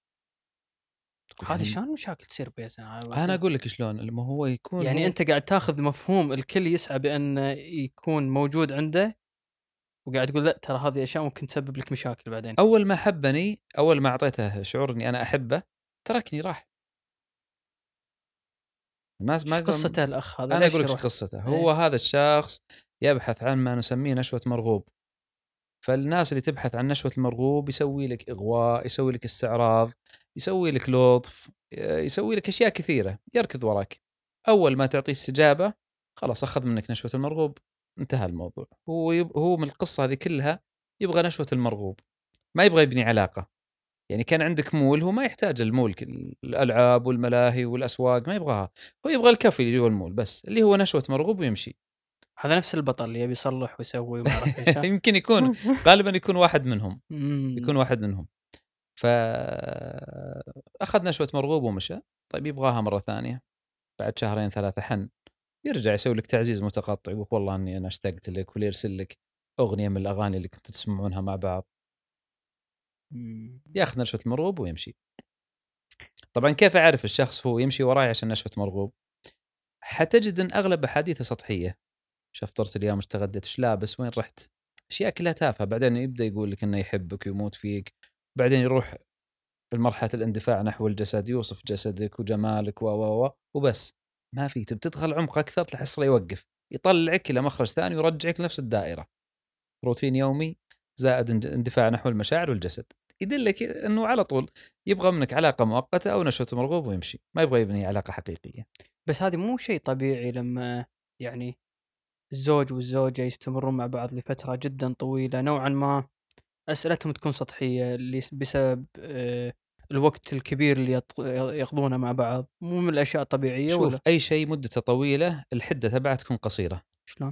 تقول هذه يعني شلون مشاكل تصير بيزن؟ انا اقول لك شلون لما هو يكون يعني هو. انت قاعد تاخذ مفهوم الكل يسعى بانه يكون موجود عنده، وقاعد تقول لا ترى هذه اشياء ممكن تسبب لك مشاكل بعدين. اول ما حبني، اول ما اعطيته شعور اني انا احبه، تركني راح. ما ايش ما قصته الاخ هذا؟ انا اقول ليش لك ايش يروح؟ قصته. هو ايه. هذا الشخص يبحث عن ما نسميه نشوة مرغوب. فالناس اللي تبحث عن نشوة المرغوب يسوي لك اغواء، يسوي لك استعراض، يسوي لك لطف، يسوي لك اشياء كثيرة، يركض وراك. اول ما تعطيه استجابة خلاص اخذ منك نشوة المرغوب، انتهى الموضوع. هو يب... هو من القصة هذه كلها يبغى نشوة المرغوب، ما يبغى يبني علاقة. يعني كان عندك مول، هو ما يحتاج المول، الالعاب والملاهي والاسواق ما يبغاها. هو يبغى الكافي اللي جوا المول بس، اللي هو نشوة مرغوب ويمشي. هذا نفس البطل اللي يبي يصلح ويسوي وما اعرف ايش. ها؟ يمكن يكون، غالبا يكون واحد منهم. أمم. يكون واحد منهم. فاخذ نشوة مرغوب ومشى. طيب يبغاها مرة ثانية بعد شهرين ثلاثة، حن يرجع يسوي لك تعزيز متقطع، يقول والله اني انا اشتقت لك، ويرسل لك اغنية من الاغاني اللي كنتوا تسمعونها مع بعض. أمم. ياخذ نشوة مرغوب ويمشي. طبعا كيف اعرف الشخص هو يمشي وراي عشان نشوة مرغوب؟ حتجد ان اغلب احاديثه سطحيه. شو فطرت اليوم، ايش تغديت، ايش لابس، وين رحت، اشياء كلها تافهه. بعدين يبدا يقول لك انه يحبك ويموت فيك. بعدين يروح المرحله الاندفاع نحو الجسد، يوصف جسدك وجمالك و و و وبس. ما في. تبي تدخل عمق اكثر تحصله يوقف، يطلعك الى مخرج ثاني ويرجعك لنفس الدائره. روتين يومي زائد اند- اندفاع نحو المشاعر والجسد، يدلك انه على طول يبغى منك علاقه مؤقته او نشوه مرغوب ويمشي، ما يبغى يبني علاقه حقيقيه. بس هذه مو شيء طبيعي لما يعني الزوج والزوجة يستمرون مع بعض لفترة جدا طويلة، نوعا ما أسئلتهم تكون سطحية اللي بسبب آه، الوقت الكبير اللي يط- يقضونه مع بعض، مو من الأشياء الطبيعية شوف ولا؟ اي شيء مدته طويله الحده تبعها تكون قصيره. شلون؟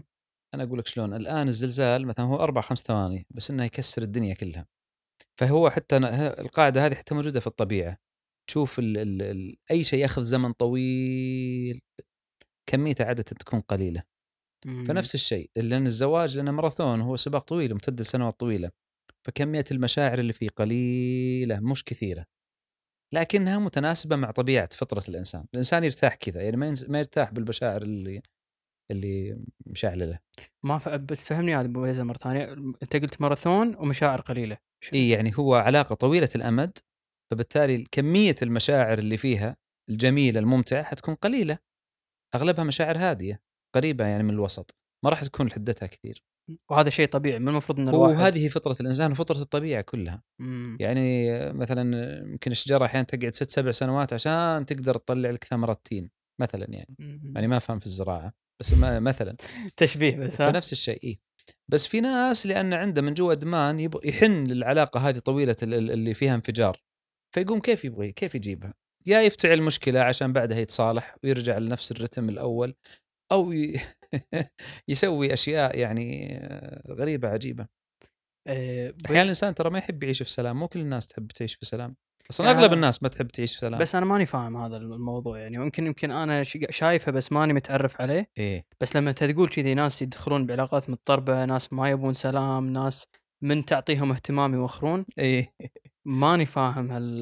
انا اقول لك شلون. الان الزلزال مثلا هو اربع خمس ثواني بس انه يكسر الدنيا كلها. فهو حتى القاعده هذه حتى موجوده في الطبيعه. تشوف ال ال ال اي شيء ياخذ زمن طويل كميته عاده تكون قليله. مم. فنفس الشيء لان الزواج لانه ماراثون هو سباق طويل ممتد لسنوات طويله. فكميه المشاعر اللي فيه قليله مش كثيره لكنها متناسبه مع طبيعه فطره الانسان. الانسان يرتاح كذا يعني ما ما يرتاح بالمشاعر اللي اللي مشعلله. ما ف... بس فهمني هذا ابو يزن مره ثانيه. انت قلت ماراثون ومشاعر قليله. اي يعني هو علاقه طويله الامد فبالتالي كميه المشاعر اللي فيها الجميله الممتعه حتكون قليله. اغلبها مشاعر هاديه قريبه يعني من الوسط ما راح تكون حدتها كثير. وهذا شيء طبيعي من المفروض ان الواحد. وهذه فطره الانسان وفطره الطبيعه كلها. مم. يعني مثلا يمكن الشجره احيانا تقعد ست سبع سنوات عشان تقدر تطلع لك ثمره تين مثلا يعني. مم. يعني ما افهم في الزراعه بس ما مثلا تشبيه بس ها. فنفس الشيء إيه. بس في ناس لأن عنده من جوا إدمان يبغى يحن للعلاقة هذه طويلة اللي فيها انفجار. فيقوم كيف يبغى كيف يجيبها. يا يفتعل المشكلة عشان بعدها يتصالح ويرجع لنفس الرتم الأول أو ي... يسوي أشياء يعني غريبة عجيبة. أه أحيانا بي... الإنسان ترى ما يحب يعيش في سلام. مو كل الناس تحب تعيش في سلام. أصلا يعني أغلب هذا- الناس ما تحب تعيش في سلام. بس انا ماني فاهم هذا الموضوع يعني. ويمكن يمكن انا ش- شايفه بس ماني متعرف عليه. إيه. بس لما انت تقول كذي ناس يدخلون بعلاقات مضطربه، ناس ما يبون سلام، ناس من تعطيهم اهتمام يوخرون. إيه. ماني فاهم هال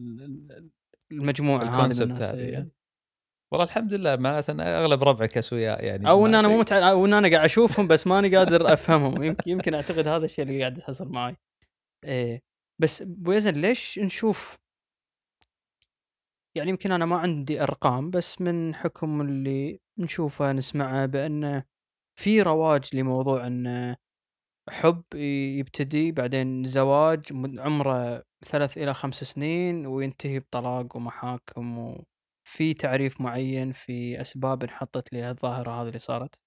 المجموعه هذه من الكونسبت الناس هذه إيه. والله الحمد لله معناته أن أغلب ربعك أسوياء يعني او ان انا مو جماعة. متع... او ان انا قاعد اشوفهم بس ماني قادر افهمهم. يمكن يمكن اعتقد هذا الشيء اللي قاعد يحصل معي. ايه بس ابو يزن ليش نشوف يعني. يمكن انا ما عندي ارقام بس من حكم اللي نشوفه نسمعه بانه في رواج لموضوع ان حب يبتدي بعدين زواج من عمره ثلاث الى خمس سنين وينتهي بطلاق ومحاكم. وفي تعريف معين في اسباب انحطت لهالظاهره هذه اللي صارت.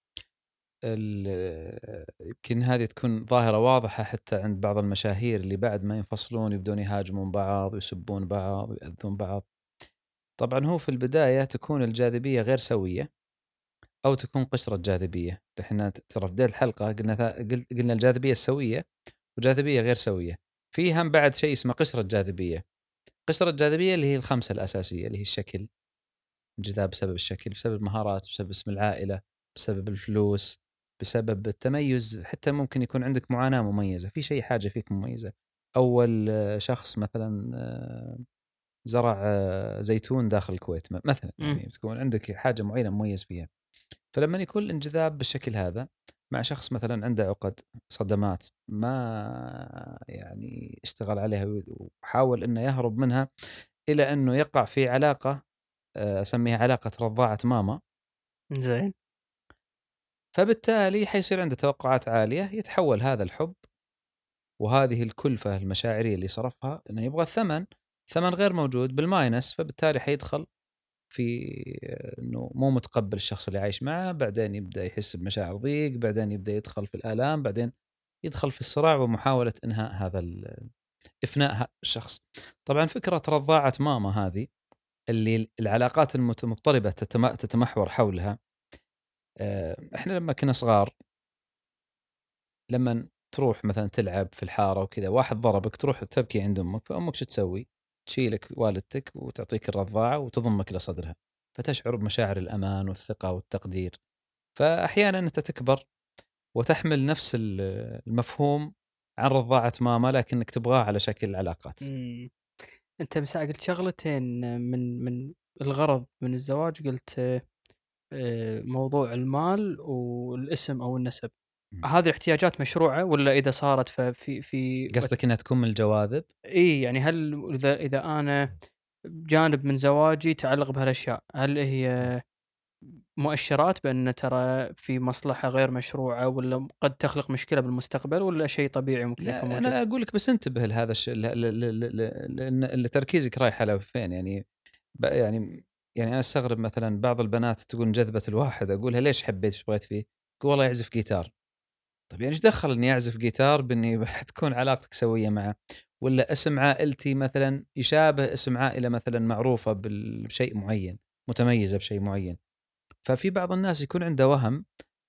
ال- يمكن هذه تكون ظاهرة واضحة حتى عند بعض المشاهير اللي بعد ما ينفصلون يبدون يهاجمون بعض ويسبون بعض ويأذون بعض. طبعا هو في البداية تكون الجاذبية غير سوية أو تكون قشرة جاذبية. احنا ترى في بداية الحلقة قلنا قل- قلنا الجاذبية السوية وجاذبية غير سوية. في هم بعد شيء اسمه قشرة جاذبية. قشرة الجاذبية اللي هي الخمسة الأساسية اللي هي الشكل، انجذاب بسبب الشكل، بسبب المهارات، بسبب اسم العائلة، بسبب الفلوس، بسبب التميز. حتى ممكن يكون عندك معاناة مميزة في شيء حاجة فيك مميزة. أول آه، شخص مثلا آه، زرع آه، زيتون داخل الكويت م- مثلا يعني تكون عندك حاجة معينة مميز فيها. فلما يكون الانجذاب بالشكل هذا مع شخص مثلا عنده عقد صدمات ما يعني اشتغل عليها وحاول انه يهرب منها الى انه يقع في علاقة آه، اسميها علاقة رضاعة ماما. زين. فبالتالي حيصير عنده توقعات عالية يتحول هذا الحب وهذه الكلفة المشاعرية اللي صرفها انه يبغى الثمن. ثمن غير موجود بالماينس. فبالتالي حيدخل في انه مو متقبل الشخص اللي عايش معه. بعدين يبدا يحس بمشاعر ضيق. بعدين يبدا يدخل في الآلام. بعدين يدخل في الصراع ومحاولة انهاء هذا افناء هذا الشخص. طبعا فكرة رضاعة ماما هذه اللي العلاقات المضطربة تتم- تتمحور حولها. احنا لما كنا صغار لما تروح مثلا تلعب في الحارة وكذا واحد ضربك تروح تبكي عند أمك. فأمك شو تسوي؟ تشيلك والدتك وتعطيك الرضاعة وتضمك لصدرها. فتشعر بمشاعر الأمان والثقة والتقدير. فأحيانا أنت تكبر وتحمل نفس المفهوم عن رضاعة ماما لكنك تبغاه على شكل علاقات. مم. انت بس قلت شغلتين من من الغرض من الزواج. قلت آه، موضوع المال والاسم او النسب. هذه احتياجات مشروعه ولا اذا صارت ففي في قصدك أنها تكون من الجواذب؟ اي يعني هل اذا اذا انا جانب من زواجي تعلق بهالاشياء هل هي مؤشرات بان ترى في مصلحه غير مشروعه ولا قد تخلق مشكله بالمستقبل ولا شيء طبيعي ممكن يكون لا موجود؟ أنا أقول لك بس انتبه لهذا الشيء لأن اللي تركيزك رايح على فين يعني. يعني يعني أنا أستغرب مثلا بعض البنات تقول انجذبت الواحد أقولها ليش حبيت ايش بغيت فيه؟ تقول والله يعزف جيتار. طيب يعني ايش دخل اني اعزف جيتار باني حتكون علاقتك سويه معه؟ ولا اسم عائلتي مثلا يشابه اسم عائله مثلا معروفه بشيء معين متميزه بشيء معين. ففي بعض الناس يكون عنده وهم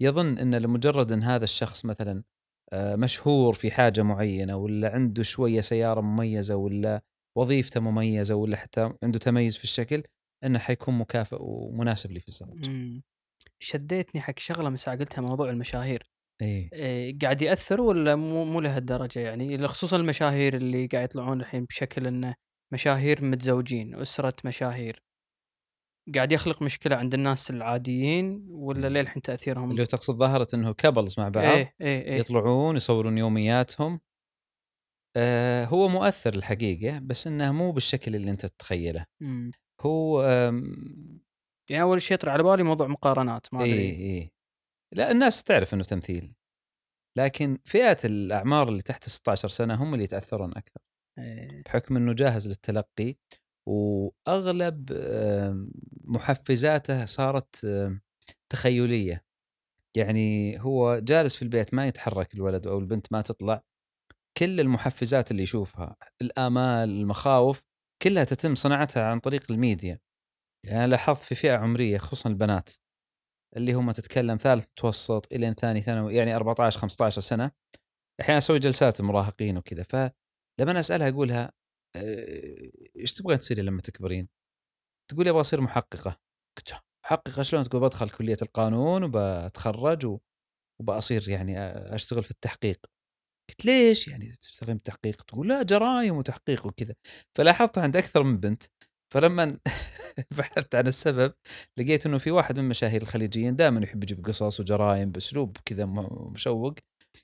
يظن أن لمجرد أن هذا الشخص مثلا مشهور في حاجة معينة، ولا عنده شوية سيارة مميزة، ولا وظيفته مميزة، ولا حتى عنده تميز في الشكل، أنه حيكون مكافئ ومناسب لي في الزواج. امم شديتني حق شغله من ساعه قلتها، موضوع المشاهير. إيه. إيه قاعد ياثر ولا مو مو لهالدرجه؟ يعني خصوصا المشاهير اللي قاعد يطلعون الحين بشكل انه مشاهير متزوجين، اسره مشاهير، قاعد يخلق مشكله عند الناس العاديين ولا للحين تاثيرهم؟ اللي هو تقصد ظاهرة أنه كابلز مع بعض ايه ايه ايه يطلعون يصورون يومياتهم. آه هو مؤثر الحقيقة، بس إنه مو بالشكل اللي أنت تتخيله. امم هو آم، يعني اول شيء يطري على بالي موضوع مقارنات، ما إيه ادري. إيه لا، الناس تعرف إنه تمثيل، لكن فئة الأعمار اللي تحت ستة عشر سنة هم اللي يتأثرون أكثر، إيه. بحكم أنه جاهز للتلقي، وأغلب آم، محفزاته صارت آم، تخيلية. يعني هو جالس في البيت ما يتحرك، الولد أو البنت ما تطلع، كل المحفزات اللي يشوفها، الآمال، المخاوف، كلها تتم صناعتها عن طريق الميديا. يعني لاحظت في فئة عمرية خصوصا البنات اللي هم تتكلم ثالث متوسط إلى ثاني ثانوي، يعني أربعة عشر خمسة عشر سنة، أحيانا أسوي جلسات المراهقين وكذا. فلما أنا أسألها أقولها آه، إيش تبغين تصيري لما تكبرين؟ تقول أبغى أصير محققة. قلت محققة شلون؟ تقول بدخل كلية القانون وبتخرج و- وبأصير يعني أشتغل في التحقيق. قلت ليش يعني تشتغلين بالتحقيق؟ تقول لا، جرائم وتحقيق وكذا. فلاحظت عند أكثر من بنت. فلما بحثت عن السبب، لقيت انه في واحد من مشاهير الخليجيين دائما يحب يجيب قصص وجرائم باسلوب كذا مشوق،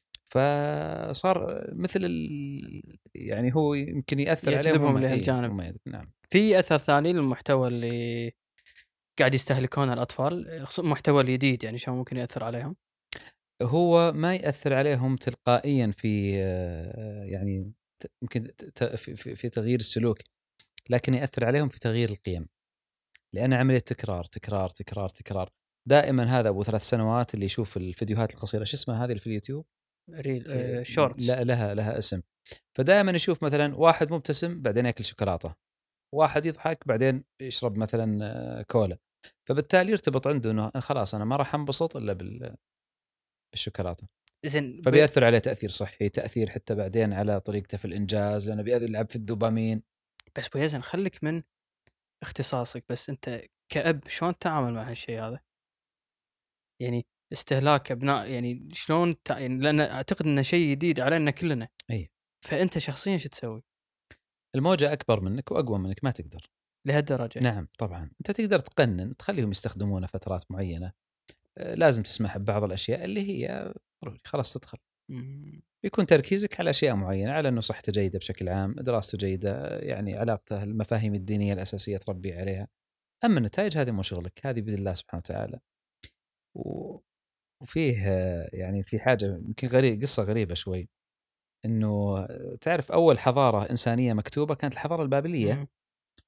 فصار مثل ال... يعني هو يمكن ياثر عليهم يجذبهم هم اي لهالجانب. هم يدري. نعم. في اثر ثاني للمحتوى اللي قاعد يستهلكونه الاطفال، خصوصا المحتوى الجديد، يعني شلون ممكن ياثر عليهم؟ هو ما ياثر عليهم تلقائيا في آه، يعني ت- يمكن ت- ت- في, في في تغيير السلوك، لكن ياثر عليهم في تغيير القيم، لان عمليه تكرار تكرار تكرار تكرار دائما. هذا ابو ثلاث سنوات اللي يشوف الفيديوهات القصيره، شو اسمها هذه اللي في اليوتيوب؟ ريل إيه، آه شورتس. لا، لها لها اسم. فدائما يشوف مثلا واحد مبتسم بعدين ياكل شوكولاته، واحد يضحك بعدين يشرب مثلا آه، كولا، فبالتالي يرتبط عنده انه خلاص انا ما راح انبسط الا بال- بالشوكولاته. زين ب... فبيأثر عليه تأثير صحي، تأثير حتى بعدين على طريقته في الإنجاز، لأنه بيلعب في الدوبامين. بس ابو يزن خليك من اختصاصك، بس انت كأب شلون تتعامل مع هالشيء هذا؟ يعني استهلاك ابناء، يعني شلون تع... يعني لان اعتقد انه شيء جديد علينا كلنا. أي، فانت شخصيا شو تسوي الموجة أكبر منك وأقوى منك، ما تقدر. لهالدرجه؟ نعم طبعا، أنت تقدر تقنن، تخليهم يستخدمونه فترات معينة. آه، لازم تسمح ببعض الأشياء اللي هي ضروري خلاص تدخل. مم. يكون تركيزك على أشياء معينة، على أنه صحته جيدة بشكل عام، دراسته جيدة، يعني علاقته، المفاهيم الدينية الأساسية تربي عليها. أما النتائج هذه مو شغلك، هذه بإذن الله سبحانه وتعالى. و- وفيه آه، يعني في حاجة يمكن غريب، قصة غريبة شوي، أنه آه، تعرف أول حضارة إنسانية مكتوبة كانت الحضارة البابلية. مم.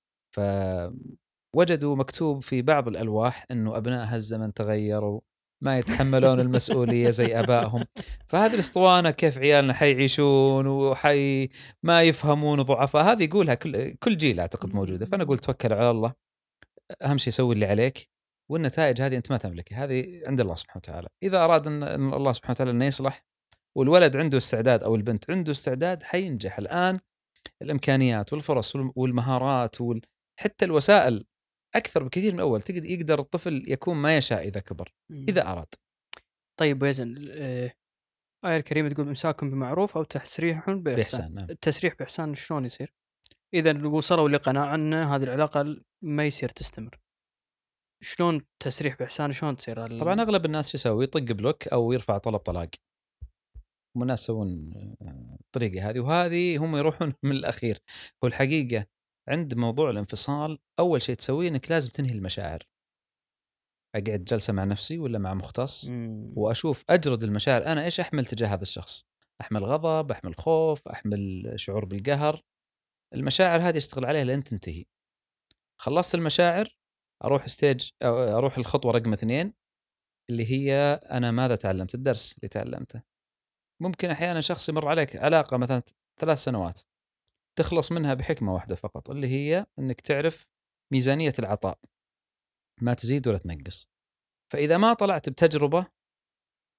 فوجدوا مكتوب في بعض الألواح أنه أبناء هالزمن تغيروا، ما يتحملون المسؤولية زي أبائهم. فهذه الأسطوانة كيف عيالنا حيعيشون وحي ما يفهمون ضعفاء، هذه يقولها كل كل جيل أعتقد موجودة. فأنا قلت توكل على الله، أهم شيء سوي اللي عليك، والنتائج هذه أنت ما تملكها، هذه عند الله سبحانه وتعالى. إذا أراد أن أن الله سبحانه وتعالى أنه يصلح، والولد عنده استعداد أو البنت عنده استعداد، حينجح. الآن الامكانيات والفرص والمهارات وال... حتى الوسائل اكثر بكثير من اول، تقدر يقدر الطفل يكون ما يشاء اذا كبر، اذا اراد. طيب ويزن، الآية الكريمة تقول إمساك بمعروف أو تسريح بإحسان. باحسان. نعم. التسريح بإحسان شلون يصير؟ إذا وصلوا لقناعة أن هذه العلاقة ما يصير تستمر، شلون تسريح بإحسان؟ شلون تصير ال... طبعا اغلب الناس يسوي يطق بلوك او يرفع طلب طلاق، والناس يسوون آه، الطريقه هذه، وهذه هم يروحون من الاخير. هو الحقيقه عند موضوع الانفصال اول شيء تسويه انك لازم تنهي المشاعر. اقعد جلسه مع نفسي ولا مع مختص مم. واشوف اجرد المشاعر، انا ايش احمل تجاه هذا الشخص؟ احمل غضب، احمل خوف، احمل شعور بالقهر. المشاعر هذه اشتغل عليها لين تنتهي. خلصت المشاعر، اروح ستيج أو اروح الخطوه رقم اثنين، اللي هي انا ماذا تعلمت، الدرس اللي تعلمته. ممكن احيانا شخص يمر عليك علاقه مثلا ثلاث سنوات، تخلص منها بحكمه واحده فقط، اللي هي انك تعرف ميزانيه العطاء، ما تزيد ولا تنقص. فاذا ما طلعت بتجربه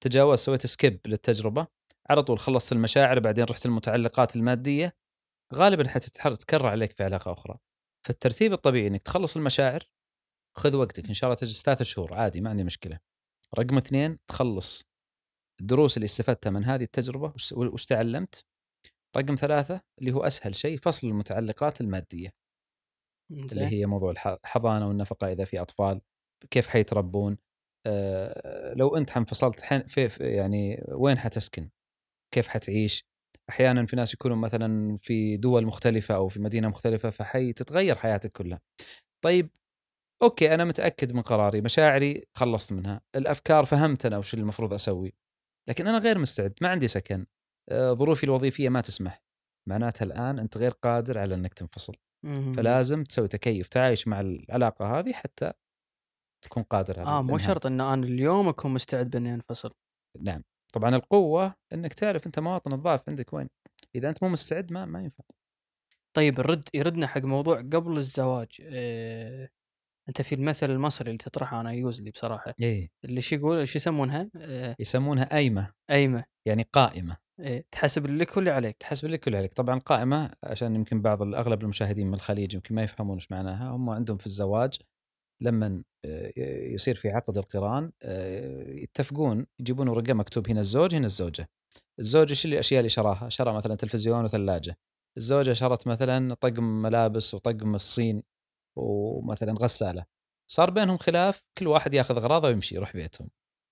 تجاوزت سويت سكيب للتجربة على طول، خلصت المشاعر بعدين رحت المتعلقات المادية، غالبا حتتكرر عليك في علاقة أخرى. فالترتيب الطبيعي إنك تخلص المشاعر، خذ وقتك إن شاء الله تجلس ثلاثة شهور عادي ما عندي مشكلة. رقم اثنين تخلص الدروس اللي استفدتها من هذه التجربة وش تعلمت. رقم ثلاثة اللي هو أسهل شيء، فصل المتعلقات المادية اللي هي موضوع الحضانة والنفقة إذا في أطفال، كيف حيتربون، أه لو أنت انفصلت في يعني وين حتسكن، كيف حتعيش. أحيانا في ناس يكونوا مثلا في دول مختلفة أو في مدينة مختلفة فحي تتغير حياتك كلها. طيب أوكي أنا متأكد من قراري، مشاعري خلصت منها، الأفكار فهمت أنا وش اللي المفروض أسوي، لكن أنا غير مستعد، ما عندي سكن، أه ظروفي الوظيفية ما تسمح. معناتها الآن أنت غير قادر على أنك تنفصل. فلازم تسوي تكيف تعايش مع العلاقة هذه حتى تكون قادر على اه مو الإنهاء. شرط ان انا اليوم اكون مستعد باني انفصل. نعم طبعا القوة انك تعرف انت مواطن الضعف عندك وين، اذا انت مو مستعد ما ما ينفع. طيب الرد يردنا حق موضوع قبل الزواج. إيه انت في المثل المصري اللي تطرحه انا يوز لي بصراحة، ايه اللي شو يقول شو يسمونها؟ إيه يسمونها قايمة. قايمة. يعني قائمة. إيه تحسب لك واللي عليك. تحسب لك كل عليك. طبعا قائمة عشان يمكن بعض الاغلب المشاهدين من الخليج يمكن ما يفهمون ايش معناها. هم عندهم في الزواج لما يصير في عقد القران يتفقون يجيبون ورقة مكتوب هنا الزوج هنا الزوجة. الزوج ايش الاشياء اللي شراها؟ شرى مثلا تلفزيون وثلاجة. الزوجة شرت مثلا طقم ملابس وطقم الصين ومثلا غسالة. صار بينهم خلاف، كل واحد ياخذ اغراضه ويمشي يروح بيتهم.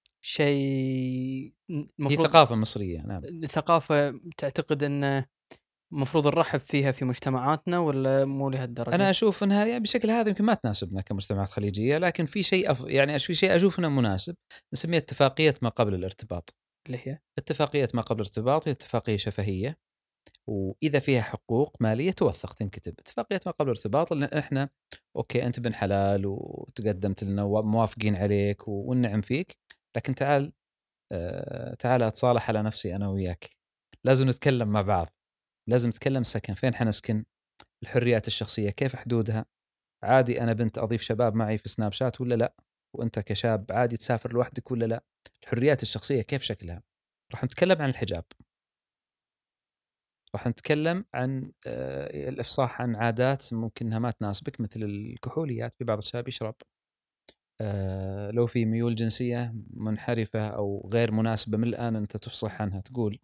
شيء هي المفروض ثقافة مصرية. نعم. الثقافة تعتقد ان المفروض نرحب فيها في مجتمعاتنا ولا مو لهالدرجة؟ انا اشوف انها يعني بشكل هذا يمكن ما تناسبنا كمجتمعات خليجية، لكن في شيء أف... يعني في شيء اشوف انه مناسب نسميه اتفاقية ما قبل الارتباط. اللي هي اتفاقية ما قبل الارتباط هي اتفاقية شفهية، واذا فيها حقوق مالية توثق تنكتب. اتفاقية ما قبل الارتباط ان احنا اوكي انت بن حلال وتقدمت لنا وموافقين عليك والنعم فيك، لكن تعال أه تعال اتصالح على نفسي انا وياك، لازم نتكلم مع بعض، لازم نتكلم سكن، فين حنسكن، الحريات الشخصية كيف حدودها، عادي أنا بنت أضيف شباب معي في سناب شات ولا لا، وأنت كشاب عادي تسافر لوحدك ولا لا، الحريات الشخصية كيف شكلها. راح نتكلم عن الحجاب، راح نتكلم عن آه الإفصاح عن عادات ممكن أنها ما تناسبك مثل الكحوليات، في بعض الشباب يشرب. آه لو في ميول جنسية منحرفة أو غير مناسبة من الآن أنت تفصح عنها تقول.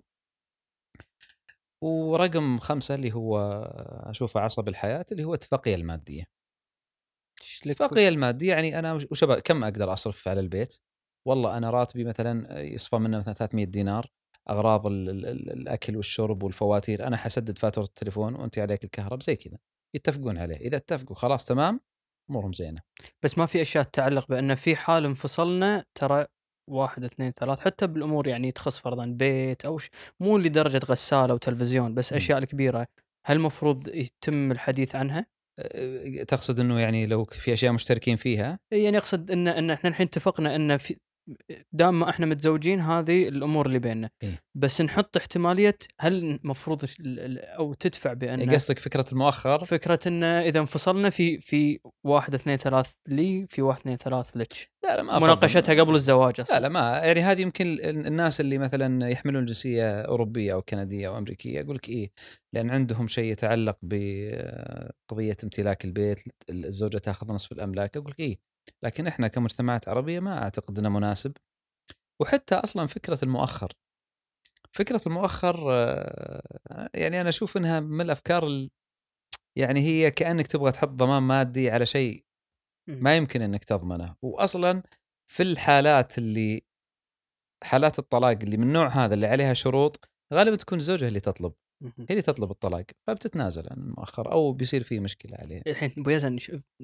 ورقم خمسة اللي هو أشوفه عصب الحياة اللي هو الاتفاقية المادية. الاتفاقية المادية يعني أنا وش كم أقدر أصرف على البيت؟ والله أنا راتبي مثلا يصفى منه مثلا ثلاثمية دينار، أغراض ال ال ال الأكل والشرب والفواتير، أنا حسدد فاتورة التليفون وأنت عليك الكهرب زي كذا، يتفقون عليه. إذا اتفقوا خلاص تمام أمورهم زينة. بس ما في أشياء تتعلق بأن في حال انفصلنا ترى واحد اثنين ثلاث، حتى بالأمور يعني تخص فرضا بيت أو ش... مو لدرجة غسالة وتلفزيون بس م. أشياء الكبيرة، هل المفروض يتم الحديث عنها؟ تقصد أنه يعني لو في أشياء مشتركين فيها؟ يعني أقصد أن أن إحنا الحين اتفقنا أن في دام ما احنا متزوجين هذه الامور اللي بيننا، إيه؟ بس نحط احتماليه هل المفروض او تدفع بان قصدك فكرة المؤخر؟ فكره ان اذا انفصلنا في في واحد اثنين ثلاث لي في واحد اثنين ثلاث لك. لا لا ما مناقشتها قبل الزواج اصلا. لا لا ما يعني هذه يمكن الناس اللي مثلا يحملون جنسيه اوروبيه او كنديه او امريكيه اقول لك ايه، لان عندهم شيء يتعلق بقضيه امتلاك البيت، الزوجه تاخذ نصف الاملاك، اقول لك ايه. لكن احنا كمجتمعات عربيه ما اعتقد انه مناسب. وحتى اصلا فكره المؤخر، فكره المؤخر يعني انا اشوف انها من الافكار يعني هي كانك تبغى تحط ضمان مادي على شيء ما يمكن انك تضمنه. واصلا في الحالات اللي حالات الطلاق اللي من نوع هذا اللي عليها شروط غالبا تكون الزوجة اللي تطلب، هي اللي تطلب الطلاق، فبتتنازل عن المؤخر او بيصير فيه مشكلة عليه. الحين ابو يزن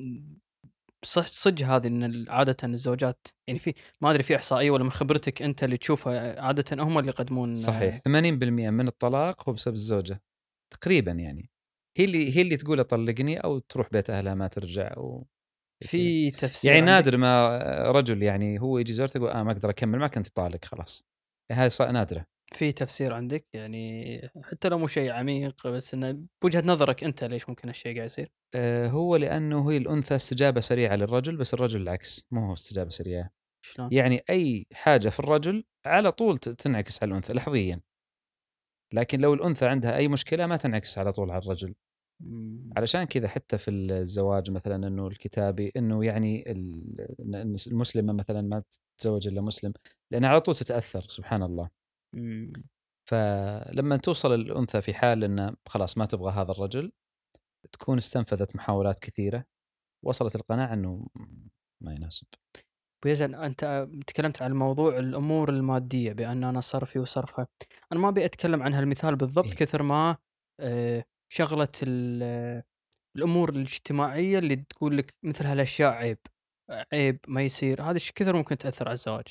صح صج هذه ان عاده الزوجات يعني في ما ادري في احصائيه ولا من خبرتك انت اللي تشوفها عاده هم اللي يقدمون. صحيح ثمانين بالمئة من الطلاق هو بسبب الزوجة تقريبا، يعني هي اللي هي اللي تقول طلقني او تروح بيت اهلها ما ترجع او في تفسير يعني عندك؟ نادر ما رجل يعني هو يجي زوجته يقول اه ما اقدر اكمل معك انت طالق خلاص، هذه صار نادره. في تفسير عندك يعني حتى لو مو شيء عميق بس انه بوجهه نظرك انت ليش ممكن هالشيء قاعد يصير؟ آه هو لانه هي الانثى استجابه سريعه للرجل، بس الرجل العكس مو هو استجابه سريعه. شلون؟ يعني أي حاجة في الرجل على طول تنعكس على الأنثى لحظيا، لكن لو الأنثى عندها أي مشكلة ما تنعكس على طول على الرجل. مم. علشان كذا حتى في الزواج مثلا انه الكتابي انه يعني المسلمه مثلا ما تتزوج الا مسلم، لانها على طول تتاثر سبحان الله. مم. فلما توصل الانثى في حال انها خلاص ما تبغى هذا الرجل، تكون استنفذت محاولات كثيره، وصلت القناعه انه ما يناسب. بيزن انت تكلمت عن موضوع الامور الماديه بان انا صرفي وصرفها. انا ما ابي اتكلم عن هالمثال بالضبط إيه؟ كثر ما آه، شغله الامور الاجتماعيه اللي تقول لك مثل هالاشياء عيب، عيب ما يصير، هذا الشيء كثر ممكن تاثر على الزواج.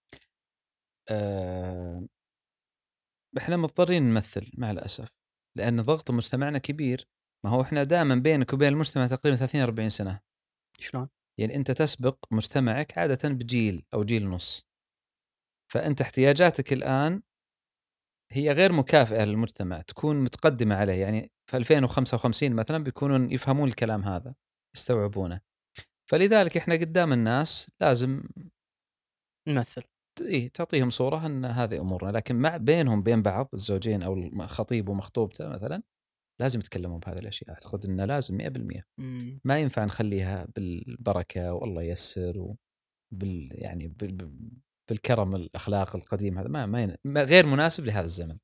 أه احنا مضطرين نمثل مع الاسف، لان ضغط مجتمعنا كبير. ما هو احنا دائما بينك وبين المجتمع تقريبا ثلاثين أربعين سنه، شلون؟ يعني أنت تسبق مجتمعك عادة بجيل أو جيل ونص، فأنت احتياجاتك الآن هي غير مكافئة للمجتمع تكون متقدمة عليه. يعني في ألفين وخمسة وخمسين مثلا بيكونون يفهمون الكلام هذا، يستوعبونه. فلذلك إحنا قدام الناس لازم نمثل. إيه تعطيهم صورة أن هذه أمورنا، لكن مع بينهم بين بعض الزوجين أو الخطيب ومخطوبته مثلا لازم يتكلمون بهذه الأشياء. أعتقد أنه لازم مئة بالمئة. مم. ما ينفع نخليها بالبركة والله يسر و بال يعني بال بالكرم الأخلاق القديم، هذا ما ما, ين... ما غير مناسب لهذا الزمن.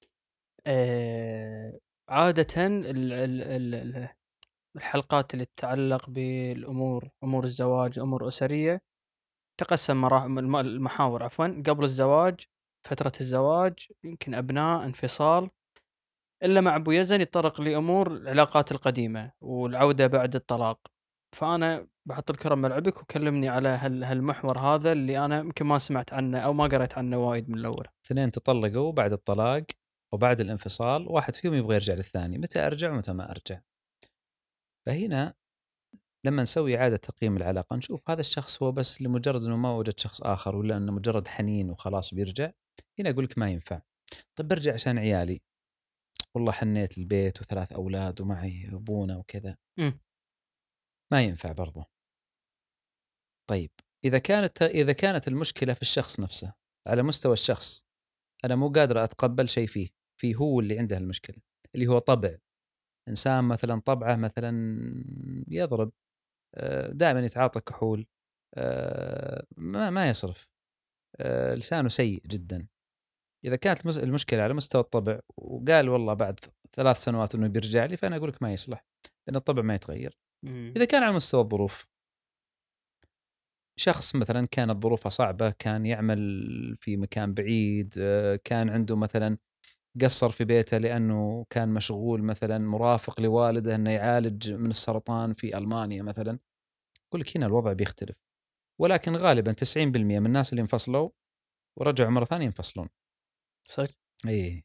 آه، عاده ال ال ال ال- الحلقات اللي تتعلق بالامور، امور الزواج، امور اسريه، تقسم مراحل المحاور عفوا: قبل الزواج، فتره الزواج، يمكن ابناء، انفصال، إلا مع أبو يزن يتطرق لأمور العلاقات القديمة والعودة بعد الطلاق. فأنا بحط الكرة ملعبك وكلمني على هال هالمحور هذا اللي أنا يمكن ما سمعت عنه أو ما قريت عنه وايد من الأول. اثنين تطلقوا بعد الطلاق وبعد الانفصال، واحد فيهم يبغى يرجع للثاني، متى أرجع ومتى ما أرجع. فهنا لما نسوي إعادة تقييم العلاقة نشوف هذا الشخص هو بس لمجرد أنه ما وجد شخص آخر، ولا أنه مجرد حنين وخلاص بيرجع. هنا أقول لك ما ينفع. طب برجع عشان عيالي، والله حنيت البيت وثلاث أولاد ومعي أبونا وكذا، امم ما ينفع برضه. طيب إذا كانت إذا كانت المشكلة في الشخص نفسه، على مستوى الشخص أنا مو قادر أتقبل شيء فيه فيه هو اللي عنده المشكلة، اللي هو طبع إنسان مثلا، طبعه مثلا يضرب، دائما يتعاطى كحول، ما ما يصرف، لسانه سيء جدا. إذا كانت المشكلة على مستوى الطبع وقال والله بعد ثلاث سنوات إنه بيرجع لي، فأنا أقول لك ما يصلح، لأن الطبع ما يتغير. إذا كان على مستوى الظروف، شخص مثلا كانت ظروفه صعبة، كان يعمل في مكان بعيد، كان عنده مثلا قصر في بيته لأنه كان مشغول مثلا مرافق لوالده أنه يعالج من السرطان في ألمانيا مثلا، أقول لك هنا الوضع بيختلف. ولكن غالبا تسعين بالمئة من الناس اللي انفصلوا ورجعوا مرة ثانية ينفصلون. صدق. إيه،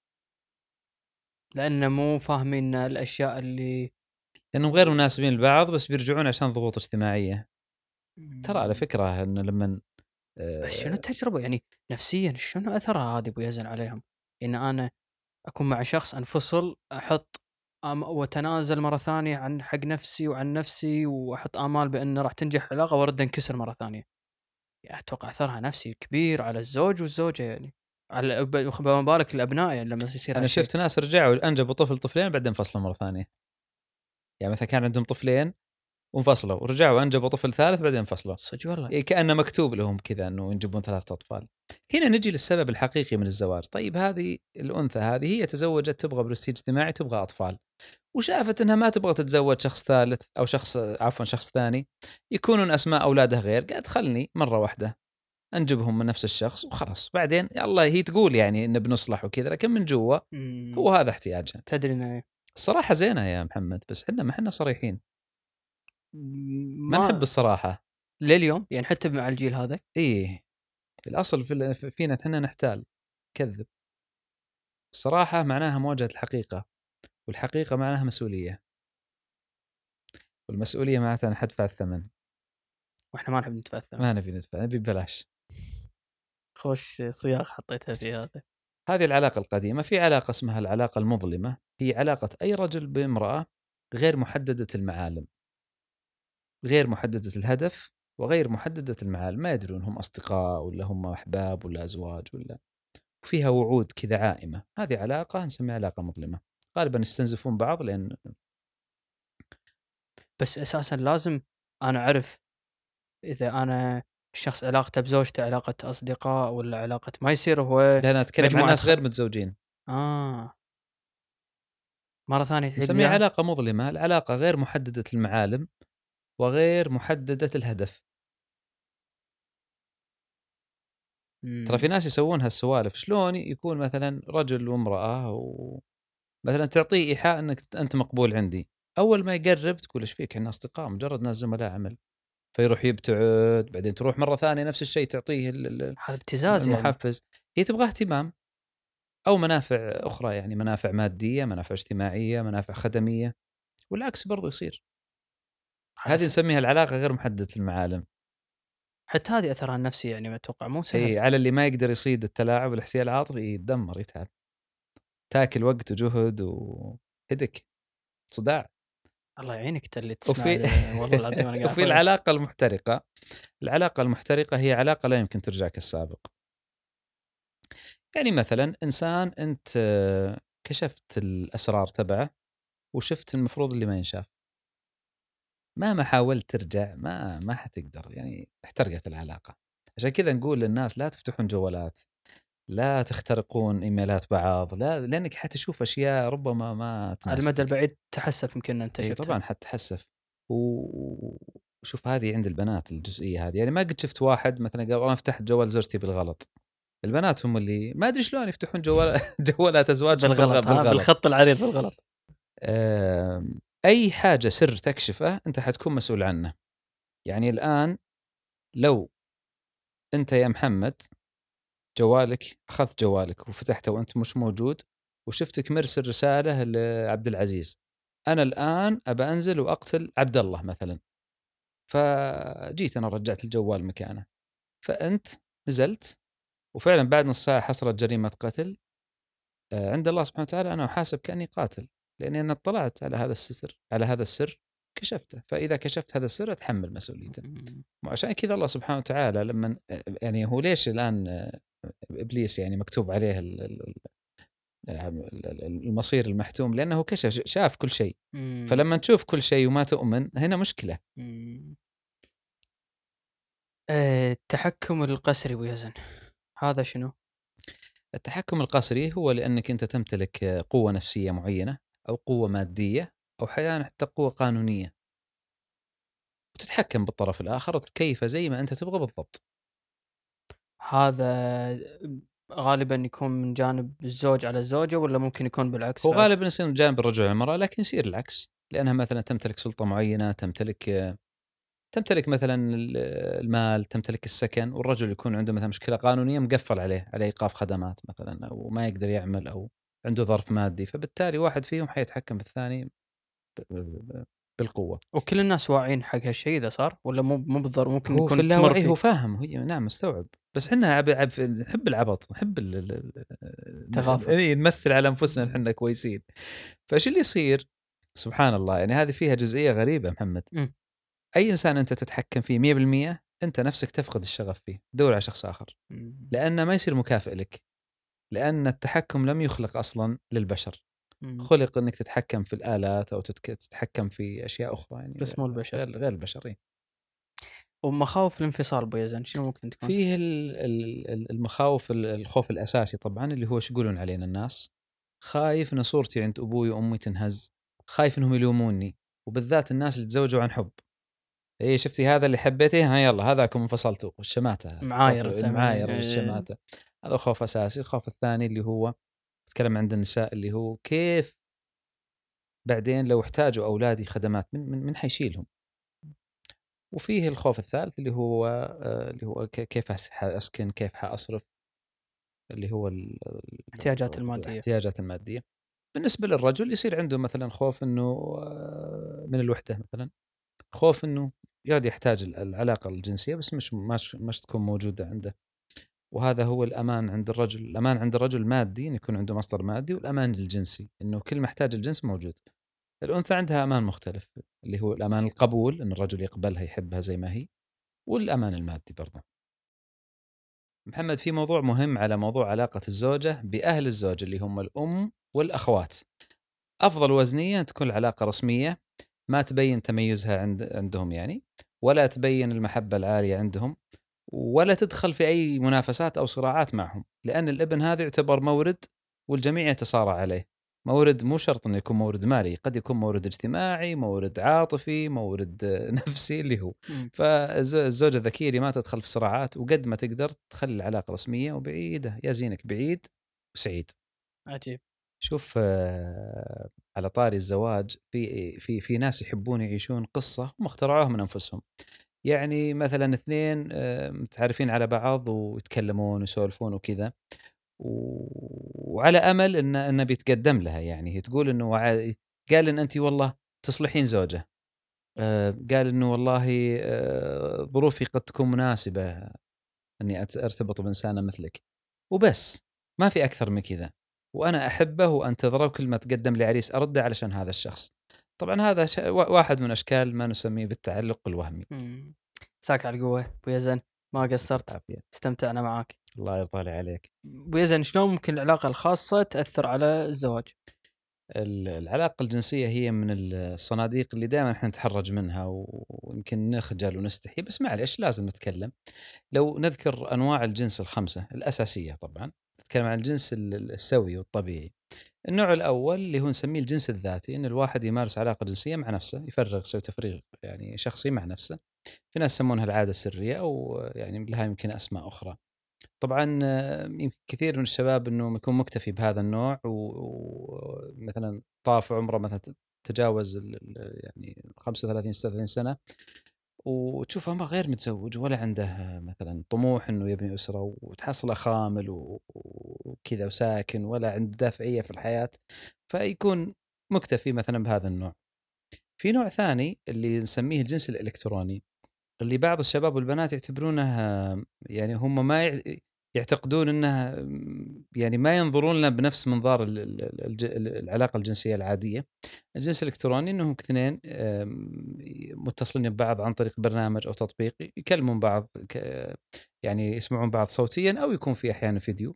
لأن مو فاهمين الأشياء اللي لأنهم غير مناسبين لبعض، بس بيرجعون عشان ضغوط اجتماعية. ترى على مم. فكرة أنه لما بس شنو آه التجربة يعني نفسيا شنو أثرها هذه أبو يزن عليهم؟ إن أنا أكون مع شخص أنفصل، أحط أم وتنازل مرة ثانية عن حق نفسي وعن نفسي، وأحط آمال بأن راح تنجح العلاقة وأرد أنكسر مرة ثانية. يعني أتوقع أثرها نفسي كبير على الزوج والزوجة، يعني على ب- فما بالك الأبناء يعني لما يصير أنا هالشيء. شفت ناس رجعوا أنجبوا طفل طفلين بعدين انفصلوا مرة ثانية. يعني مثلا كان عندهم طفلين وانفصلوا، ورجعوا أنجبوا طفل ثالث بعدين انفصلوا. صدق والله. إيه، كأنه مكتوب لهم كذا أنه ينجبون ثلاثة أطفال. هنا نجي للسبب الحقيقي من الزواج. طيب هذه الأنثى هذه هي تزوجت تبغى برستيج اجتماعي، تبغى أطفال، وشافت أنها ما تبغى تتزوج شخص ثالث أو شخص عفوا شخص ثاني يكونون أسماء أولادها غير، قالت خلني مرة واحدة أنجبهم من نفس الشخص وخلاص، بعدين يلا هي تقول يعني إن بنصلح وكذا، لكن من جوا مم. هو هذا احتياجها. تدري إنه الصراحة زينة يا محمد، بس احنا ما احنا صريحين، ما نحب ما الصراحة. لليوم يعني حتى مع الجيل هذا. إيه، الأصل في فينا احنا نحتال كذب. الصراحة معناها مواجهة الحقيقة، والحقيقة معناها مسؤولية، والمسؤولية معناتها أنا حدفع الثمن. واحنا ما نحب نتفاهم. ما نبي ندفع، نبي ببلاش. خوش صياغ حطيتها في هذا. هذه العلاقة القديمة. في علاقة اسمها العلاقة المظلمة، هي علاقة أي رجل بامرأة غير محددة المعالم، غير محددة الهدف، وغير محددة المعالم، ما يدرون هم أصدقاء ولا هم أحباب ولا أزواج ولا، وفيها وعود كذا عائمة. هذه علاقة نسميها علاقة مظلمة. غالبا يستنزفون بعض لأن بس اساسا لازم انا اعرف اذا انا الشخص علاقته بزوجته علاقه اصدقاء ولا علاقه، ما يصير هو لا، أنا أتكلم عن مجموعه ناس خ... غير متزوجين. اه مره ثانيه تعيد لي نسميها إياها؟ علاقة مظلمة. العلاقة غير محددة المعالم وغير محددة الهدف. ترى في مم. ناس يسوون هالسوالف. شلون يكون مثلا رجل وامرأة ومثلا تعطيه إيحاء أنك أنت مقبول عندي، أول ما يقرب تقول إيش فيك، إحنا أصدقاء مجرد ناس زملاء عمل. فيروح يبتعد، بعدين تروح مرة ثانية نفس الشيء تعطيه ال- ال- هذا ابتزاز يعني. المحفز. هي تبغى اهتمام أو منافع أخرى، يعني منافع مادية، منافع اجتماعية، منافع خدمية، والعكس برضو يصير. هذه عارف، نسميها العلاقة غير محددة المعالم. حتى هذه اثرها النفسي يعني اتوقع مو سهل. أي، على اللي ما يقدر يصيد التلاعب والإحساس العاطفي يتدمر، يتعب، تاكل وقت وجهد وهدك، صداع. الله يعينك انت اللي تسمع وفي ذا، والله العظيم انا قاعد وفي أفكر. العلاقة المحترقة. العلاقة المحترقة هي علاقة لا يمكن ترجع كالسابق. يعني مثلا إنسان أنت كشفت الأسرار تبعه وشفت المفروض اللي ما ينشاف، مهما حاولت ترجع ما ما حتقدر، يعني احترقت العلاقة. عشان كذا نقول للناس لا تفتحون جوالات، لا تخترقون إيميلات بعض، لا، لأنك حتشوف أشياء ربما ما على المدى تناسبك. البعيد تحسف يمكن انت اي شفتها. طبعا حتحسف. وشوف هذه عند البنات الجزئيه هذه، يعني ما قد شفت واحد مثلا قال انا فتحت جوال زوجتي بالغلط. البنات هم اللي ما ادري شلون يفتحون جوال جوالات ازواجهم بالغ- بالغلط، ها بالغلط. بالخط العريض بالغلط. آم، اي حاجه سر تكشفه انت حتكون مسؤول عنه. يعني الان لو انت يا محمد جوالك، اخذت جوالك وفتحته وانت مش موجود، وشفتك مرسل رساله لعبد العزيز، انا الان ابى انزل واقتل عبد الله مثلا، فجيت أنا رجعت الجوال مكانه، فأنت نزلت وفعلا بعد نص ساعة حصلت جريمة قتل. آه، عند الله سبحانه وتعالى أنا أحاسب كأني قاتل، لأني أنا اطلعت على هذا السر، على هذا السر كشفته، فإذا كشفت هذا السر أتحمل مسؤوليته. وعشان كذا الله سبحانه وتعالى لما آه، يعني هو ليش الآن آه، إبليس يعني مكتوب عليه ال- ال- ال- المصير المحتوم، لأنه كشف، شاف كل شيء. فلما تشوف كل شيء وما تؤمن هنا مشكلة. آه، التحكم القسري ابو يزن، هذا شنو؟ التحكم القسري هو لأنك أنت تمتلك قوة نفسية معينة أو قوة مادية أو أحيانا حتى قوة قانونية، وتتحكم بالطرف الآخر وتكيفه زي ما أنت تبغى بالضبط. هذا غالبا يكون من جانب الزوج على الزوجة ولا ممكن يكون بالعكس هو بعد؟ غالبا يصير من جانب الرجل على المرأة، لكن يصير العكس، لأنها مثلا تمتلك سلطة معينة، تمتلك تمتلك مثلا المال، تمتلك السكن، والرجل يكون عنده مثلا مشكلة قانونية مقفل عليه على إيقاف خدمات مثلا، أو ما يقدر يعمل، أو عنده ظرف مادي، فبالتالي واحد فيهم حيتحكم بالثاني بالقوة. وكل الناس واعيين حق هالشيء اذا صار، ولا مو مو بالضروره ممكن هو في يكون تمر اللاوعي هو فيه فاهم، هو نعم مستوعب، بس احنا عب... عب... نحب العبط، نحب ال... ال... ال... تغافل. ال... نمثل على انفسنا ان احنا كويسين. فايش اللي يصير؟ سبحان الله، يعني هذه فيها جزئية غريبة محمد. م. اي انسان انت تتحكم فيه مية بالمية انت نفسك تفقد الشغف فيه، دور على شخص اخر، م. لانه ما يصير مكافئ لك، لان التحكم لم يخلق اصلا للبشر، م. خلق انك تتحكم في الالات او تتك... تتحكم في اشياء اخرى، يعني بس مو غير البشر. غير, غير البشري. ومخاوف الانفصال ابو يزن شنو ممكن تكون؟ فيه ال- ال- المخاوف، الخوف الأساسي طبعا اللي هو شو يقولون علينا الناس، خايف ان صورتي عند أبوي وأمي تنهز، خايف انهم يلوموني، وبالذات الناس اللي تزوجوا عن حب. ايه شفتي هذا اللي حبيته، ها يلا هذاكم انفصلتوا، والشماتة، هذا خوف معاير المعاير نسميه. والشماتة. هذا خوف أساسي. الخوف الثاني اللي هو تكلم عند النساء، اللي هو كيف بعدين لو احتاجوا أولادي خدمات من من من حيشيلهم. وفيه الخوف الثالث اللي هو آه، اللي هو ك- كيف أس- أسكن، كيف حأصرف، اللي هو ال- الاحتياجات ال- الماديه. الاحتياجات المادية. بالنسبة للرجل يصير عنده مثلا خوف انه آه، من الوحدة مثلا، خوف انه يقعد يحتاج ال- العلاقة الجنسية بس مش مش مش تكون موجودة عنده. وهذا هو الأمان عند الرجل. الأمان عند الرجل مادي، إنه يكون عنده مصدر مادي، والأمان الجنسي إنه كل ما احتاج الجنس موجود. الأنثى عندها أمان مختلف، اللي هو الأمان القبول، إن الرجل يقبلها يحبها زي ما هي، والأمان المادي برضه. محمد، في موضوع مهم على موضوع علاقة الزوجة بأهل الزوج اللي هم الأم والأخوات. أفضل وزنية تكون العلاقة رسمية، ما تبين تميزها عند عندهم يعني، ولا تبين المحبة العالية عندهم، ولا تدخل في أي منافسات أو صراعات معهم، لأن الابن هذا يعتبر مورد والجميع يتصارع عليه. مورد مو شرط أنه يكون مورد مالي، قد يكون مورد اجتماعي، مورد عاطفي، مورد نفسي اللي هو. فالزوجة الذكية اللي ما تدخل في صراعات، وقد ما تقدر تخلي العلاقة رسمية وبعيدة، يا زينك بعيد وسعيد. عجيب. شوف، على طاري الزواج، في في في ناس يحبون يعيشون قصة هم اخترعوها من أنفسهم. يعني مثلا اثنين متعرفين على بعض ويتكلمون ويسولفون وكذا، وعلى أمل إن إنه بيتقدم لها. يعني هي تقول إنه قال إن أنت والله تصلحين زوجة، قال إنه والله ظروفي قد تكون مناسبة أني أرتبط بإنسانة مثلك، وبس، ما في أكثر من كذا، وأنا أحبه وأنتظره، وكل ما تقدم لي عريس أرده علشان هذا الشخص. طبعا هذا ش... واحد من أشكال ما نسميه بالتعلق الوهمي. ساك على القوة أبو يزن، ما قصرت، عافية. استمتعنا معاك. الله يرضى عليك. أبو يزن، شلون ممكن العلاقة الخاصة تأثر على الزواج؟ العلاقة الجنسية هي من الصناديق اللي دائما احنا نتحرج منها، ويمكن نخجل ونستحي، بس معليش لازم نتكلم. لو نذكر أنواع الجنس الخمسة الأساسية، طبعا نتكلم عن الجنس السوي والطبيعي. النوع الأول اللي هو نسميه الجنس الذاتي، إن الواحد يمارس علاقة جنسية مع نفسه، يفرغ يسوي تفريغ يعني شخصي مع نفسه. في ناس يسمونها العادة السرية، أو يعني لها يمكن أسماء أخرى. طبعا يمكن كثير من الشباب إنه يكون مكتفي بهذا النوع، ومثلا طاف عمره مثلا تجاوز يعني خمسة وثلاثين ستة وثلاثين سنة، وتشوفه ما غير متزوج ولا عنده مثلا طموح انه يبني اسره، وتحصله خامل وكذا وساكن، ولا عنده دافعيه في الحياه، فيكون مكتفي مثلا بهذا النوع. في نوع ثاني اللي نسميه الجنس الالكتروني، اللي بعض الشباب والبنات يعتبرونه يعني هم ما يعتقدون انه يعني ما ينظرون لنا بنفس منظار العلاقه الجنسيه العاديه. الجنس الالكتروني انهم اثنين متصلين ببعض عن طريق برنامج او تطبيق، يكلمون بعض يعني يسمعون بعض صوتيا، او يكون في احيانا فيديو.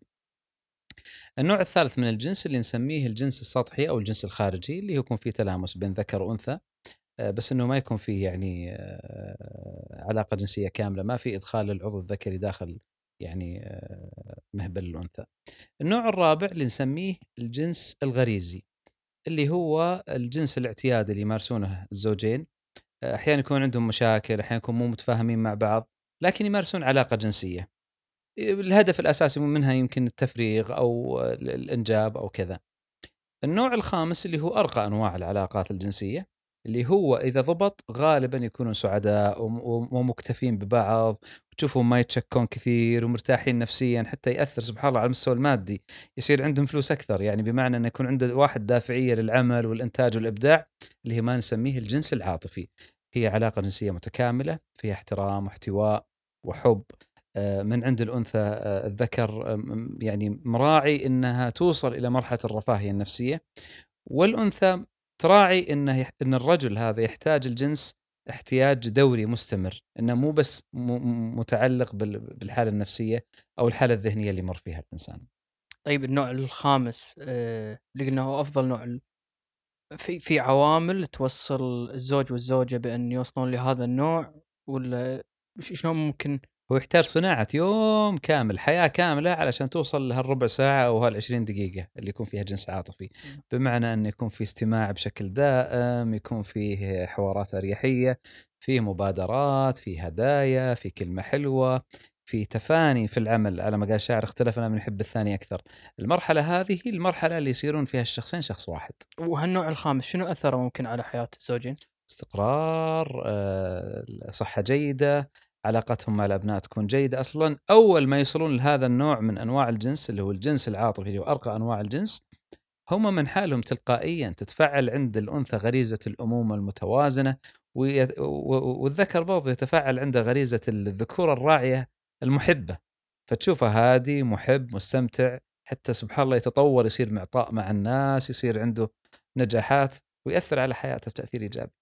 النوع الثالث من الجنس اللي نسميه الجنس السطحي او الجنس الخارجي، اللي يكون فيه تلامس بين ذكر وانثى، بس انه ما يكون فيه يعني علاقه جنسيه كامله، ما في ادخال العضو الذكري داخل يعني مهبل الانثى. النوع الرابع اللي نسميه الجنس الغريزي، اللي هو الجنس الاعتيادي اللي يمارسونه الزوجين. احيانا يكون عندهم مشاكل، احيانا يكون مو متفاهمين مع بعض، لكن يمارسون علاقه جنسيه. الهدف الاساسي منها يمكن التفريغ او الانجاب او كذا. النوع الخامس اللي هو ارقى انواع العلاقات الجنسيه، اللي هو اذا ضبط غالبا يكونون سعداء ومكتفين ببعض، وتشوفهم ما يتشكون كثير ومرتاحين نفسيا، حتى ياثر سبحان الله على المستوى المادي، يصير عندهم فلوس اكثر، يعني بمعنى انه يكون عنده واحد دافعيه للعمل والانتاج والابداع، اللي هي ما نسميه الجنس العاطفي. هي علاقه جنسيه متكامله فيها احترام واحتواء وحب من عند الأنثى، الذكر يعني مراعي إنها توصل إلى مرحلة الرفاهية النفسية، والأنثى تراعي إنه إن الرجل هذا يحتاج الجنس احتياج دوري مستمر، إنه مو بس متعلق بالحالة النفسية أو الحالة الذهنية اللي مر فيها الإنسان. طيب النوع الخامس اللي قلنا هو أفضل نوع، في في عوامل توصل الزوج والزوجة بأن يوصلون لهذا النوع، ولا شلون ممكن؟ هو يحتاج صناعة يوم كامل، حياة كاملة، علشان توصل لهالربع ساعة أو هالعشرين دقيقة اللي يكون فيها جنس عاطفي. بمعنى أن يكون في استماع بشكل دائم، يكون فيه حوارات أريحية، فيه مبادرات، فيه هدايا، في كلمة حلوة، في تفاني في العمل. على ما قال شاعر: اختلفنا من يحب الثاني أكثر. المرحلة هذه هي المرحلة اللي يصيرون فيها الشخصين شخص واحد. وهالنوع الخامس شنو أثره ممكن على حياة الزوجين؟ استقرار، صحة جيدة، علاقتهم مع الأبناء تكون جيدة. أصلا أول ما يصلون لهذا النوع من أنواع الجنس اللي هو الجنس العاطفي اللي هو أرقى أنواع الجنس، هم من حالهم تلقائيا تتفعل عند الأنثى غريزة الأمومة المتوازنة، والذكر برضه يتفعل عنده غريزة الذكورة الراعية المحبة، فتشوفه هادي محب مستمتع، حتى سبحان الله يتطور، يصير معطاء مع الناس، يصير عنده نجاحات، ويأثر على حياته بتأثير إيجابي.